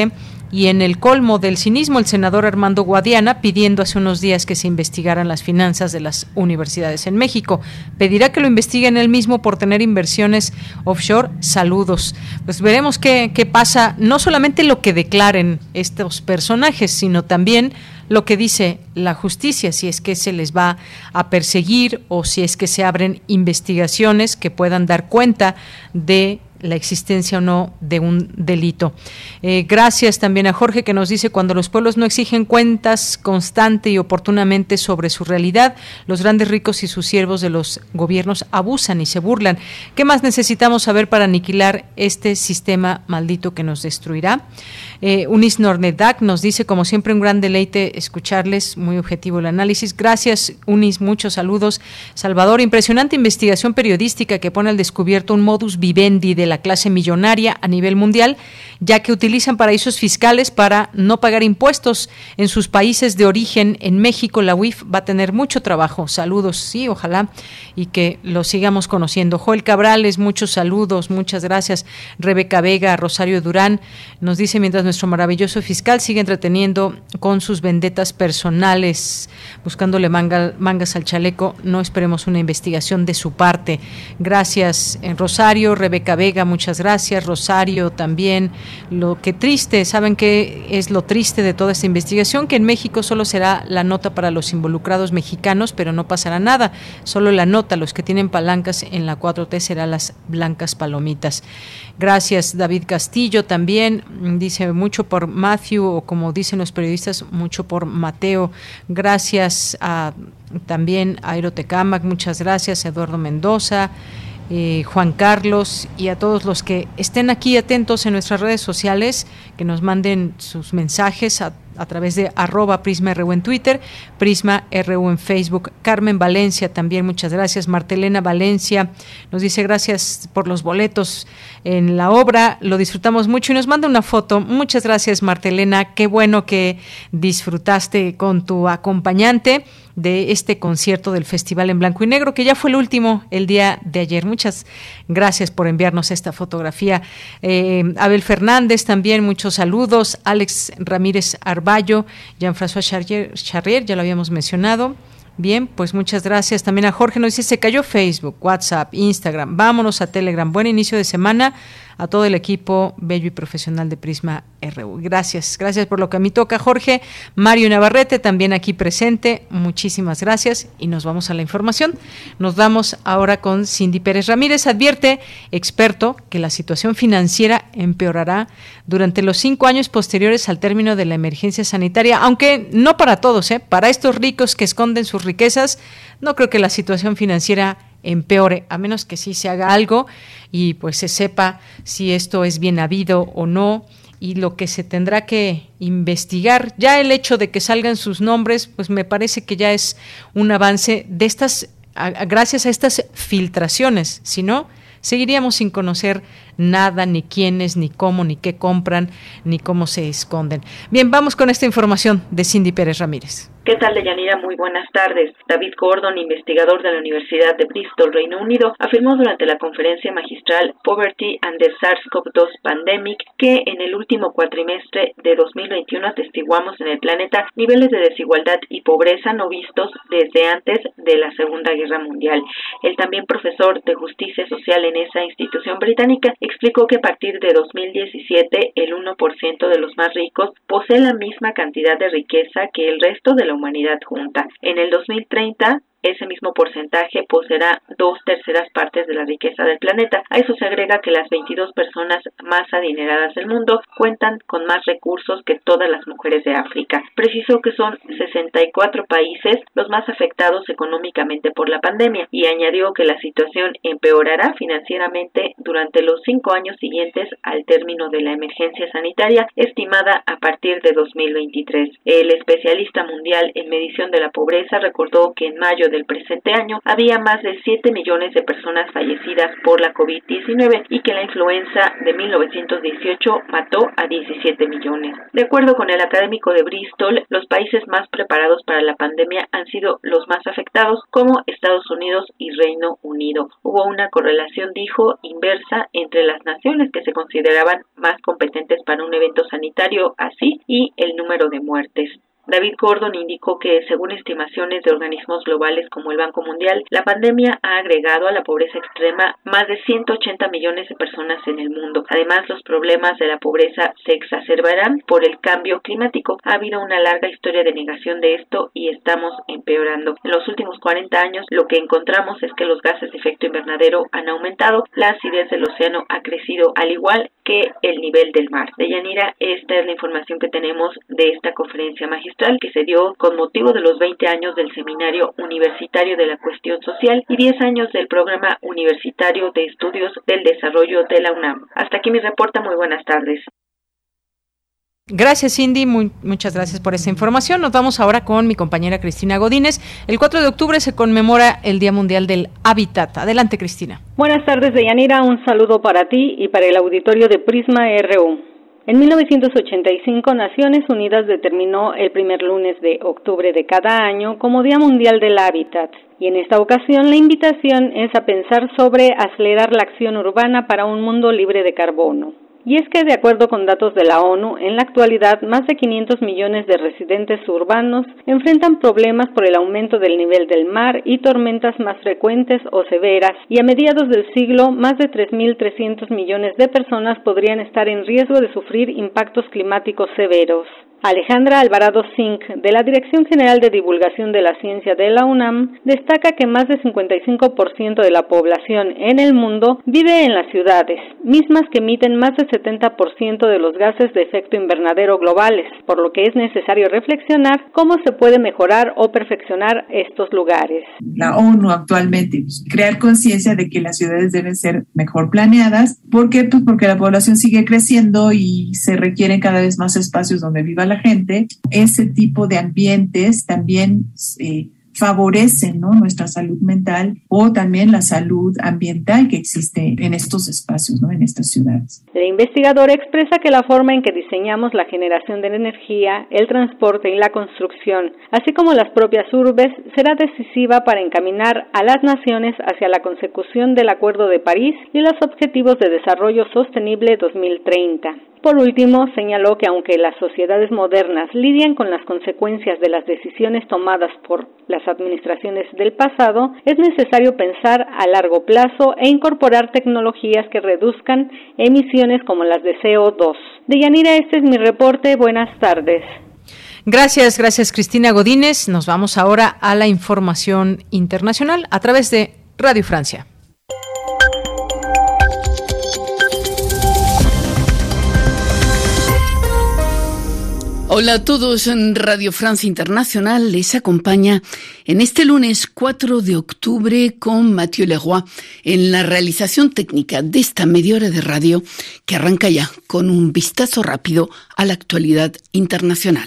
Y en el colmo del cinismo, el senador Armando Guadiana pidiendo hace unos días que se investigaran las finanzas de las universidades en México. Pedirá que lo investiguen él mismo por tener inversiones offshore. Saludos. Pues veremos qué pasa, no solamente lo que declaren estos personajes, sino también lo que dice la justicia, si es que se les va a perseguir o si es que se abren investigaciones que puedan dar cuenta de la existencia o no de un delito. Gracias también a Jorge, que nos dice: cuando los pueblos no exigen cuentas constante y oportunamente sobre su realidad, los grandes ricos y sus siervos de los gobiernos abusan y se burlan. ¿Qué más necesitamos saber para aniquilar este sistema maldito que nos destruirá? Unis Nornedak nos dice: como siempre, un gran deleite escucharles, muy objetivo el análisis. Gracias, Unis, muchos saludos. Salvador, impresionante investigación periodística que pone al descubierto un modus vivendi de la clase millonaria a nivel mundial, ya que utilizan paraísos fiscales para no pagar impuestos en sus países de origen. En México la UIF va a tener mucho trabajo. Saludos, sí, ojalá, y que lo sigamos conociendo. Joel Cabrales, muchos saludos, muchas gracias. Rebeca Vega, Rosario Durán, nos dice: mientras nuestro maravilloso fiscal sigue entreteniendo con sus vendetas personales, buscándole mangas al chaleco, no esperemos una investigación de su parte. Gracias, Rosario. Rebeca Vega, muchas gracias. Rosario también. Lo que triste, ¿saben qué es lo triste de toda esta investigación? Que en México solo será la nota para los involucrados mexicanos, pero no pasará nada, solo la nota. Los que tienen palancas en la 4T serán las blancas palomitas. Gracias, David Castillo también, dice: mucho por Matthew, o como dicen los periodistas, mucho por Mateo. Gracias también a Aerotecamac, muchas gracias, Eduardo Mendoza, Juan Carlos, y a todos los que estén aquí atentos en nuestras redes sociales, que nos manden sus mensajes a través de @PrismaRU en Twitter, PrismaRU en Facebook. Carmen Valencia también, muchas gracias. Martelena Valencia nos dice: gracias por los boletos en la obra, lo disfrutamos mucho, y nos manda una foto. Muchas gracias, Martelena, qué bueno que disfrutaste con tu acompañante de este concierto del Festival en Blanco y Negro, que ya fue el último el día de ayer. Muchas gracias por enviarnos esta fotografía. Abel Fernández también, muchos saludos. Alex Ramírez Arballo, Jean-François Charrier, ya lo habíamos mencionado. Bien, pues muchas gracias. También a Jorge nos dice: se cayó Facebook, WhatsApp, Instagram, vámonos a Telegram. Buen inicio de semana a todo el equipo bello y profesional de Prisma RU. Gracias por lo que a mí toca, Jorge. Mario Navarrete también aquí presente, muchísimas gracias, y nos vamos a la información. Nos vamos ahora con Cindy Pérez Ramírez. Advierte experto que la situación financiera empeorará durante los 5 años posteriores al término de la emergencia sanitaria, aunque no para todos, para estos ricos que esconden sus riquezas. No creo que la situación financiera empeore, a menos que sí se haga algo y pues se sepa si esto es bien habido o no, y lo que se tendrá que investigar. Ya el hecho de que salgan sus nombres, pues me parece que ya es un avance de gracias a estas filtraciones. Si no, seguiríamos sin conocer nada, ni quiénes, ni cómo, ni qué compran, ni cómo se esconden. Bien, vamos con esta información de Cindy Pérez Ramírez. ¿Qué tal, Deyanira? Muy buenas tardes. David Gordon, investigador de la Universidad de Bristol, Reino Unido, afirmó durante la conferencia magistral Poverty and the SARS-CoV-2 Pandemic que en el último cuatrimestre de 2021 atestiguamos en el planeta niveles de desigualdad y pobreza no vistos desde antes de la Segunda Guerra Mundial. El también profesor de justicia social en esa institución británica explicó que a partir de 2017 el 1% de los más ricos posee la misma cantidad de riqueza que el resto de la humanidad junta. En el 2030, ese mismo porcentaje poseerá 2/3 partes de la riqueza del planeta. A eso se agrega que las 22 personas más adineradas del mundo cuentan con más recursos que todas las mujeres de África. Precisó que son 64 países los más afectados económicamente por la pandemia, y añadió que la situación empeorará financieramente durante los 5 años siguientes al término de la emergencia sanitaria, estimada a partir de 2023. El especialista mundial en medición de la pobreza recordó que en mayo del presente año había más de 7 millones de personas fallecidas por la COVID-19 y que la influenza de 1918 mató a 17 millones. De acuerdo con el académico de Bristol, los países más preparados para la pandemia han sido los más afectados, como Estados Unidos y Reino Unido. Hubo una correlación, dijo, inversa entre las naciones que se consideraban más competentes para un evento sanitario así y el número de muertes. David Gordon indicó que, según estimaciones de organismos globales como el Banco Mundial, la pandemia ha agregado a la pobreza extrema más de 180 millones de personas en el mundo. Además, los problemas de la pobreza se exacerbarán por el cambio climático. Ha habido una larga historia de negación de esto y estamos empeorando. En los últimos 40 años, lo que encontramos es que los gases de efecto invernadero han aumentado, la acidez del océano ha crecido, al igual que el nivel del mar. Deyanira, esta es la información que tenemos de esta conferencia magistral que se dio con motivo de los 20 años del Seminario Universitario de la Cuestión Social y 10 años del Programa Universitario de Estudios del Desarrollo de la UNAM. Hasta aquí mi reporte, muy buenas tardes. Gracias, Cindy, muchas gracias por esta información. Nos vamos ahora con mi compañera Cristina Godínez. El 4 de octubre se conmemora el Día Mundial del Hábitat. Adelante, Cristina. Buenas tardes, Deyanira. Un saludo para ti y para el auditorio de Prisma RU. En 1985, Naciones Unidas determinó el primer lunes de octubre de cada año como Día Mundial del Hábitat, y en esta ocasión la invitación es a pensar sobre acelerar la acción urbana para un mundo libre de carbono. Y es que, de acuerdo con datos de la ONU, en la actualidad más de 500 millones de residentes urbanos enfrentan problemas por el aumento del nivel del mar y tormentas más frecuentes o severas, y a mediados del siglo más de 3.300 millones de personas podrían estar en riesgo de sufrir impactos climáticos severos. Alejandra Alvarado Zink, de la Dirección General de Divulgación de la Ciencia de la UNAM, destaca que más del 55% de la población en el mundo vive en las ciudades, mismas que emiten más del 70% de los gases de efecto invernadero globales, por lo que es necesario reflexionar cómo se puede mejorar o perfeccionar estos lugares. La ONU actualmente, crear conciencia de que las ciudades deben ser mejor planeadas. ¿Por qué? Pues porque la población sigue creciendo y se requieren cada vez más espacios donde viva la gente. Ese tipo de ambientes también favorecen, ¿no?, nuestra salud mental o también la salud ambiental que existe en estos espacios, ¿no?, en estas ciudades. El investigador expresa que la forma en que diseñamos la generación de energía, el transporte y la construcción, así como las propias urbes, será decisiva para encaminar a las naciones hacia la consecución del Acuerdo de París y los Objetivos de Desarrollo Sostenible 2030. Por último, señaló que aunque las sociedades modernas lidian con las consecuencias de las decisiones tomadas por las administraciones del pasado, es necesario pensar a largo plazo e incorporar tecnologías que reduzcan emisiones como las de CO2. Deyanira, este es mi reporte. Buenas tardes. Gracias Cristina Godínez. Nos vamos ahora a la información internacional a través de Radio Francia. Hola a todos, en Radio Francia Internacional les acompaña en este lunes 4 de octubre con Mathieu Leroy en la realización técnica de esta media hora de radio que arranca ya con un vistazo rápido a la actualidad internacional.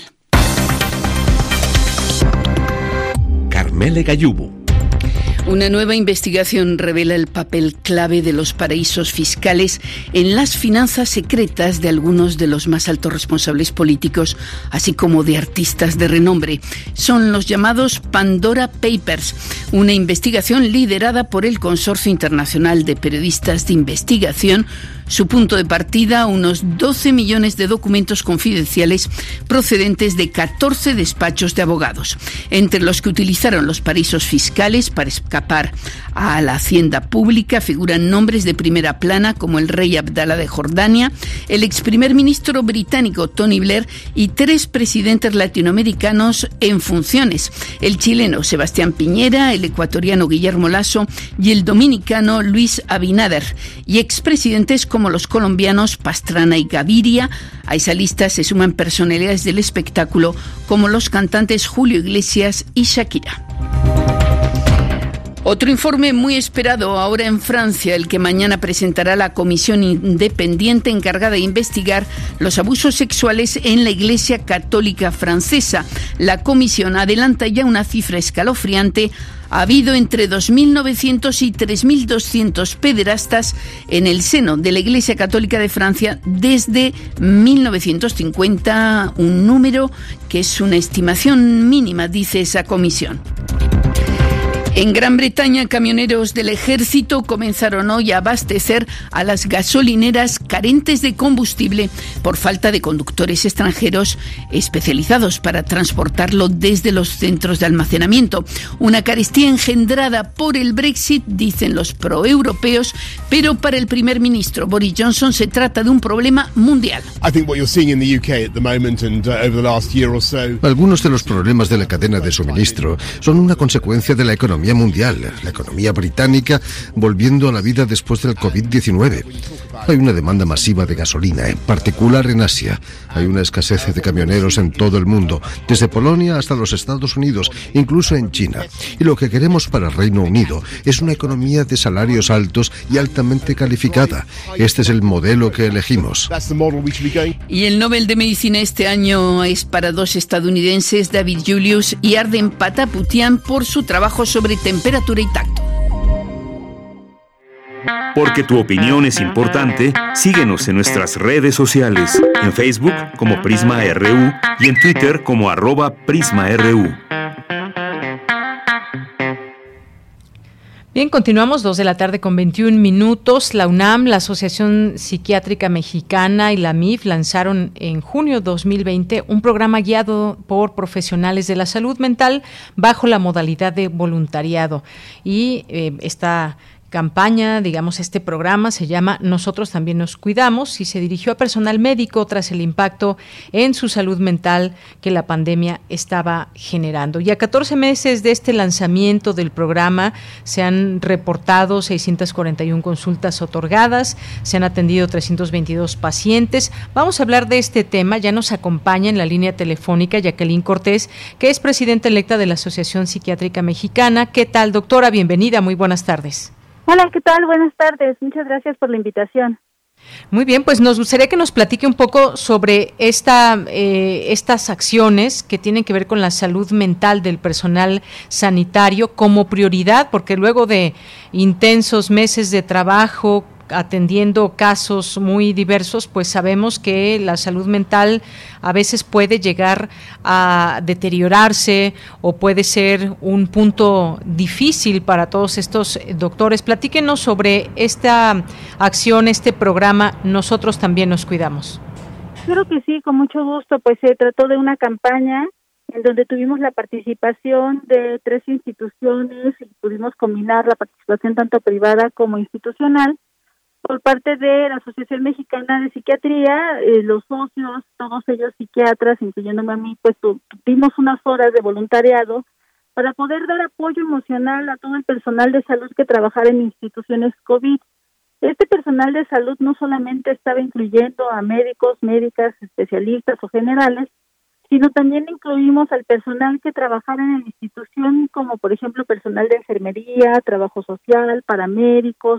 Carmele Gallubo. Una nueva investigación revela el papel clave de los paraísos fiscales en las finanzas secretas de algunos de los más altos responsables políticos, así como de artistas de renombre. Son los llamados Pandora Papers, una investigación liderada por el Consorcio Internacional de Periodistas de Investigación. Su punto de partida, unos 12 millones de documentos confidenciales procedentes de 14 despachos de abogados, entre los que utilizaron los paraísos fiscales para escapar a la hacienda pública. Figuran nombres de primera plana como el rey Abdalá de Jordania, el ex primer ministro británico Tony Blair y 3 presidentes latinoamericanos en funciones: el chileno Sebastián Piñera, el ecuatoriano Guillermo Lasso y el dominicano Luis Abinader, y expresidentes como los colombianos Pastrana y Gaviria. A esa lista se suman personalidades del espectáculo como los cantantes Julio Iglesias y Shakira. Otro informe muy esperado ahora en Francia, el que mañana presentará la comisión independiente encargada de investigar los abusos sexuales en la Iglesia Católica francesa. La comisión adelanta ya una cifra escalofriante. Ha habido entre 2.900 y 3.200 pederastas en el seno de la Iglesia Católica de Francia desde 1950, un número que es una estimación mínima, dice esa comisión. En Gran Bretaña, camioneros del ejército comenzaron hoy a abastecer a las gasolineras carentes de combustible por falta de conductores extranjeros especializados para transportarlo desde los centros de almacenamiento. Una carestía engendrada por el Brexit, dicen los proeuropeos, pero para el primer ministro Boris Johnson se trata de un problema mundial. Algunos de los problemas de la cadena de suministro son una consecuencia de la economía mundial, la economía británica volviendo a la vida después del COVID-19. Hay una demanda masiva de gasolina, en particular en Asia. Hay una escasez de camioneros en todo el mundo, desde Polonia hasta los Estados Unidos, incluso en China. Y lo que queremos para el Reino Unido es una economía de salarios altos y altamente calificada. Este es el modelo que elegimos. Y el Nobel de Medicina este año es para dos estadounidenses, David Julius y Arden Pataputian, por su trabajo sobre temperatura y tacto. Porque tu opinión es importante, síguenos en nuestras redes sociales, en Facebook como Prisma RU y en Twitter como @PrismaRU. Bien, continuamos 2:21 p.m. La UNAM, la Asociación Psiquiátrica Mexicana y la MIF lanzaron en junio 2020 un programa guiado por profesionales de la salud mental bajo la modalidad de voluntariado. Y esta campaña, este programa se llama Nosotros también nos cuidamos y se dirigió a personal médico tras el impacto en su salud mental que la pandemia estaba generando. Y a 14 meses de este lanzamiento del programa se han reportado 641 consultas otorgadas, se han atendido 322 pacientes. Vamos a hablar de este tema, ya nos acompaña en la línea telefónica Jacqueline Cortés, que es presidenta electa de la Asociación Psiquiátrica Mexicana. ¿Qué tal, doctora? Bienvenida, muy buenas tardes. Hola, ¿qué tal? Buenas tardes. Muchas gracias por la invitación. Muy bien, pues nos gustaría que nos platique un poco sobre estas acciones que tienen que ver con la salud mental del personal sanitario como prioridad, porque luego de intensos meses de trabajo atendiendo casos muy diversos, pues sabemos que la salud mental a veces puede llegar a deteriorarse o puede ser un punto difícil para todos estos doctores. Platíquenos sobre esta acción, este programa Nosotros también nos cuidamos. Claro que sí, con mucho gusto. Pues se trató de una campaña en donde tuvimos la participación de 3 instituciones y pudimos combinar la participación tanto privada como institucional. Por parte de la Asociación Mexicana de Psiquiatría, los socios, todos ellos psiquiatras, incluyéndome a mí, pues tuvimos unas horas de voluntariado para poder dar apoyo emocional a todo el personal de salud que trabajara en instituciones COVID. Este personal de salud no solamente estaba incluyendo a médicos, médicas, especialistas o generales, sino también incluimos al personal que trabajara en la institución, como por ejemplo personal de enfermería, trabajo social, paramédicos,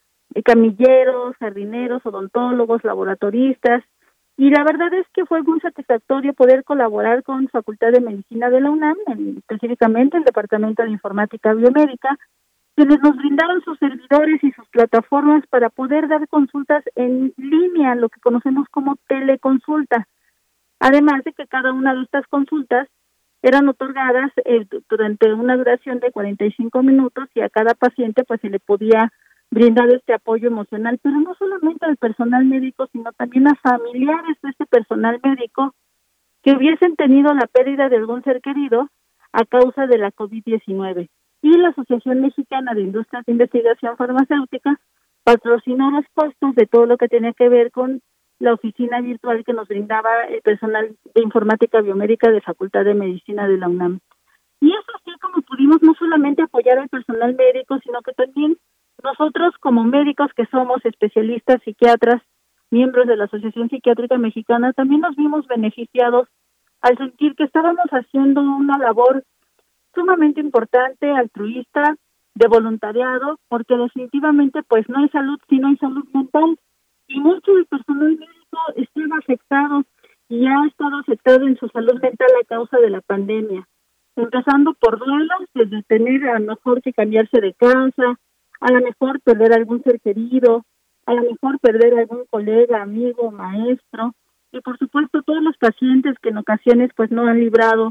camilleros, jardineros, odontólogos, laboratoristas, y la verdad es que fue muy satisfactorio poder colaborar con Facultad de Medicina de la UNAM, específicamente el Departamento de Informática Biomédica, quienes nos brindaron sus servidores y sus plataformas para poder dar consultas en línea, lo que conocemos como teleconsulta, además de que cada una de estas consultas eran otorgadas durante una duración de 45 minutos y a cada paciente pues se le podía brindar este apoyo emocional, pero no solamente al personal médico, sino también a familiares de este personal médico que hubiesen tenido la pérdida de algún ser querido a causa de la COVID-19. Y la Asociación Mexicana de Industrias de Investigación Farmacéutica patrocinó los costos de todo lo que tenía que ver con la oficina virtual que nos brindaba el personal de informática biomédica de Facultad de Medicina de la UNAM. Y es así como pudimos no solamente apoyar al personal médico, sino que también nosotros como médicos que somos especialistas, psiquiatras, miembros de la Asociación Psiquiátrica Mexicana, también nos vimos beneficiados al sentir que estábamos haciendo una labor sumamente importante, altruista, de voluntariado, porque definitivamente pues no hay salud si no hay salud mental, y mucho del personal médico está afectado y ha estado afectado en su salud mental a causa de la pandemia, empezando por duelos, desde tener a lo mejor que cambiarse de casa, a lo mejor perder algún ser querido, a lo mejor perder algún colega, amigo, maestro, y por supuesto todos los pacientes que en ocasiones pues no han librado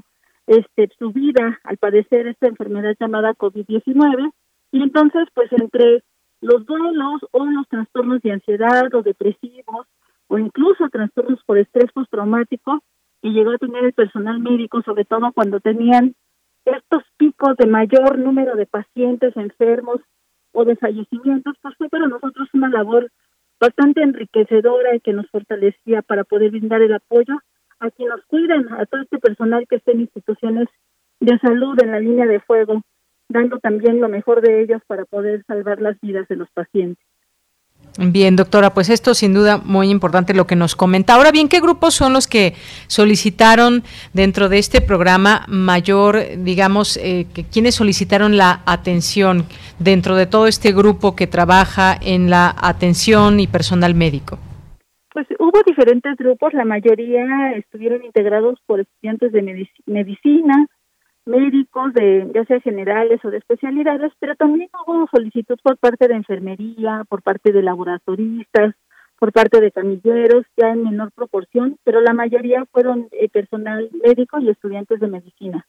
su vida al padecer esta enfermedad llamada COVID-19, y entonces pues entre los duelos o los trastornos de ansiedad o depresivos o incluso trastornos por estrés postraumático que llegó a tener el personal médico, sobre todo cuando tenían estos picos de mayor número de pacientes enfermos o de fallecimientos, pues fue para nosotros una labor bastante enriquecedora y que nos fortalecía para poder brindar el apoyo a quien nos cuiden, a todo este personal que está en instituciones de salud en la línea de fuego, dando también lo mejor de ellos para poder salvar las vidas de los pacientes. Bien, doctora, pues esto sin duda muy importante lo que nos comenta. Ahora bien, ¿qué grupos son los que solicitaron dentro de este programa mayor, digamos, quienes solicitaron la atención dentro de todo este grupo que trabaja en la atención y personal médico? Pues hubo diferentes grupos, la mayoría estuvieron integrados por estudiantes de medicina, médicos de ya sea generales o de especialidades, pero también hubo solicitud por parte de enfermería, por parte de laboratoristas, por parte de camilleros, ya en menor proporción, pero la mayoría fueron personal médico y estudiantes de medicina.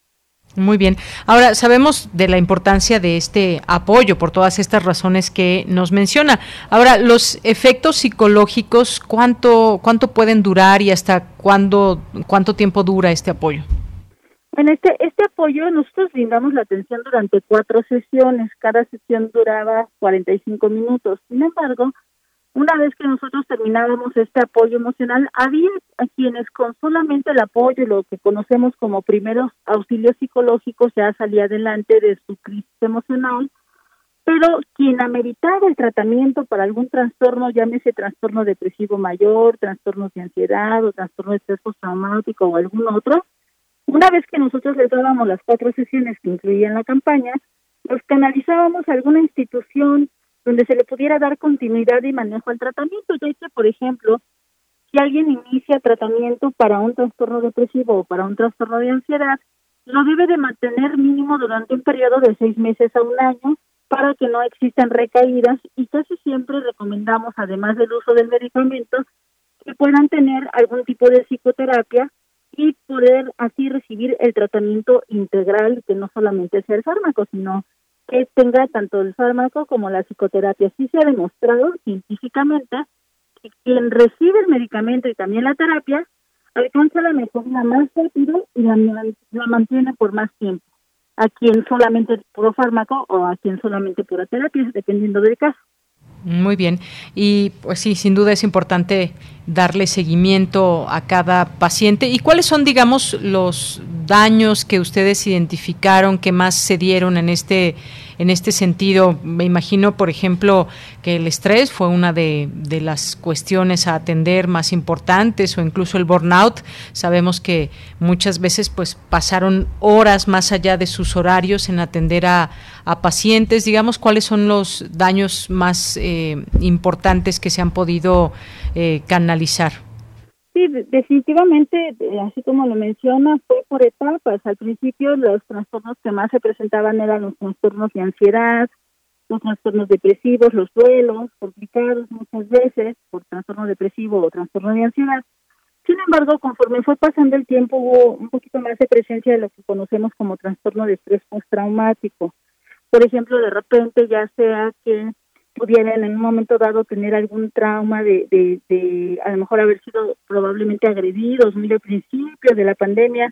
Muy bien. Ahora, sabemos de la importancia de este apoyo por todas estas razones que nos menciona. Ahora, los efectos psicológicos, ¿cuánto pueden durar y hasta cuánto tiempo dura este apoyo? Bueno, este apoyo nosotros brindamos la atención durante 4 sesiones. Cada sesión duraba 45 minutos. Sin embargo, una vez que nosotros terminábamos este apoyo emocional, había a quienes con solamente el apoyo, lo que conocemos como primeros auxilios psicológicos, ya salía adelante de su crisis emocional, pero quien ameritaba el tratamiento para algún trastorno, llámese trastorno depresivo mayor, trastornos de ansiedad o trastorno de estrés postraumático o algún otro, una vez que nosotros les dábamos las 4 sesiones que incluían la campaña, los canalizábamos a alguna institución donde se le pudiera dar continuidad y manejo al tratamiento, ya que, por ejemplo, si alguien inicia tratamiento para un trastorno depresivo o para un trastorno de ansiedad, lo debe de mantener mínimo durante un periodo de 6 meses a 1 año para que no existan recaídas, y casi siempre recomendamos, además del uso del medicamento, que puedan tener algún tipo de psicoterapia y poder así recibir el tratamiento integral, que no solamente sea el fármaco, sino que tenga tanto el fármaco como la psicoterapia. Sí se ha demostrado científicamente que quien recibe el medicamento y también la terapia alcanza la mejoría más rápido y la mantiene por más tiempo, a quien solamente puro fármaco o a quien solamente pura terapia, dependiendo del caso. Muy bien, y pues sí, sin duda es importante darle seguimiento a cada paciente. ¿Y cuáles son, digamos, los daños que ustedes identificaron que más se dieron en este sentido? Me imagino, por ejemplo, que el estrés fue una de las cuestiones a atender más importantes, o incluso el burnout. Sabemos que muchas veces pues pasaron horas más allá de sus horarios en atender a pacientes. Digamos, ¿cuáles son los daños más importantes que se han podido canalizar? Sí, definitivamente, así como lo menciona, fue por etapas. Al principio los trastornos que más se presentaban eran los trastornos de ansiedad, los trastornos depresivos, los duelos complicados muchas veces por trastorno depresivo o trastorno de ansiedad. Sin embargo, conforme fue pasando el tiempo, hubo un poquito más de presencia de lo que conocemos como trastorno de estrés postraumático. Por ejemplo, de repente, ya sea que pudieran en un momento dado tener algún trauma de a lo mejor haber sido probablemente agredidos muy al principio de la pandemia.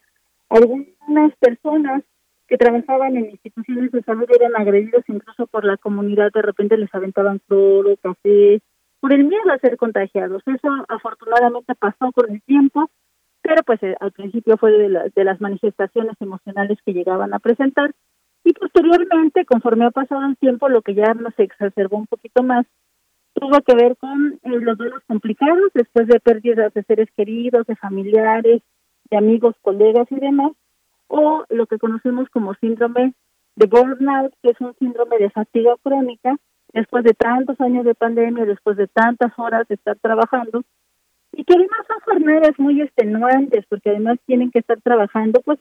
Algunas personas que trabajaban en instituciones de salud eran agredidos incluso por la comunidad, de repente les aventaban cloro, café, por el miedo a ser contagiados. Eso afortunadamente pasó con el tiempo, pero pues al principio fue de las manifestaciones emocionales que llegaban a presentar. Y posteriormente, conforme ha pasado el tiempo, lo que ya nos exacerbó un poquito más tuvo que ver con los duelos complicados después de pérdidas de seres queridos, de familiares, de amigos, colegas y demás, o lo que conocemos como síndrome burnout, que es un síndrome de fatiga crónica, después de tantos años de pandemia, después de tantas horas de estar trabajando, y que además son jornadas muy extenuantes, porque además tienen que estar trabajando pues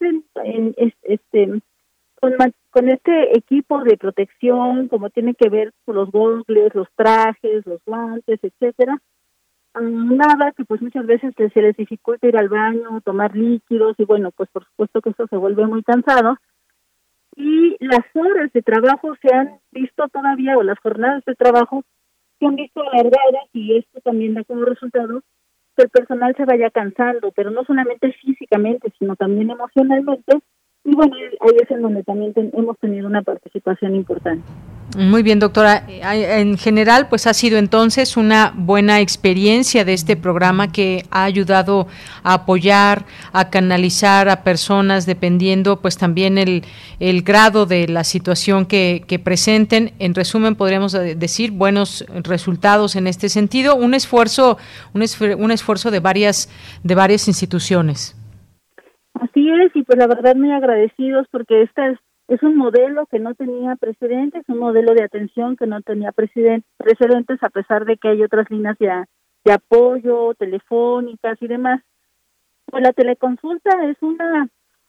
con este equipo de protección, como tiene que ver con los gogles, los trajes, los guantes, etcétera. Nada que pues muchas veces se les dificulta ir al baño, tomar líquidos, y bueno, pues por supuesto que eso se vuelve muy cansado. Y las horas de trabajo se han visto todavía, o las jornadas de trabajo se han visto alargadas, y esto también da como resultado que el personal se vaya cansando, pero no solamente físicamente, sino también emocionalmente. Y bueno, ahí es en donde también hemos tenido una participación importante. Muy bien, doctora. En general, pues ha sido entonces una buena experiencia de este programa que ha ayudado a apoyar, a canalizar a personas dependiendo pues también el grado de la situación que presenten. En resumen, podríamos decir buenos resultados en este sentido. Un esfuerzo de varias instituciones. Así es, y pues la verdad muy agradecidos, porque esta es un modelo que no tenía precedentes, un modelo de atención que no tenía precedentes, a pesar de que hay otras líneas de apoyo, telefónicas y demás. Pues la teleconsulta es una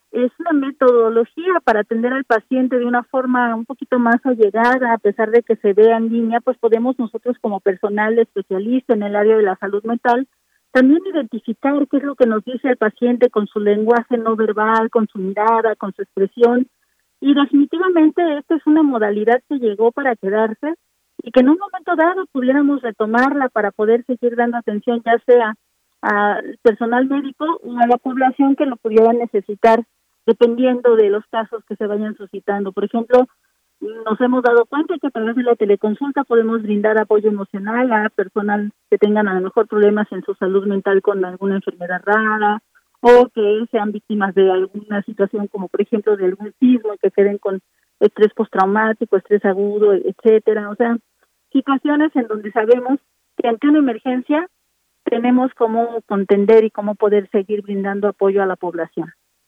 metodología para atender al paciente de una forma un poquito más allegada, a pesar de que se vea en línea, pues podemos nosotros como personal especialista en el área de la salud mental también identificar qué es lo que nos dice el paciente con su lenguaje no verbal, con su mirada, con su expresión. Y definitivamente esta es una modalidad que llegó para quedarse, y que en un momento dado pudiéramos retomarla para poder seguir dando atención, ya sea al personal médico o a la población que lo pudiera necesitar, dependiendo de los casos que se vayan suscitando. Por ejemplo, nos hemos dado cuenta que a través de la teleconsulta podemos brindar apoyo emocional a personas que tengan a lo mejor problemas en su salud mental con alguna enfermedad rara, o que sean víctimas de alguna situación como por ejemplo de algún sismo, que queden con estrés postraumático, estrés agudo, etcétera. O sea, situaciones en donde sabemos que ante una emergencia tenemos cómo contender y cómo poder seguir brindando apoyo a la población.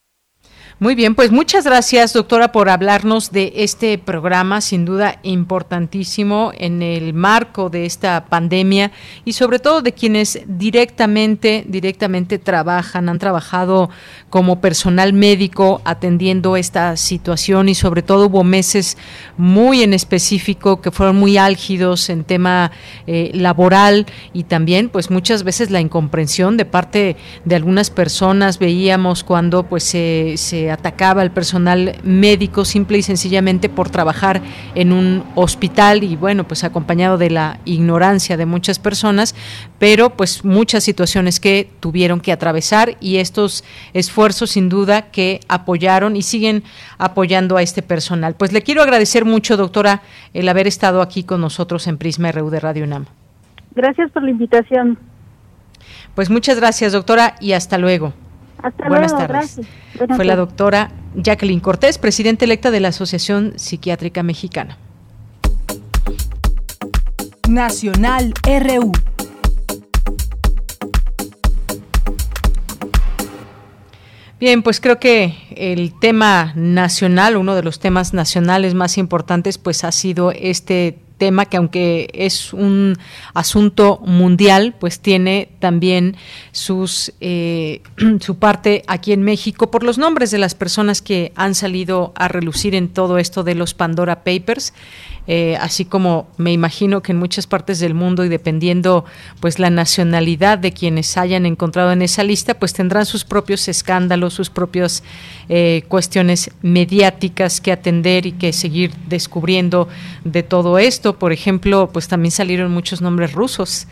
Muy bien, pues muchas gracias, doctora, por hablarnos de este programa, sin duda importantísimo en el marco de esta pandemia, y sobre todo de quienes directamente han trabajado como personal médico atendiendo esta situación, y sobre todo hubo meses muy en específico que fueron muy álgidos en tema laboral, y también pues muchas veces la incomprensión de parte de algunas personas. Veíamos cuando pues se atacaba al personal médico simple y sencillamente por trabajar en un hospital, y bueno, pues acompañado de la ignorancia de muchas personas, pero pues muchas situaciones que tuvieron que atravesar, y estos esfuerzos sin duda que apoyaron y siguen apoyando a este personal. Pues le quiero agradecer mucho, doctora, el haber estado aquí con nosotros en Prisma RU de Radio UNAM. Gracias por la invitación. Pues muchas gracias, doctora, y hasta luego. Buenas tardes. Gracias. Fue la doctora Jacqueline Cortés, presidenta electa de la Asociación Psiquiátrica Mexicana. Nacional RU. Bien, pues creo que el tema nacional, uno de los temas nacionales más importantes, pues ha sido este tema que, aunque es un asunto mundial, pues tiene también su parte aquí en México por los nombres de las personas que han salido a relucir en todo esto de los Pandora Papers. Así como me imagino que en muchas partes del mundo, y dependiendo pues la nacionalidad de quienes hayan encontrado en esa lista, pues tendrán sus propios escándalos, sus propias cuestiones mediáticas que atender y que seguir descubriendo de todo esto. Por ejemplo, pues también salieron muchos nombres rusos,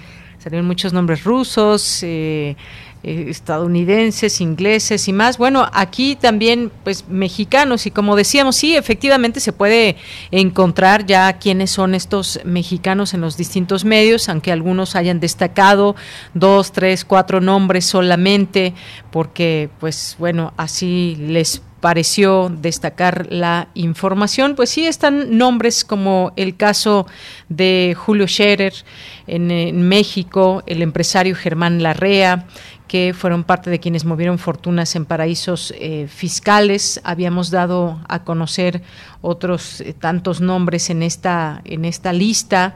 estadounidenses, ingleses y más. Bueno, aquí también pues mexicanos, y como decíamos, sí, efectivamente se puede encontrar ya quiénes son estos mexicanos en los distintos medios, aunque algunos hayan destacado 2, 3, 4 nombres solamente, porque pues bueno, así les pareció destacar la información. Pues sí, están nombres como el caso de Julio Scherer en México, el empresario Germán Larrea, que fueron parte de quienes movieron fortunas en paraísos fiscales. Habíamos dado a conocer otros tantos nombres en esta lista.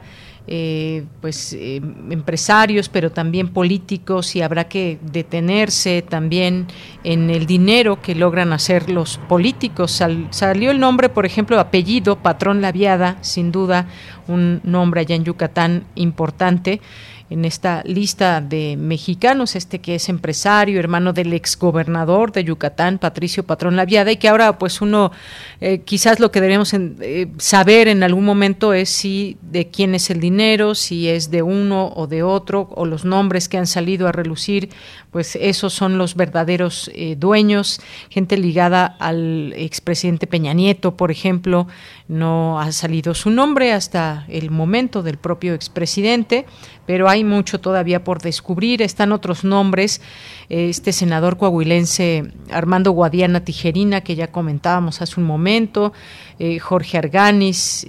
Empresarios, pero también políticos, y habrá que detenerse también en el dinero que logran hacer los políticos. Salió el nombre, por ejemplo, apellido Patrón Laviada, sin duda un nombre allá en Yucatán importante en esta lista de mexicanos, que es empresario, hermano del exgobernador de Yucatán, Patricio Patrón Laviada, y que ahora pues uno quizás lo que debemos saber en algún momento es si de quién es el dinero, si es de uno o de otro, o los nombres que han salido a relucir, pues esos son los verdaderos dueños. Gente ligada al expresidente Peña Nieto, por ejemplo, no ha salido su nombre hasta el momento del propio expresidente, pero hay mucho todavía por descubrir. Están otros nombres, senador coahuilense Armando Guadiana Tijerina, que ya comentábamos hace un momento, Jorge Arganis,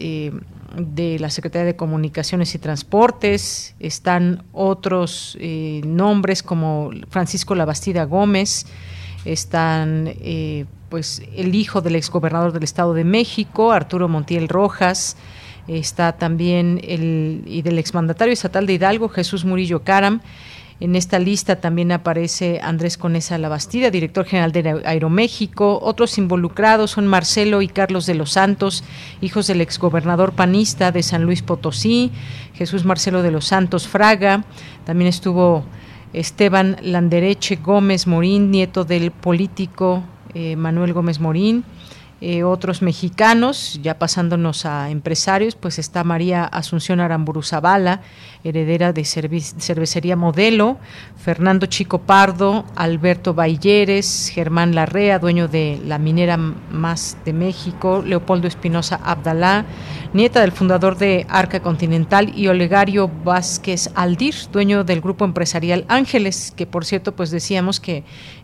de la Secretaría de Comunicaciones y Transportes. Están otros nombres como Francisco Labastida Gómez, están el hijo del exgobernador del Estado de México, Arturo Montiel Rojas. Está también y del exmandatario estatal de Hidalgo, Jesús Murillo Caram. En esta lista también aparece Andrés Conesa Labastida, director general de Aeroméxico. Otros involucrados son Marcelo y Carlos de los Santos, hijos del exgobernador panista de San Luis Potosí, Jesús Marcelo de los Santos Fraga. También estuvo Esteban Landereche Gómez Morín, nieto del político Manuel Gómez Morín. Otros mexicanos, ya pasándonos a empresarios, pues está María Asunción Aramburu Zavala, heredera de Cervecería Modelo, Fernando Chico Pardo, Alberto Bailleres, Germán Larrea, dueño de la minera Más de México, Leopoldo Espinosa Abdalá, nieta del fundador de Arca Continental, y Olegario Vázquez Aldir, dueño del grupo empresarial Ángeles, que por cierto pues decíamos que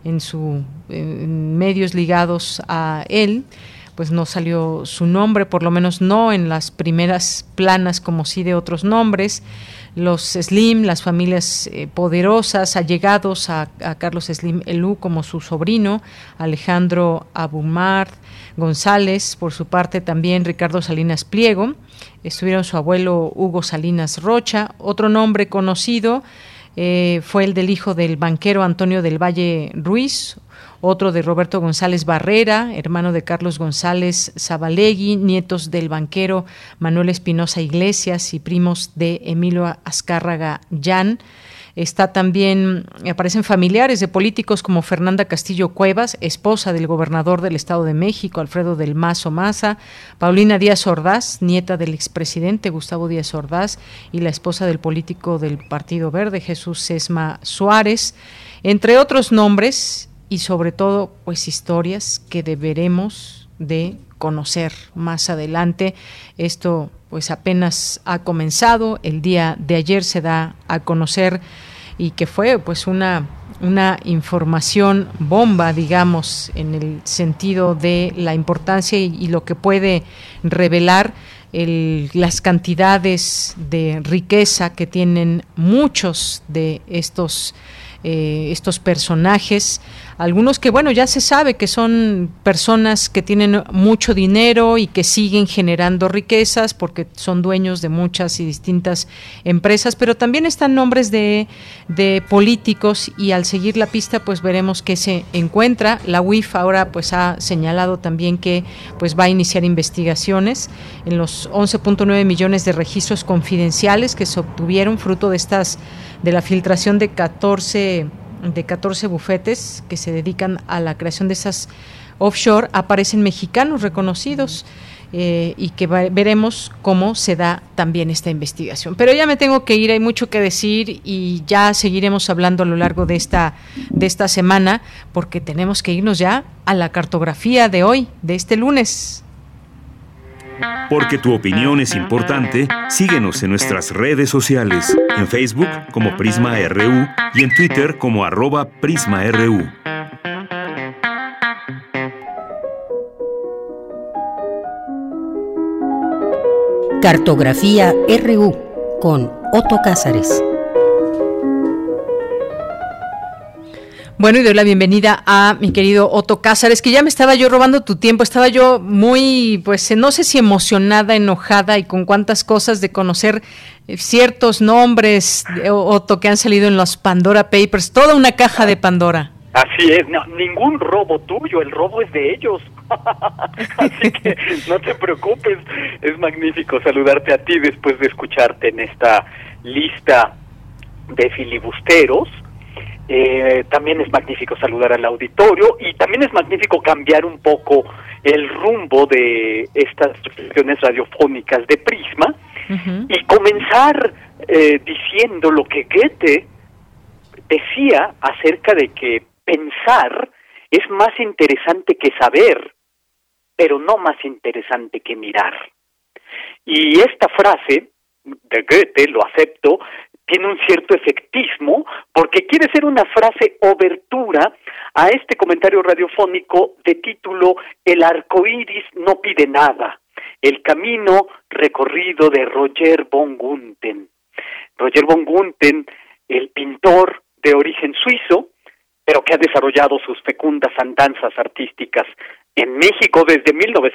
en medios ligados a él pues no salió su nombre, por lo menos no en las primeras planas como sí de otros nombres. Los Slim, las familias poderosas, allegados a Carlos Slim Elú como su sobrino, Alejandro Abumard González, por su parte también Ricardo Salinas Pliego, estuvieron su abuelo Hugo Salinas Rocha. Otro nombre conocido fue el del hijo del banquero Antonio del Valle Ruiz, otro de Roberto González Barrera, hermano de Carlos González Zabalegui, nietos del banquero Manuel Espinosa Iglesias y primos de Emilio Azcárraga Llán. Está también, aparecen familiares de políticos como Fernanda Castillo Cuevas, esposa del gobernador del Estado de México, Alfredo del Mazo Maza, Paulina Díaz Ordaz, nieta del expresidente Gustavo Díaz Ordaz, y la esposa del político del Partido Verde, Jesús Sesma Suárez, entre otros nombres, y sobre todo pues historias que deberemos de conocer más adelante. Esto pues apenas ha comenzado, el día de ayer se da a conocer, y que fue pues una información bomba, digamos, en el sentido de la importancia y lo que puede revelar las cantidades de riqueza que tienen muchos de estos personajes, algunos que bueno ya se sabe que son personas que tienen mucho dinero y que siguen generando riquezas porque son dueños de muchas y distintas empresas, pero también están nombres de políticos, y al seguir la pista pues veremos qué se encuentra. La UIF ahora pues ha señalado también que pues va a iniciar investigaciones en los 11.9 millones de registros confidenciales que se obtuvieron fruto de la filtración de 14 bufetes que se dedican a la creación de esas offshore. Aparecen mexicanos reconocidos, y que veremos cómo se da también esta investigación. Pero ya me tengo que ir, hay mucho que decir y ya seguiremos hablando a lo largo de esta semana, porque tenemos que irnos ya a la cartografía de hoy, de este lunes. Porque tu opinión es importante, síguenos en nuestras redes sociales, en Facebook como Prisma RU y en Twitter como @PrismaRU. Cartografía RU con Otto Cázares. Bueno, y doy la bienvenida a mi querido Otto Cázares, que ya me estaba yo robando tu tiempo, estaba yo muy, pues no sé si emocionada, enojada y con cuántas cosas de conocer ciertos nombres, Otto, que han salido en los Pandora Papers, toda una caja de Pandora. Así es, no, ningún robo tuyo, el robo es de ellos. Así que no te preocupes, es magnífico saludarte a ti después de escucharte en esta lista de filibusteros. También es magnífico saludar al auditorio y también es magnífico cambiar un poco el rumbo de estas reflexiones radiofónicas de Prisma y comenzar diciendo lo que Goethe decía acerca de que pensar es más interesante que saber, pero no más interesante que mirar. Y esta frase de Goethe, lo acepto, tiene un cierto efectismo porque quiere ser una frase obertura a este comentario radiofónico de título El arcoíris no pide nada, el camino recorrido de Roger von Gunthen. Roger von Gunthen, el pintor de origen suizo, pero que ha desarrollado sus fecundas andanzas artísticas en México desde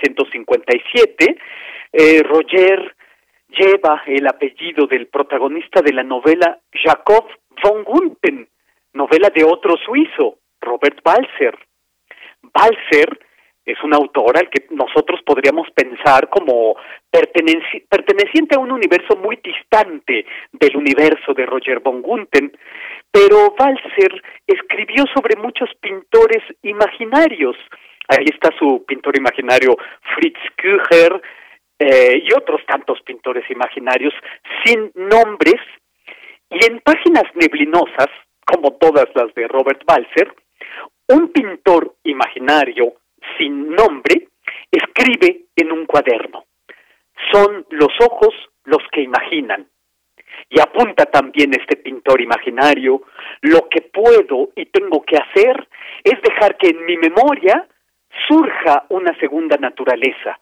1957, Roger lleva el apellido del protagonista de la novela Jacob von Gunthen, novela de otro suizo, Robert Balzer. Balzer es un autor al que nosotros podríamos pensar como perteneciente a un universo muy distante del universo de Roger von Gunthen, pero Balzer escribió sobre muchos pintores imaginarios. Ahí está su pintor imaginario Fritz Kücher, y otros tantos pintores imaginarios sin nombres, y en páginas neblinosas, como todas las de Robert Balzer, un pintor imaginario sin nombre escribe en un cuaderno. Son los ojos los que imaginan. Y apunta también este pintor imaginario: lo que puedo y tengo que hacer es dejar que en mi memoria surja una segunda naturaleza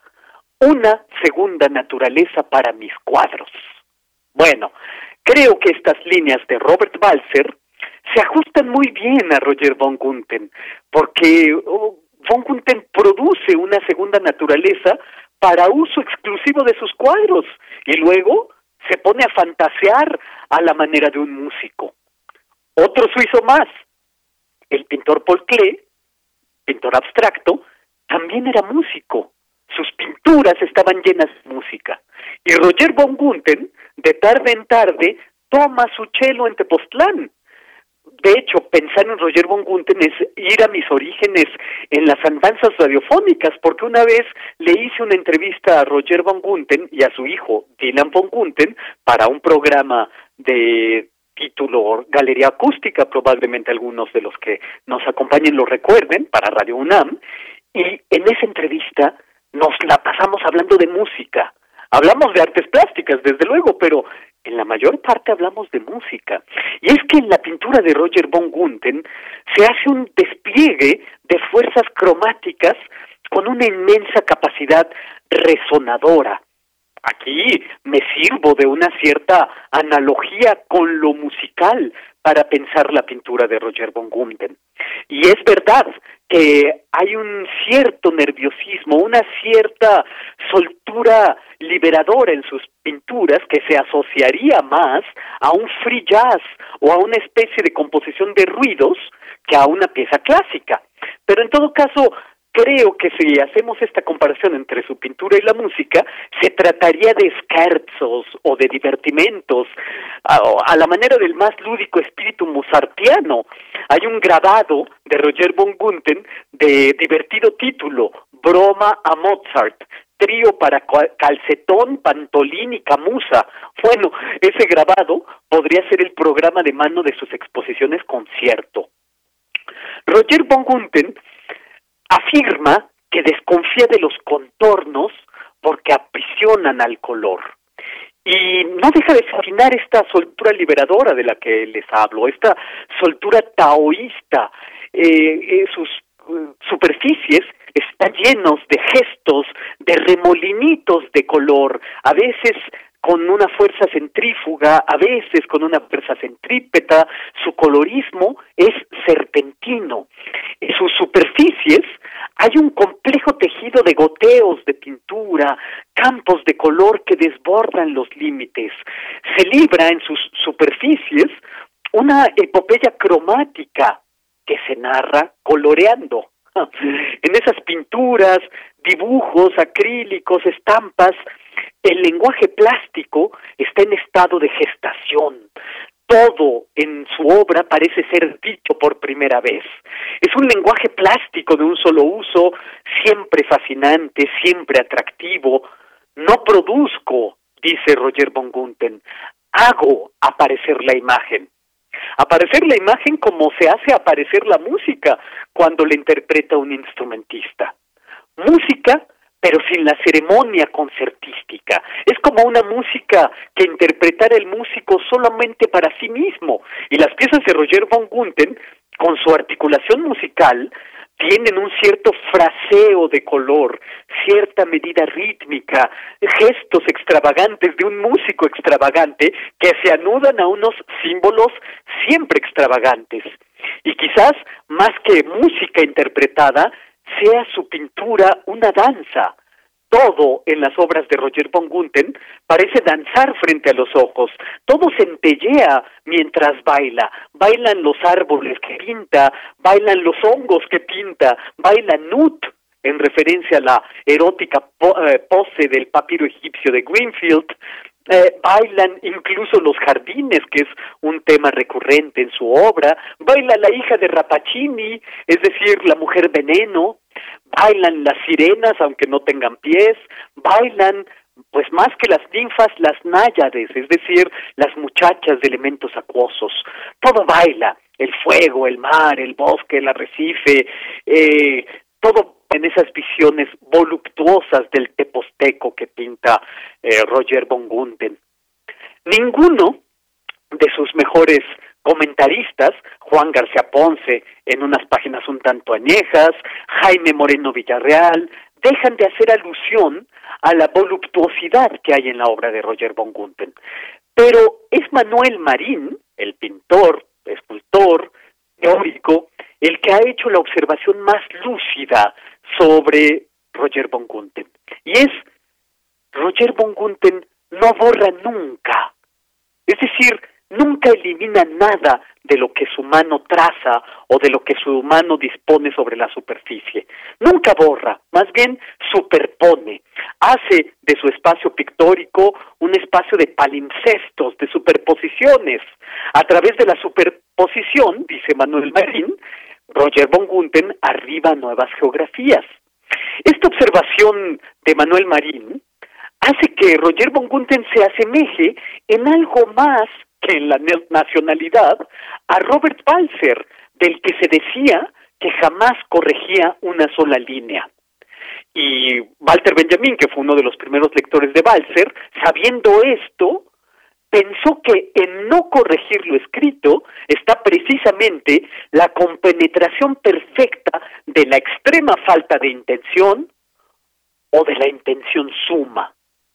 para mis cuadros. Bueno, creo que estas líneas de Robert Balzer se ajustan muy bien a Roger von Gunthen, porque von Gunthen produce una segunda naturaleza para uso exclusivo de sus cuadros, y luego se pone a fantasear a la manera de un músico. Otro suizo más, el pintor Paul Klee, pintor abstracto, también era músico. Sus pinturas estaban llenas de música. Y Roger von Gunthen, de tarde en tarde, toma su cello en Tepoztlán. De hecho, pensar en Roger von Gunthen es ir a mis orígenes en las andanzas radiofónicas, porque una vez le hice una entrevista a Roger von Gunthen y a su hijo, Dylan von Gunthen, para un programa de título Galería Acústica, probablemente algunos de los que nos acompañen lo recuerden, para Radio UNAM, y en esa entrevista nos la pasamos hablando de música. Hablamos de artes plásticas, desde luego, pero en la mayor parte hablamos de música. Y es que en la pintura de Roger von Gunthen se hace un despliegue de fuerzas cromáticas con una inmensa capacidad resonadora. Aquí me sirvo de una cierta analogía con lo musical para pensar la pintura de Roger von Gunthen. Y es verdad que hay un cierto nerviosismo, una cierta soltura liberadora en sus pinturas que se asociaría más a un free jazz o a una especie de composición de ruidos que a una pieza clásica. Pero en todo caso, creo que si hacemos esta comparación entre su pintura y la música, se trataría de scherzos o de divertimentos, a la manera del más lúdico espíritu mozartiano. Hay un grabado de Roger von Gunthen de divertido título, Broma a Mozart, trío para calcetón, pantolín y camusa. Bueno, ese grabado podría ser el programa de mano de sus exposiciones concierto. Roger von Gunthen afirma que desconfía de los contornos porque aprisionan al color. Y no deja de fascinar esta soltura liberadora de la que les hablo, esta soltura taoísta. Sus superficies están llenos de gestos, de remolinitos de color, a veces con una fuerza centrífuga, a veces con una fuerza centrípeta. Su colorismo es serpentino. En sus superficies hay un complejo tejido de goteos de pintura, campos de color que desbordan los límites. Se libra en sus superficies una epopeya cromática que se narra coloreando. En esas pinturas, dibujos, acrílicos, estampas, el lenguaje plástico está en estado de gestación. Todo en su obra parece ser dicho por primera vez. Es un lenguaje plástico de un solo uso, siempre fascinante, siempre atractivo. No produzco, dice Roger von Gunthen, hago aparecer la imagen. Aparecer la imagen como se hace aparecer la música cuando la interpreta un instrumentista. Música, pero sin la ceremonia concertística. Es como una música que interpretara el músico solamente para sí mismo. Y las piezas de Roger von Gunthen, con su articulación musical, tienen un cierto fraseo de color, cierta medida rítmica, gestos extravagantes de un músico extravagante que se anudan a unos símbolos siempre extravagantes. Y quizás, más que música interpretada, sea su pintura una danza. Todo en las obras de Roger von Gunthen parece danzar frente a los ojos. Todo centellea mientras baila. Bailan los árboles que pinta, bailan los hongos que pinta, baila Nut, en referencia a la erótica pose del papiro egipcio de Greenfield. Bailan incluso los jardines, que es un tema recurrente en su obra. Baila la hija de Rappaccini, es decir, la mujer veneno. Bailan las sirenas, aunque no tengan pies. Bailan, pues más que las ninfas, las náyades, es decir, las muchachas de elementos acuosos. Todo baila, el fuego, el mar, el bosque, el arrecife, todo en esas visiones voluptuosas del teposteco que pinta Roger von Gunthen. Ninguno de sus mejores comentaristas, Juan García Ponce, en unas páginas un tanto añejas, Jaime Moreno Villarreal, dejan de hacer alusión a la voluptuosidad que hay en la obra de Roger von Gunthen. Pero es Manuel Marín, el pintor, escultor, teórico, el que ha hecho la observación más lúcida sobre Roger von Gunthen. Y es, Roger von Gunthen no borra nunca. Es decir, nunca elimina nada de lo que su mano traza o de lo que su mano dispone sobre la superficie. Nunca borra, más bien superpone. Hace de su espacio pictórico un espacio de palimpsestos, de superposiciones. A través de la superposición, dice Manuel Marín, Roger von Gunthen arriba nuevas geografías. Esta observación de Manuel Marín hace que Roger von Gunthen se asemeje en algo más que en la nacionalidad a Robert Walser, del que se decía que jamás corregía una sola línea. Y Walter Benjamin, que fue uno de los primeros lectores de Walser, sabiendo esto, pensó que en no corregir lo escrito está precisamente la compenetración perfecta de la extrema falta de intención o de la intención suma.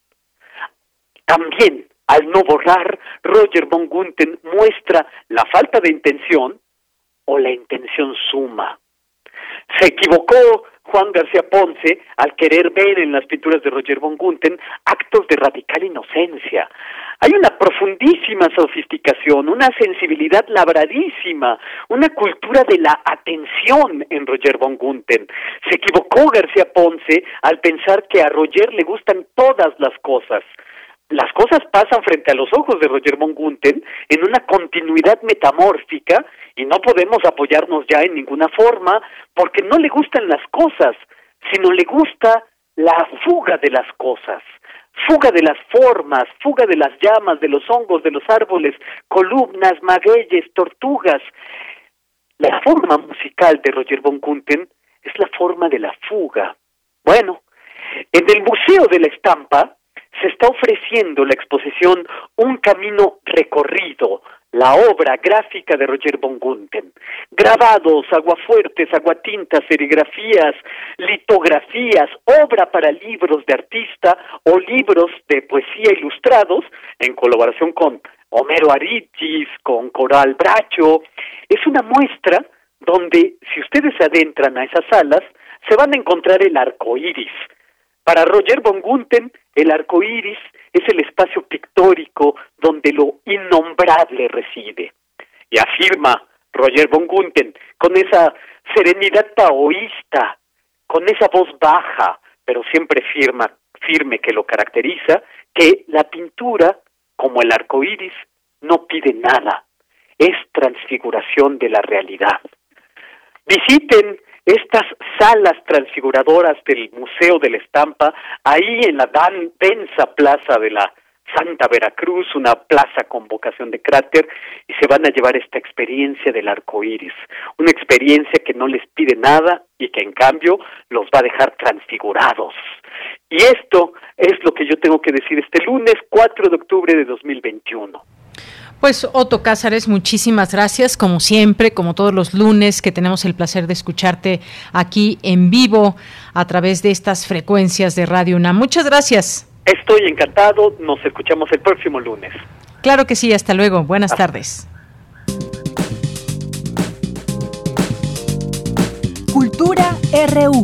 También, al no borrar, Roger von Gunthen muestra la falta de intención o la intención suma. Se equivocó Juan García Ponce al querer ver en las pinturas de Roger von Gunthen actos de radical inocencia. Hay una profundísima sofisticación, una sensibilidad labradísima, una cultura de la atención en Roger von Gunthen. Se equivocó García Ponce al pensar que a Roger le gustan todas las cosas. Las cosas pasan frente a los ojos de Roger von Gunthen en una continuidad metamórfica y no podemos apoyarnos ya en ninguna forma porque no le gustan las cosas, sino le gusta la fuga de las cosas, fuga de las formas, fuga de las llamas, de los hongos, de los árboles, columnas, magueyes, tortugas. La forma musical de Roger von Gunthen es la forma de la fuga. Bueno, en el Museo de la Estampa se está ofreciendo la exposición Un Camino Recorrido, la obra gráfica de Roger von Gunthen. Grabados, aguafuertes, aguatintas, serigrafías, litografías, obra para libros de artista o libros de poesía ilustrados en colaboración con Homero Arichis, con Coral Bracho. Es una muestra donde, si ustedes se adentran a esas salas, se van a encontrar el arco iris. Para Roger von Gunthen, el arco iris es el espacio pictórico donde lo innombrable reside. Y afirma Roger von Gunthen, con esa serenidad taoísta, con esa voz baja, pero siempre firme que lo caracteriza, que la pintura, como el arco iris, no pide nada, es transfiguración de la realidad. Visiten estas salas transfiguradoras del Museo de la Estampa, ahí en la densa plaza de la Santa Veracruz, una plaza con vocación de cráter, y se van a llevar esta experiencia del arco iris, una experiencia que no les pide nada y que en cambio los va a dejar transfigurados. Y esto es lo que yo tengo que decir este lunes 4 de octubre de 2021. Pues Otto Cázares, muchísimas gracias, como siempre, como todos los lunes que tenemos el placer de escucharte aquí en vivo a través de estas frecuencias de Radio UNAM. Muchas gracias. Estoy encantado, nos escuchamos el próximo lunes. Claro que sí, hasta luego, buenas tardes. Cultura RU.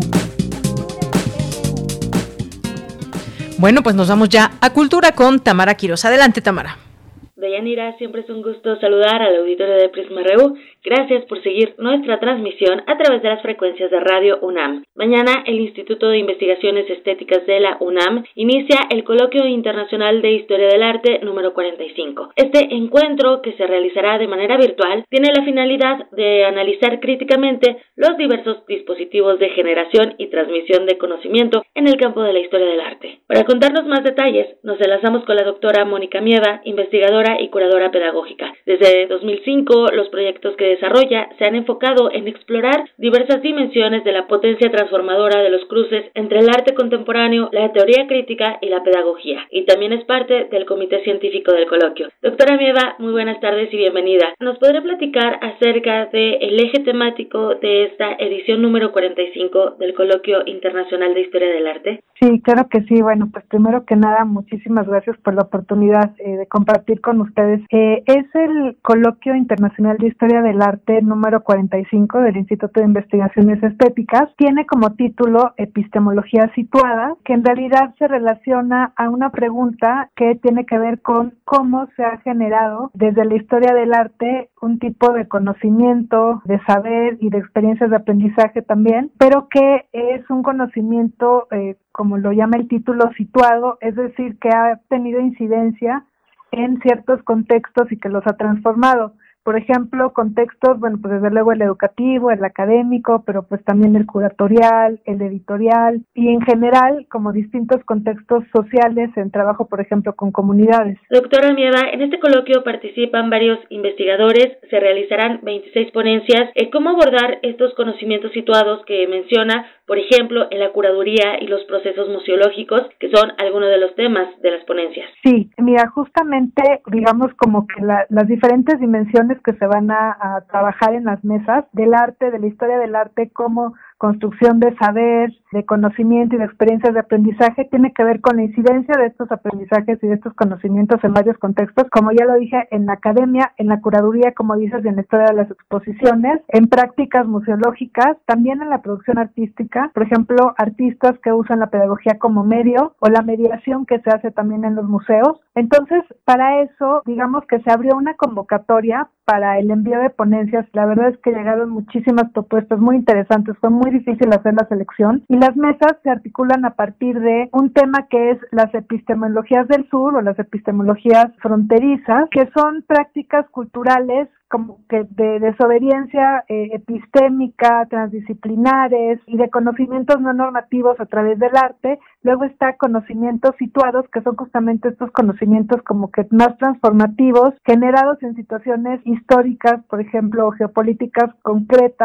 Bueno, pues nos vamos ya a Cultura con Tamara Quirós. Adelante, Tamara. Deyanira, siempre es un gusto saludar al auditorio de Prisma RU. Gracias por seguir nuestra transmisión a través de las frecuencias de Radio UNAM. Mañana el Instituto de Investigaciones Estéticas de la UNAM inicia el Coloquio Internacional de Historia del Arte número 45. Este encuentro, que se realizará de manera virtual, tiene la finalidad de analizar críticamente los diversos dispositivos de generación y transmisión de conocimiento en el campo de la historia del arte. Para contarnos más detalles, nos enlazamos con la doctora Mónica Mieda, investigadora y curadora pedagógica. Desde 2005, los proyectos que desarrolla se han enfocado en explorar diversas dimensiones de la potencia transformadora de los cruces entre el arte contemporáneo, la teoría crítica y la pedagogía, y también es parte del comité científico del coloquio. Doctora Mieda, muy buenas tardes y bienvenida. ¿Nos podría platicar acerca del eje temático de esta edición número 45 del Coloquio Internacional de Historia del Arte? Sí, claro que sí. Bueno, pues primero que nada, muchísimas gracias por la oportunidad de compartir con ustedes. Es el Coloquio Internacional de Historia del Arte número 45 del Instituto de Investigaciones Estéticas. Tiene como título Epistemología Situada, que en realidad se relaciona a una pregunta que tiene que ver con cómo se ha generado desde la historia del arte un tipo de conocimiento, de saber y de experiencias de aprendizaje también, pero que es un conocimiento, como lo llama el título, situado, es decir, que ha tenido incidencia en ciertos contextos y que los ha transformado. Por ejemplo, contextos, bueno, pues desde luego el educativo, el académico, pero pues también el curatorial, el editorial y en general como distintos contextos sociales en trabajo, por ejemplo, con comunidades. Doctora Mieda, en este coloquio participan varios investigadores, se realizarán 26 ponencias. ¿Cómo abordar estos conocimientos situados que menciona, por ejemplo, en la curaduría y los procesos museológicos, que son algunos de los temas de las ponencias? Sí, mira, justamente, digamos como que las diferentes dimensiones que se van a trabajar en las mesas del arte, de la historia del arte como construcción de saber, de conocimiento y de experiencias de aprendizaje, tiene que ver con la incidencia de estos aprendizajes y de estos conocimientos en varios contextos, como ya lo dije, en la academia, en la curaduría, como dices, en la historia de las exposiciones, en prácticas museológicas, también en la producción artística, por ejemplo, artistas que usan la pedagogía como medio o la mediación que se hace también en los museos. Entonces, para eso, digamos que se abrió una convocatoria para el envío de ponencias. La verdad es que llegaron muchísimas propuestas muy interesantes, fue muy difícil hacer la selección y las mesas se articulan a partir de un tema que es las epistemologías del sur o las epistemologías fronterizas, que son prácticas culturales como que de desobediencia epistémica, transdisciplinares y de conocimientos no normativos a través del arte. Luego está conocimientos situados, que son justamente estos conocimientos como que más transformativos, generados en situaciones históricas, por ejemplo, geopolíticas concretas,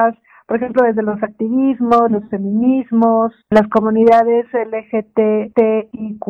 por ejemplo, desde los activismos, los feminismos, las comunidades LGBTIQ+,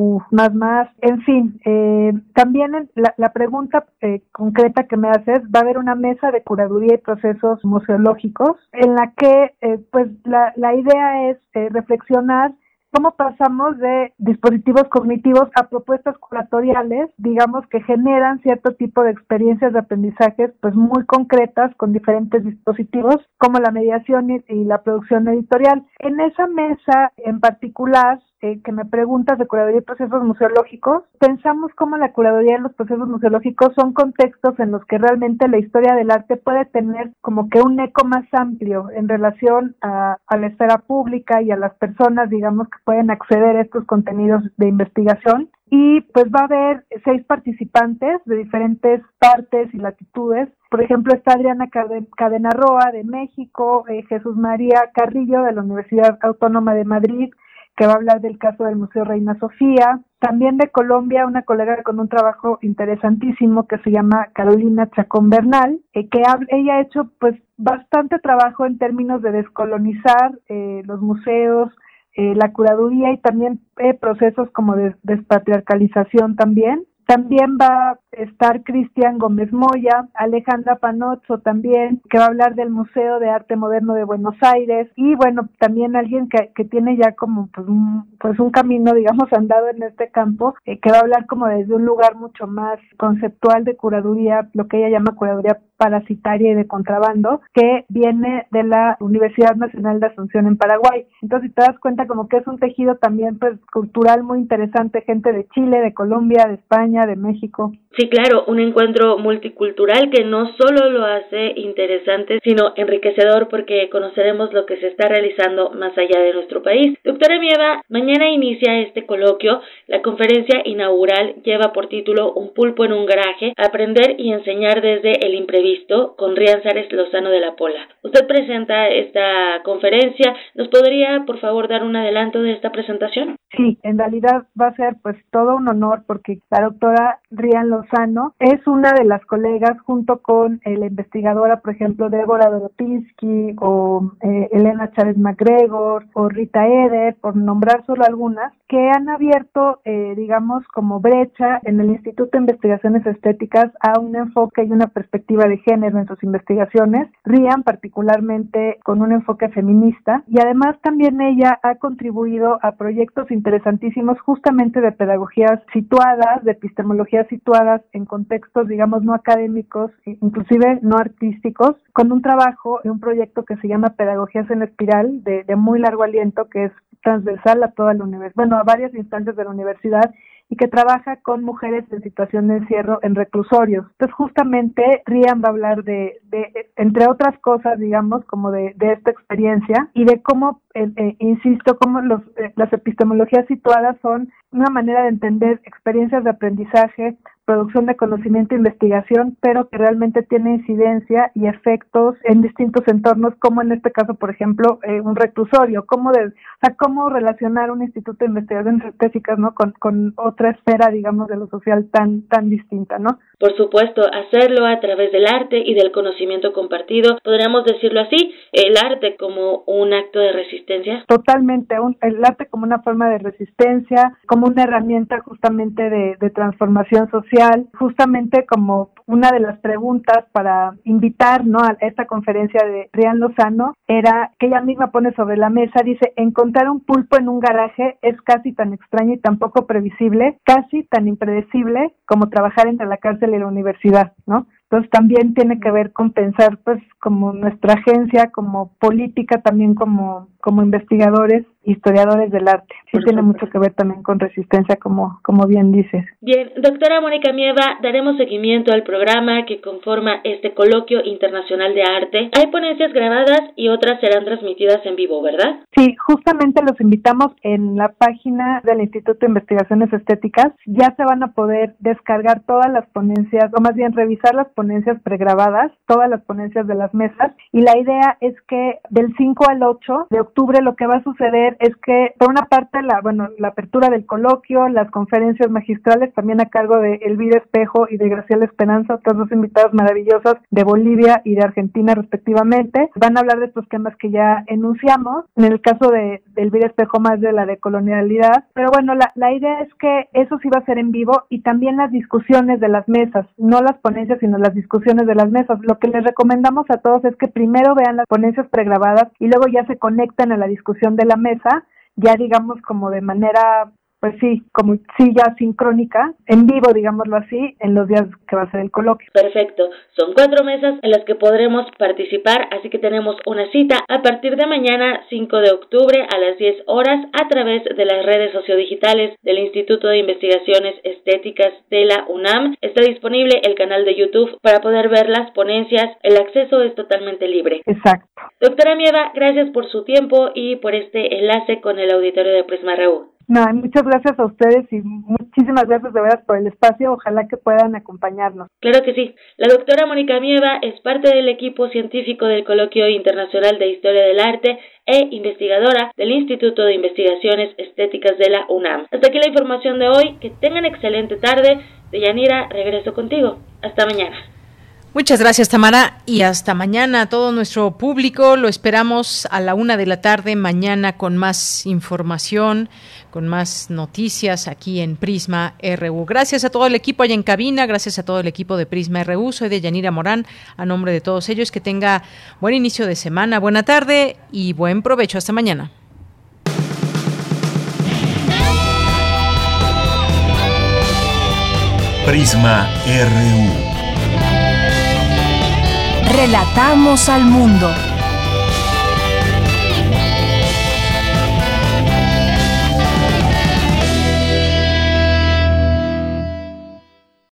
en fin. También la pregunta concreta que me haces, va a haber una mesa de curaduría y procesos museológicos en la que pues la idea es reflexionar cómo pasamos de dispositivos cognitivos a propuestas curatoriales, digamos, que generan cierto tipo de experiencias de aprendizajes pues muy concretas con diferentes dispositivos, como la mediación y la producción editorial. En esa mesa en particular, que me preguntas de curaduría y procesos museológicos, pensamos cómo la curaduría y los procesos museológicos son contextos en los que realmente la historia del arte puede tener como que un eco más amplio en relación a la esfera pública y a las personas, digamos, que pueden acceder a estos contenidos de investigación. Y pues va a haber 6 participantes de diferentes partes y latitudes. Por ejemplo, está Adriana Cadena Roa de México, Jesús María Carrillo de la Universidad Autónoma de Madrid, que va a hablar del caso del Museo Reina Sofía. También de Colombia, una colega con un trabajo interesantísimo que se llama Carolina Chacón Bernal, que ella ha hecho pues bastante trabajo en términos de descolonizar los museos, la curaduría y también procesos como de despatriarcalización también. También va a estar Cristian Gómez Moya, Alejandra Panozzo también, que va a hablar del Museo de Arte Moderno de Buenos Aires, y bueno, también alguien que tiene ya como pues un camino, digamos, andado en este campo, que va a hablar como desde un lugar mucho más conceptual de curaduría, lo que ella llama curaduría parasitaria y de contrabando, que viene de la Universidad Nacional de Asunción en Paraguay. Entonces, si te das cuenta, como que es un tejido también pues cultural muy interesante, gente de Chile, de Colombia, de España, de México. Sí, claro, un encuentro multicultural que no solo lo hace interesante, sino enriquecedor, porque conoceremos lo que se está realizando más allá de nuestro país. Doctora Mieva, mañana inicia este coloquio. La conferencia inaugural lleva por título Un pulpo en un garaje, aprender y enseñar desde el imprevisto, con Rian Sares Lozano de la Pola. Usted presenta esta conferencia. ¿Nos podría, por favor, dar un adelanto de esta presentación? Sí, en realidad va a ser pues todo un honor, porque la doctora Rian Lozano es una de las colegas, junto con la investigadora, por ejemplo, Débora Dorotinsky o Elena Chávez MacGregor o Rita Eder, por nombrar solo algunas, que han abierto, digamos, como brecha en el Instituto de Investigaciones Estéticas a un enfoque y una perspectiva de género en sus investigaciones. Rian particularmente con un enfoque feminista, y además también ella ha contribuido a proyectos interesantísimos justamente de pedagogías situadas, de epistemologías situadas en contextos, digamos, no académicos, inclusive no artísticos, con un trabajo y un proyecto que se llama Pedagogías en Espiral, de muy largo aliento, que es transversal a toda la universidad, bueno, a varias instancias de la universidad, y que trabaja con mujeres en situación de encierro en reclusorios. Entonces, justamente, Rian va a hablar de entre otras cosas, digamos, como de esta experiencia, y de cómo, insisto, cómo las epistemologías situadas son una manera de entender experiencias de aprendizaje, producción de conocimiento e investigación, pero que realmente tiene incidencia y efectos en distintos entornos, como en este caso, por ejemplo, un reclusorio, cómo relacionar un instituto de investigaciones estéticas, ¿no?, con otra esfera, digamos, de lo social tan distinta, ¿no? Por supuesto, hacerlo a través del arte y del conocimiento compartido, podríamos decirlo así, el arte como un acto de resistencia. Totalmente, el arte como una forma de resistencia, como una herramienta justamente de transformación social, justamente como una de las preguntas para invitar, ¿no?, a esta conferencia de Rian Lozano, era que ella misma pone sobre la mesa, dice: encontrar un pulpo en un garaje es casi tan extraño y tan poco previsible, casi tan impredecible como trabajar entre la cárcel y la universidad, ¿no? Entonces también tiene que ver con pensar pues como nuestra agencia, como política, también como investigadores, historiadores del arte. Sí, tiene mucho que ver también con resistencia, como bien dices. Bien, doctora Mónica Mieva, daremos seguimiento al programa que conforma este coloquio internacional de arte. Hay ponencias grabadas y otras serán transmitidas en vivo, ¿verdad? Sí, justamente los invitamos en la página del Instituto de Investigaciones Estéticas. Ya se van a poder descargar todas las ponencias, o más bien revisar las ponencias pregrabadas, todas las ponencias de las mesas, y la idea es que del 5 al 8 de octubre lo que va a suceder hacer es que, por una parte, la apertura del coloquio, las conferencias magistrales, también a cargo de Elvira Espejo y de Graciela Esperanza, otras dos invitadas maravillosas de Bolivia y de Argentina respectivamente, van a hablar de estos temas que ya enunciamos. En el caso de Elvira Espejo, más de la decolonialidad. Pero bueno, la idea es que eso sí va a ser en vivo, y también las discusiones de las mesas, no las ponencias, sino las discusiones de las mesas. Lo que les recomendamos a todos es que primero vean las ponencias pregrabadas y luego ya se conectan a la discusión de la mesa, ya digamos como de manera, pues sí, como sí ya sincrónica, en vivo, digámoslo así, en los días que va a ser el coloquio. Perfecto. Son 4 mesas en las que podremos participar, así que tenemos una cita a partir de mañana, 5 de octubre, a las 10 horas, a través de las redes sociodigitales del Instituto de Investigaciones Estéticas de la UNAM. Está disponible el canal de YouTube para poder ver las ponencias. El acceso es totalmente libre. Exacto. Doctora Mieva, gracias por su tiempo y por este enlace con el auditorio de Prisma RU. No, muchas gracias a ustedes y muchísimas gracias de veras por el espacio. Ojalá que puedan acompañarnos. Claro que sí. La doctora Mónica Mieva es parte del equipo científico del Coloquio Internacional de Historia del Arte e investigadora del Instituto de Investigaciones Estéticas de la UNAM. Hasta aquí la información de hoy. Que tengan excelente tarde. Deyanira, regreso contigo. Hasta mañana. Muchas gracias, Tamara, y hasta mañana a todo nuestro público. Lo esperamos a la 1:00 p.m. mañana con más información, con más noticias aquí en Prisma RU. Gracias a todo el equipo allá en cabina, gracias a todo el equipo de Prisma RU. Soy Deyanira Morán, a nombre de todos ellos, que tenga buen inicio de semana, buena tarde y buen provecho. Hasta mañana. Prisma RU. Relatamos al mundo.